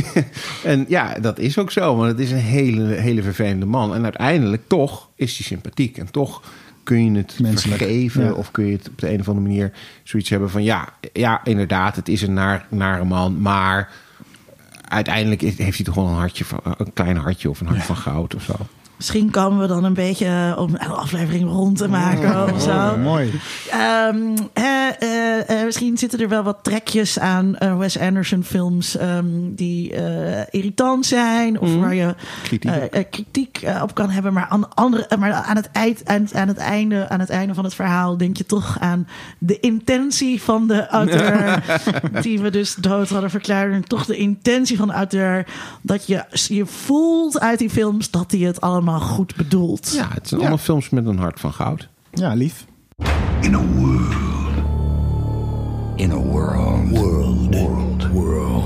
S3: En ja, dat is ook zo, want het is een hele, hele vervelende man. En uiteindelijk toch is hij sympathiek. En toch kun je het menselijk vergeven. Ja. Of kun je het op de een of andere manier zoiets hebben van... ja, ja inderdaad, het is een naar, nare man. Maar uiteindelijk heeft hij toch wel een hartje van, een klein hartje of een hart ja. van goud of zo.
S1: Misschien komen we dan een beetje om een aflevering rond te maken oh, of zo.
S4: Oh, mooi.
S1: Um, uh, uh, uh, misschien zitten er wel wat trekjes aan uh, Wes Anderson films um, die uh, irritant zijn of mm. waar je kritiek, uh, uh, kritiek uh, op kan hebben. Maar aan, andere, uh, maar aan, het eind, aan, aan, het einde, aan het einde van het verhaal denk je toch aan de intentie van de auteur die we dus dood hadden verklaard. En toch de intentie van de auteur dat je, je voelt uit die films dat hij het allemaal goed bedoeld.
S3: Ja, het zijn ja. allemaal films met een hart van goud.
S4: Ja, lief.
S5: In a world. In a world. World. World. World.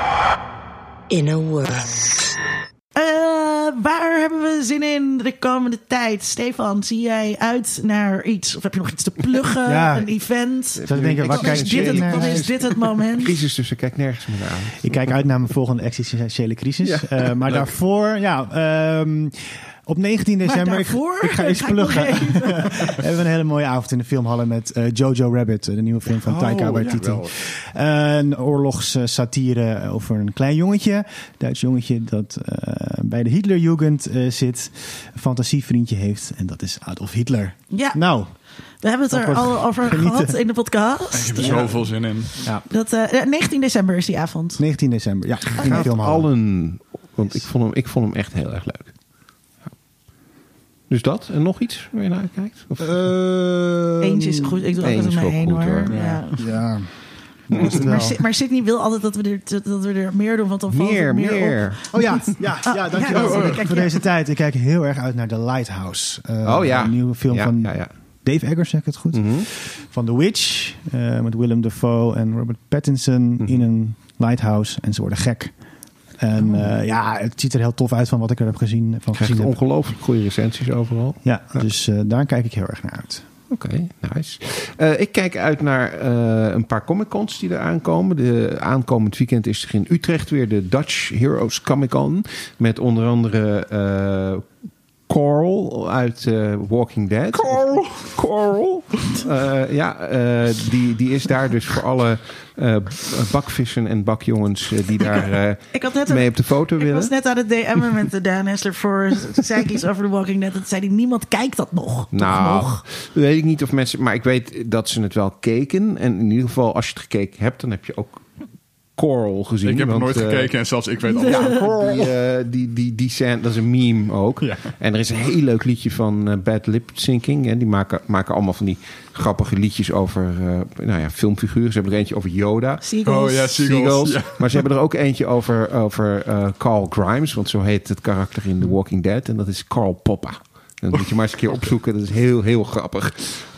S6: In a world.
S1: Uh, waar hebben we zin in de komende tijd? Stefan, zie jij uit naar iets? Of heb je nog iets te pluggen? Ja. Een event?
S4: Ik denken, waar kijk
S1: is, dit het, wat is dit het moment?
S3: Crisis, dus ik kijk nergens meer aan.
S4: Ik kijk uit naar mijn volgende existentiële crisis. Ja. Uh, maar Leuk. daarvoor, ja... Um, op negentien december, ik, ik ga eens pluggen. We hebben een hele mooie avond in de filmhallen met uh, Jojo Rabbit, de nieuwe film van Taika Waititi. Oh, ja, een oorlogssatire over een klein jongetje, Duits jongetje dat uh, bij de Hitlerjugend uh, zit, een fantasievriendje heeft en dat is Adolf Hitler.
S1: Ja.
S4: Nou,
S1: we hebben het er al over genieten. gehad in de podcast.
S2: Ik heb er zoveel zin in.
S1: Ja. Dat, uh, negentien december is die avond.
S4: negentien december, ja.
S3: In de filmhallen. Allen, want ik vond, hem, ik vond hem echt heel erg leuk. Dus dat. En nog iets waar je naar kijkt? Of?
S1: Uh, Eentje is goed. Ik doe altijd maar heen hoor. hoor. Ja.
S4: ja.
S1: Maar, maar Sydney wil altijd dat we er, dat we er meer doen. Want dan valt
S3: meer,
S1: het meer,
S3: meer.
S1: op.
S4: Oh ja, ja, ja dankjewel ja, oh, oh, voor, voor deze tijd. Ik kijk heel erg uit naar The Lighthouse. Uh,
S3: oh ja.
S4: Een nieuwe film
S3: ja,
S4: van
S3: ja, ja.
S4: Dave Eggers, zeg ik het goed.
S3: Mm-hmm.
S4: Van The Witch. Uh, met Willem Dafoe en Robert Pattinson mm-hmm. in een lighthouse. En ze worden gek. En uh, ja, het ziet er heel tof uit van wat ik er heb gezien. Van
S3: gezien heb. Ongelooflijk goede recensies overal.
S4: Ja, ja. dus uh, daar kijk ik heel erg naar uit.
S3: Oké, okay, nice. Uh, ik kijk uit naar uh, een paar Comic-Cons die er aankomen. De aankomend weekend is er in Utrecht weer de Dutch Heroes Comic-Con. Met onder andere uh, Coral uit uh, Walking Dead.
S2: Coral!
S3: Coral! Uh, ja, uh, die, die is daar dus voor alle uh, bakvissen en bakjongens uh, die daar uh, ik had net mee een, op de foto
S1: ik
S3: willen.
S1: Ik was net aan het D M'en met de Dan Hessler voor. Toen zei ik iets over The Walking Dead. Dat zei hij, niemand kijkt dat nog.
S3: Nou,
S1: nog?
S3: weet ik niet of mensen... Maar ik weet dat ze het wel keken. En in ieder geval, als je het gekeken hebt, dan heb je ook Coral gezien.
S2: Ik heb
S3: want,
S2: het nooit
S3: uh,
S2: gekeken en zelfs ik weet alles.
S3: Ja, die, uh, die, die, die scène, dat is een meme ook. Ja. En er is een heel leuk liedje van uh, Bad Lip Syncing. Hè. Die maken, maken allemaal van die grappige liedjes over uh, nou ja, filmfiguren. Ze hebben er eentje over Yoda.
S1: Seagulls.
S2: Oh ja, Seagulls.
S3: Seagulls.
S2: Ja.
S3: Maar ze hebben er ook eentje over, over uh, Carl Grimes. Want zo heet het karakter in The Walking Dead. En dat is Carl Poppa. Dat moet je maar eens een keer opzoeken. Dat is heel, heel grappig.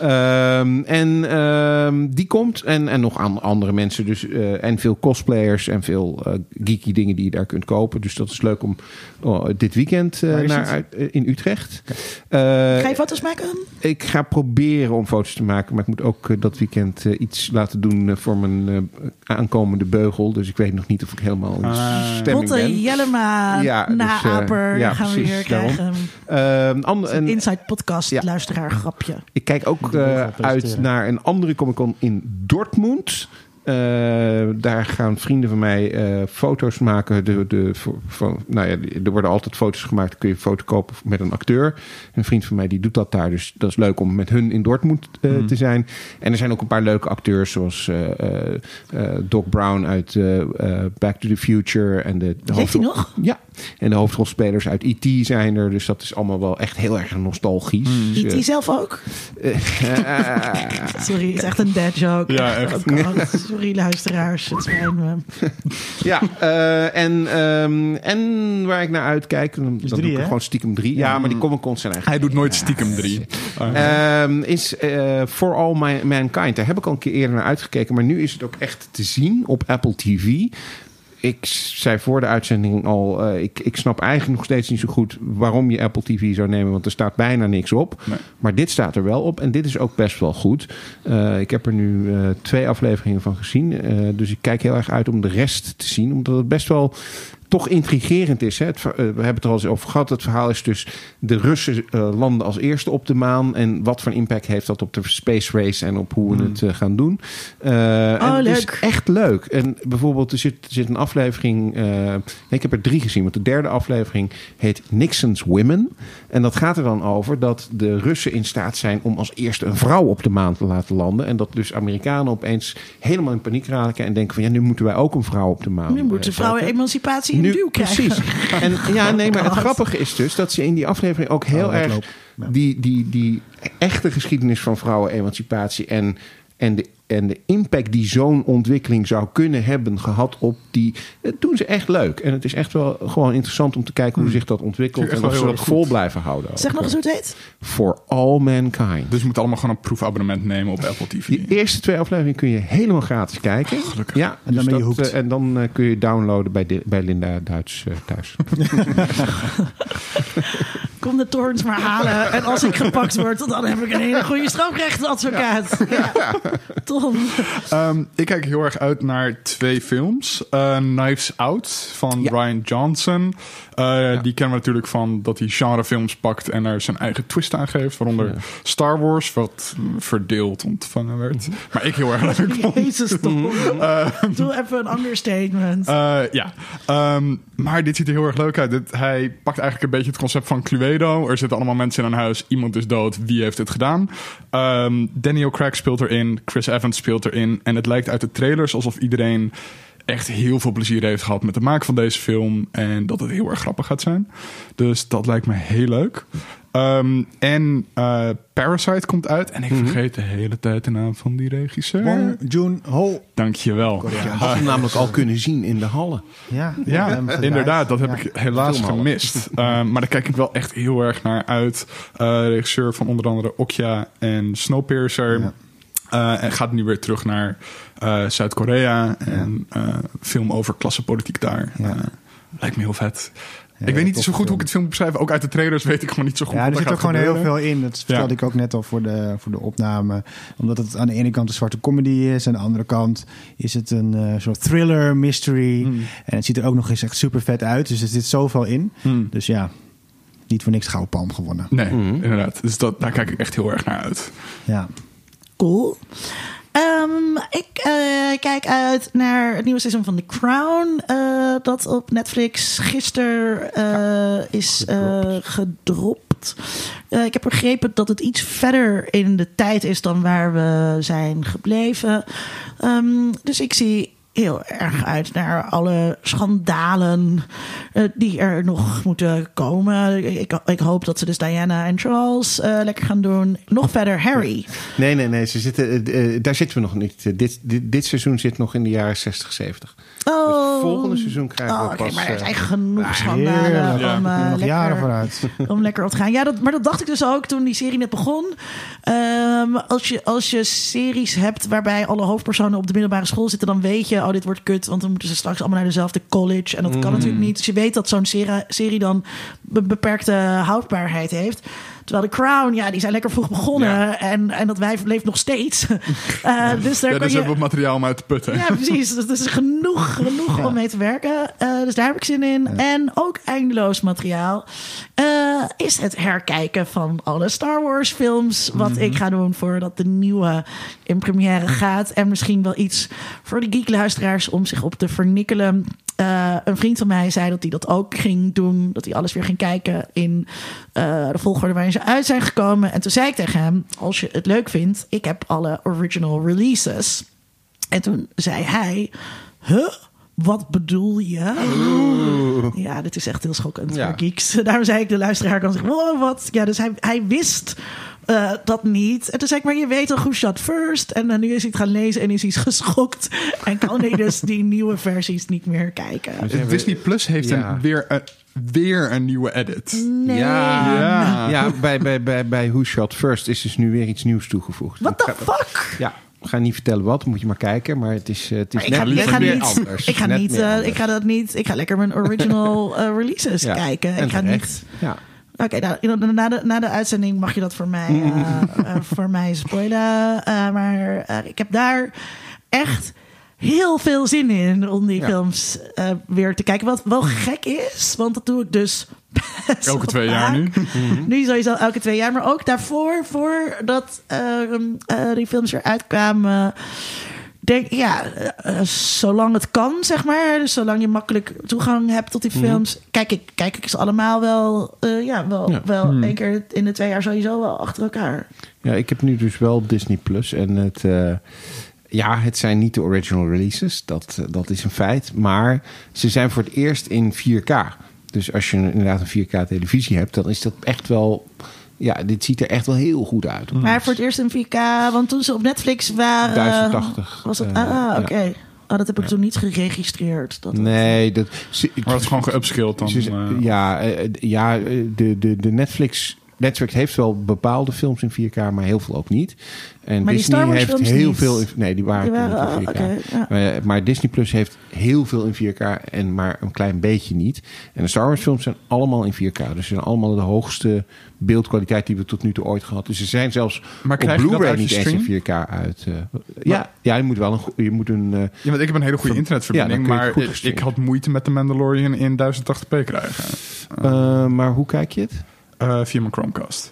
S3: Um, en um, die komt. En, en nog aan andere mensen. Dus, uh, en veel cosplayers. En veel uh, geeky dingen die je daar kunt kopen. Dus dat is leuk om oh, dit weekend uh, naar uit, uh, in Utrecht.
S1: Okay. Uh, ga je foto's maken?
S3: Ik ga proberen om foto's te maken. Maar ik moet ook uh, dat weekend uh, iets laten doen uh, voor mijn uh, aankomende beugel. Dus ik weet nog niet of ik helemaal in uh, stemming ben.
S1: Botte Jellema, ja, naaper. Dus, uh, ja, gaan precies, we weer krijgen. Uh, and,
S3: Een
S1: Inside Podcast, ja. Luisteraar grapje.
S3: Ik kijk ook uh, uit naar een andere Comic-Con in Dortmund. Uh, daar gaan vrienden van mij uh, foto's maken. De, de, van, nou ja, er worden altijd foto's gemaakt. Dan kun je een foto kopen met een acteur. Een vriend van mij die doet dat daar. Dus dat is leuk om met hun in Dortmund uh, mm. te zijn. En er zijn ook een paar leuke acteurs. Zoals uh, uh, Doc Brown uit uh, uh, Back to the Future. En de, de
S1: Leeft hij nog?
S3: Ja. En de hoofdrolspelers uit E T zijn er. Dus dat is allemaal wel echt heel erg nostalgisch. Mm.
S1: E T uh, zelf ook? Uh, Sorry, het is echt een dad joke.
S2: Ja, echt.
S1: Sorry, luisteraars. Het spijt me.
S3: Ja, uh, en, um, en waar ik naar uitkijk... Dan, dan drie, doe ik gewoon stiekem drie. Ja, ja maar die Comic-Cons zijn eigenlijk...
S2: Hij doet nooit stiekem drie.
S3: Uh, um, is uh, For All My, Mankind. Daar heb ik al een keer eerder naar uitgekeken. Maar nu is het ook echt te zien op Apple T V. Ik zei voor de uitzending al... Uh, ik, ik snap eigenlijk nog steeds niet zo goed... waarom je Apple T V zou nemen. Want er staat bijna niks op. Nee. Maar dit staat er wel op. En dit is ook best wel goed. Uh, ik heb er nu uh, twee afleveringen van gezien. Uh, dus ik kijk heel erg uit om de rest te zien. Omdat het best wel... toch intrigerend is. Hè? Het, uh, we hebben het er al eens over gehad. Het verhaal is dus... de Russen uh, landen als eerste op de maan... en wat voor impact heeft dat op de space race... en op hoe we mm. het uh, gaan doen. Uh,
S1: oh,
S3: en het
S1: leuk.
S3: is echt leuk. En bijvoorbeeld, er zit, er zit een aflevering... Uh, nee, ik heb er drie gezien... want de derde aflevering heet Nixon's Women. En dat gaat er dan over... dat de Russen in staat zijn... om als eerste een vrouw op de maan te laten landen. En dat dus Amerikanen opeens... helemaal in paniek raken... en denken van... ja, nu moeten wij ook een vrouw op de maan.
S1: Nu moeten vrouwen emancipatie in
S3: nu,
S1: duw krijgen.
S3: Precies. En ja, nee, maar het grappige is dus dat ze in die aflevering ook heel oh, erg ja. die, die, die echte geschiedenis van vrouwen-emancipatie en, en, de, en de impact die zo'n ontwikkeling zou kunnen hebben gehad op die... Dat doen ze echt leuk. En het is echt wel gewoon interessant om te kijken hoe zich dat ontwikkelt en of ze dat vol blijven houden.
S1: Zeg nog eens hoe het heet.
S3: For All Mankind.
S2: Dus je moet allemaal gewoon een proefabonnement nemen op Apple T V.
S3: Die eerste twee afleveringen kun je helemaal gratis kijken.
S2: Oh,
S3: ja,
S4: en dan
S3: dus
S4: ben je
S3: dat, uh, en dan uh, kun je downloaden bij, de, bij Linda Duits uh, thuis.
S1: Kom de torrents maar halen. En als ik gepakt word, dan heb ik een hele goede strafrechtadvocaat. Ja. Ja. Tom.
S2: Um, ik kijk heel erg uit naar twee films. Uh, Knives Out van ja. Rian Johnson. Uh, ja. Die kennen we natuurlijk van dat hij genrefilms pakt en er zijn eigen twist aan geeft. Waaronder ja. Star Wars, wat verdeeld ontvangen werd. Maar ik heel erg leuk vond.
S1: Jezus, Tom. Uh, Doe even een understatement.
S2: Uh, ja, um, maar dit ziet er heel erg leuk uit. Dit, hij pakt eigenlijk een beetje het concept van Cluedo. Er zitten allemaal mensen in een huis. Iemand is dood. Wie heeft het gedaan? Um, Daniel Craig speelt erin. Chris Evans speelt erin. En het lijkt uit de trailers alsof iedereen echt heel veel plezier heeft gehad met het maken van deze film. En dat het heel erg grappig gaat zijn. Dus dat lijkt me heel leuk. Um, en uh, Parasite komt uit. En ik mm-hmm. vergeet de hele tijd de naam van die regisseur.
S4: Bong Joon-ho.
S2: Dankjewel.
S3: Je had hem namelijk al kunnen zien in de hallen.
S2: Ja, ja, ja inderdaad. Dat heb ja. ik helaas gemist. Uh, maar daar kijk ik wel echt heel erg naar uit. Uh, regisseur van onder andere Okja en Snowpiercer. Ja. Uh, en gaat nu weer terug naar uh, Zuid-Korea. En uh, film over klassenpolitiek daar. Ja. Uh, lijkt me heel vet. Ja, ik weet niet zo goed film. hoe ik het film moet beschrijven. Ook uit de trailers weet ik gewoon niet zo goed.
S4: Ja, er zit ook gewoon
S2: gebeuren.
S4: heel veel in. Dat vertelde ja. ik ook net al voor de, voor de opname. Omdat het aan de ene kant een zwarte comedy is. En aan de andere kant is het een uh, soort thriller, mystery. Mm. En het ziet er ook nog eens echt super vet uit. Dus er zit zoveel in. Mm. Dus ja, niet voor niks Gouden Palm gewonnen.
S2: Nee, mm. inderdaad. Dus dat, daar kijk ik echt heel erg naar uit.
S4: Ja.
S1: Cool. Um, ik uh, kijk uit naar het nieuwe seizoen van The Crown. Uh, dat op Netflix gisteren uh, ja, is uh, gedropt. Uh, ik heb begrepen dat het iets verder in de tijd is dan waar we zijn gebleven. Um, dus ik zie heel erg uit naar alle schandalen uh, die er nog moeten komen. Ik, ik hoop dat ze dus Diana en Charles uh, lekker gaan doen. Nog verder Harry.
S3: Nee, nee, nee. Ze zitten, uh, daar zitten we nog niet. Uh, dit, dit, dit seizoen zit nog in de jaren zestig, zeventig.
S1: Oh.
S3: Dus het volgende seizoen krijgen we
S1: oh, okay,
S3: pas...
S1: Maar er zijn
S3: uh,
S1: genoeg
S3: uh,
S1: schandalen
S4: ja,
S1: om, uh,
S4: nog
S1: lekker,
S4: jaren vooruit.
S1: om lekker op te gaan. Ja, dat, maar dat dacht ik dus ook toen die serie net begon. Um, als, je, als je series hebt waarbij alle hoofdpersonen op de middelbare school zitten, dan weet je, oh, dit wordt kut, want dan moeten ze straks allemaal naar dezelfde college. En dat mm. kan natuurlijk niet. Dus je weet dat zo'n serie, serie dan be- beperkte houdbaarheid heeft. Terwijl de Crown, ja, die zijn lekker vroeg begonnen. Ja. En, en dat wijf leeft nog steeds. Uh,
S2: ja.
S1: Dus daar
S2: ja,
S1: kan
S2: dus
S1: je...
S2: hebben we materiaal om uit te putten.
S1: Ja, precies. Dus er is genoeg, genoeg ja. om mee te werken. Uh, dus daar heb ik zin in. Ja. En ook eindeloos materiaal. Uh, is het herkijken van alle Star Wars films. Wat mm-hmm. ik ga doen voordat de nieuwe in première gaat. En misschien wel iets voor de geek-luisteraars om zich op te vernikkelen. Uh, een vriend van mij zei dat hij dat ook ging doen. Dat hij alles weer ging kijken in uh, de volgorde waarin ze uit zijn gekomen. En toen zei ik tegen hem, als je het leuk vindt, ik heb alle original releases. En toen zei hij, huh? Wat bedoel je? Oeh. Ja, dit is echt heel schokkend ja. voor geeks. Daarom zei ik, de luisteraar kan zeggen, wow, wat? Ja, dus hij, hij wist uh, dat niet. En toen zei ik, maar je weet toch Who Shot First? En dan nu is hij het gaan lezen en is hij geschokt. En kan hij dus die nieuwe versies niet meer kijken.
S2: Dus Disney Plus heeft ja. een, weer, een, weer een nieuwe edit.
S1: Nee.
S3: Ja, ja. ja bij, bij, bij, bij Who Shot First is dus nu weer iets nieuws toegevoegd.
S1: What the fuck?
S3: Ja. Ik ga niet vertellen wat, moet je maar kijken. Maar het is, uh, het is
S1: ik
S3: net,
S1: ga,
S3: net
S1: ik ga
S3: weer
S1: niet,
S3: anders.
S1: Ik ga,
S3: net
S1: niet, uh, ik ga dat niet. Ik ga lekker mijn original uh, releases ja, kijken. Ik ga niet.
S3: Ja.
S1: Oké, okay, nou, na, de, na de uitzending mag je dat voor mij, uh, uh, voor mij spoilen. Uh, maar uh, ik heb daar echt heel veel zin in om die ja. films uh, weer te kijken. Wat wel gek is, want dat doe ik dus
S2: elke twee jaar nu.
S1: Mm-hmm. Nu sowieso elke twee jaar, maar ook daarvoor, voordat uh, uh, die films weer uitkwamen. Denk, ja, uh, zolang het kan, zeg maar. Dus zolang je makkelijk toegang hebt tot die films. Mm. Kijk, ik, kijk ik ze allemaal wel, uh, ja, wel, ja. wel mm. één keer in de twee jaar sowieso wel achter elkaar.
S3: Ja, ik heb nu dus wel Disney Plus. En het, uh, ja, het zijn niet de original releases. Dat, dat is een feit. Maar ze zijn voor het eerst in vier K. Dus als je inderdaad een vier K televisie hebt, dan is dat echt wel... Ja, dit ziet er echt wel heel goed uit.
S1: Maar voor het eerst in vier K, want toen ze op Netflix waren...
S3: duizend tachtig.
S1: Was het, ah, ah oké. Okay. Ja. Oh, dat heb ik ja. toen niet geregistreerd. Dat
S3: nee, dat... Ze,
S2: maar dat is gewoon geupscaled dan.
S3: Ze, uh, ja, ja de, de, de Netflix... Netflix heeft wel bepaalde films in vier K, maar heel veel ook niet. En
S1: maar
S3: Disney
S1: die
S3: heeft heel
S1: niet.
S3: veel... In, nee, die waren,
S1: die waren
S3: niet in vier K.
S1: Oh, okay, ja.
S3: maar, maar Disney Plus heeft heel veel in vier K en maar een klein beetje niet. En de Star Wars films zijn allemaal in vier K. Dus ze zijn allemaal de hoogste beeldkwaliteit die we tot nu toe ooit gehad. Dus ze zijn zelfs
S2: maar
S3: op Blu-ray niet eens in vier K uit. Uh, ja, ja, je moet wel een... Je moet een uh,
S2: ja, want ik heb een hele goede internetverbinding, ja, maar ik, ik had moeite met de Mandalorian in duizend tachtig p krijgen.
S3: Uh, uh, maar hoe kijk je het?
S2: Uh, via mijn Chromecast.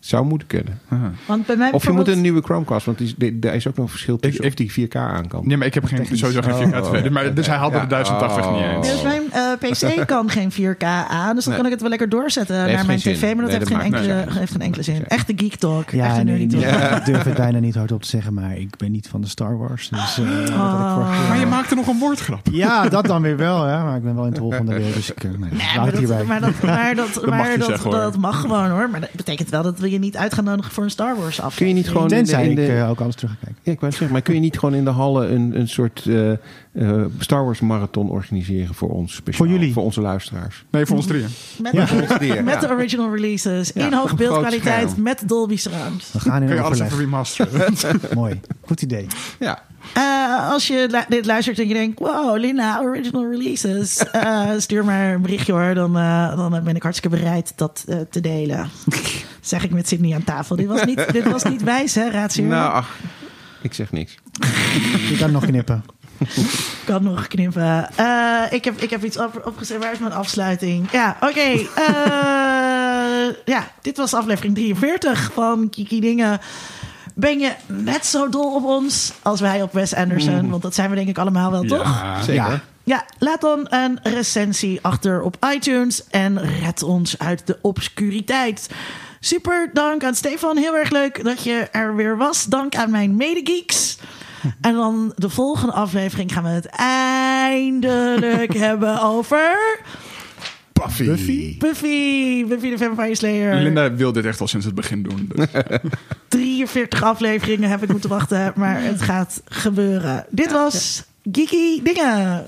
S3: Zou moeten kunnen.
S1: Want bij mij
S3: of je moet
S1: bijvoorbeeld-
S3: een nieuwe Chromecast, want die, die, daar is ook nog een verschil tussen
S2: Ik-
S3: of die vier K aan kan.
S2: Nee, maar ik heb geen, sowieso geen vier K
S3: Oh,
S2: tv.
S3: oh,
S2: maar, dus hij haalde
S3: ja.
S2: de duizend tachtig
S3: Oh.
S2: niet eens.
S1: Dus mijn uh, P C kan geen vier K aan, dus dan
S3: Nee.
S1: kan ik het wel lekker doorzetten
S3: Heeft
S1: naar mijn
S3: geen
S1: tv,
S3: zin.
S1: maar dat
S3: Nee,
S1: heeft,
S3: dat
S1: geen
S3: maakt
S1: enkele,
S3: niks uit.
S1: heeft geen enkele zin. Echte geek talk.
S4: Ja,
S1: Echte
S4: nee,
S1: nerdy
S4: nee,
S1: talk.
S4: ik durf het bijna niet hardop te zeggen, maar ik ben niet van de Star Wars. Dus, uh, wat had ik vorige keer-
S2: Maar je maakte nog een woordgrap.
S4: Ja, dat dan weer wel, hè, maar ik ben wel in het hol van de weer, dus ik uh, nee,
S1: Nee,
S4: laat
S1: maar
S4: het
S1: dat,
S4: hierbij.
S1: maar dat, maar dat,
S2: mag
S1: maar
S2: je
S1: dat,
S2: zeggen, hoor.
S1: dat mag gewoon hoor. Maar dat betekent wel dat we je niet uit gaan nodigen voor een Star Wars aflevering.
S3: Kun je niet gewoon in de,
S4: Tenzij
S3: in de,
S4: ik uh, ook alles terug ga kijken.
S3: ja, ik wou het zeggen, maar kun je niet gewoon in de hallen een, een soort uh, uh, Star Wars marathon organiseren voor ons speciaal?
S4: Voor jullie?
S3: Voor onze luisteraars.
S2: Nee, voor ons drieën.
S1: Met,
S4: Ja.
S1: de, met de original releases
S3: Ja,
S1: in
S3: op
S1: hoge
S3: een
S1: beeldkwaliteit
S3: groot
S1: met Dolby Surround.
S4: We gaan in
S2: Kun je alles
S4: overleg.
S2: even remasteren?
S4: Mooi, goed idee.
S3: Ja.
S1: Uh, als je lu- dit luistert en je denkt, wow, Linda, original releases. Uh, stuur maar een berichtje hoor, dan, uh, dan ben ik hartstikke bereid dat uh, te delen. Zeg ik met Sydney aan tafel. Dit was niet, dit was niet wijs, hè, raadsheer?
S3: Nou, ach, ik zeg niks.
S4: Je kan nog knippen.
S1: Kan nog knippen. Uh, ik, heb, ik heb iets op, opgeschreven. Waar is mijn afsluiting? Ja, oké. Okay. Uh, ja, dit was aflevering drieënveertig van Kiki Dingen. Ben je net zo dol op ons als wij op Wes Anderson? Want dat zijn we denk ik allemaal wel, toch?
S2: Ja,
S3: Zeker.
S4: Ja.
S1: Ja, laat dan een recensie achter op iTunes en red ons uit de obscuriteit. Super, dank aan Stefan. Heel erg leuk dat je er weer was. Dank aan mijn medegeeks. En dan de volgende aflevering gaan we het eindelijk hebben over...
S3: Buffy.
S4: Buffy?
S1: Buffy. Buffy de Vampire Slayer.
S2: Linda wil dit echt al sinds het begin doen. Dus.
S1: drieënveertig afleveringen heb ik moeten wachten, maar het gaat gebeuren. Dit was Geeky Dingen.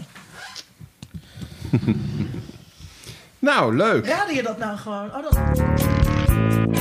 S3: Nou, leuk.
S1: Raadde je dat nou gewoon? Oh, dat...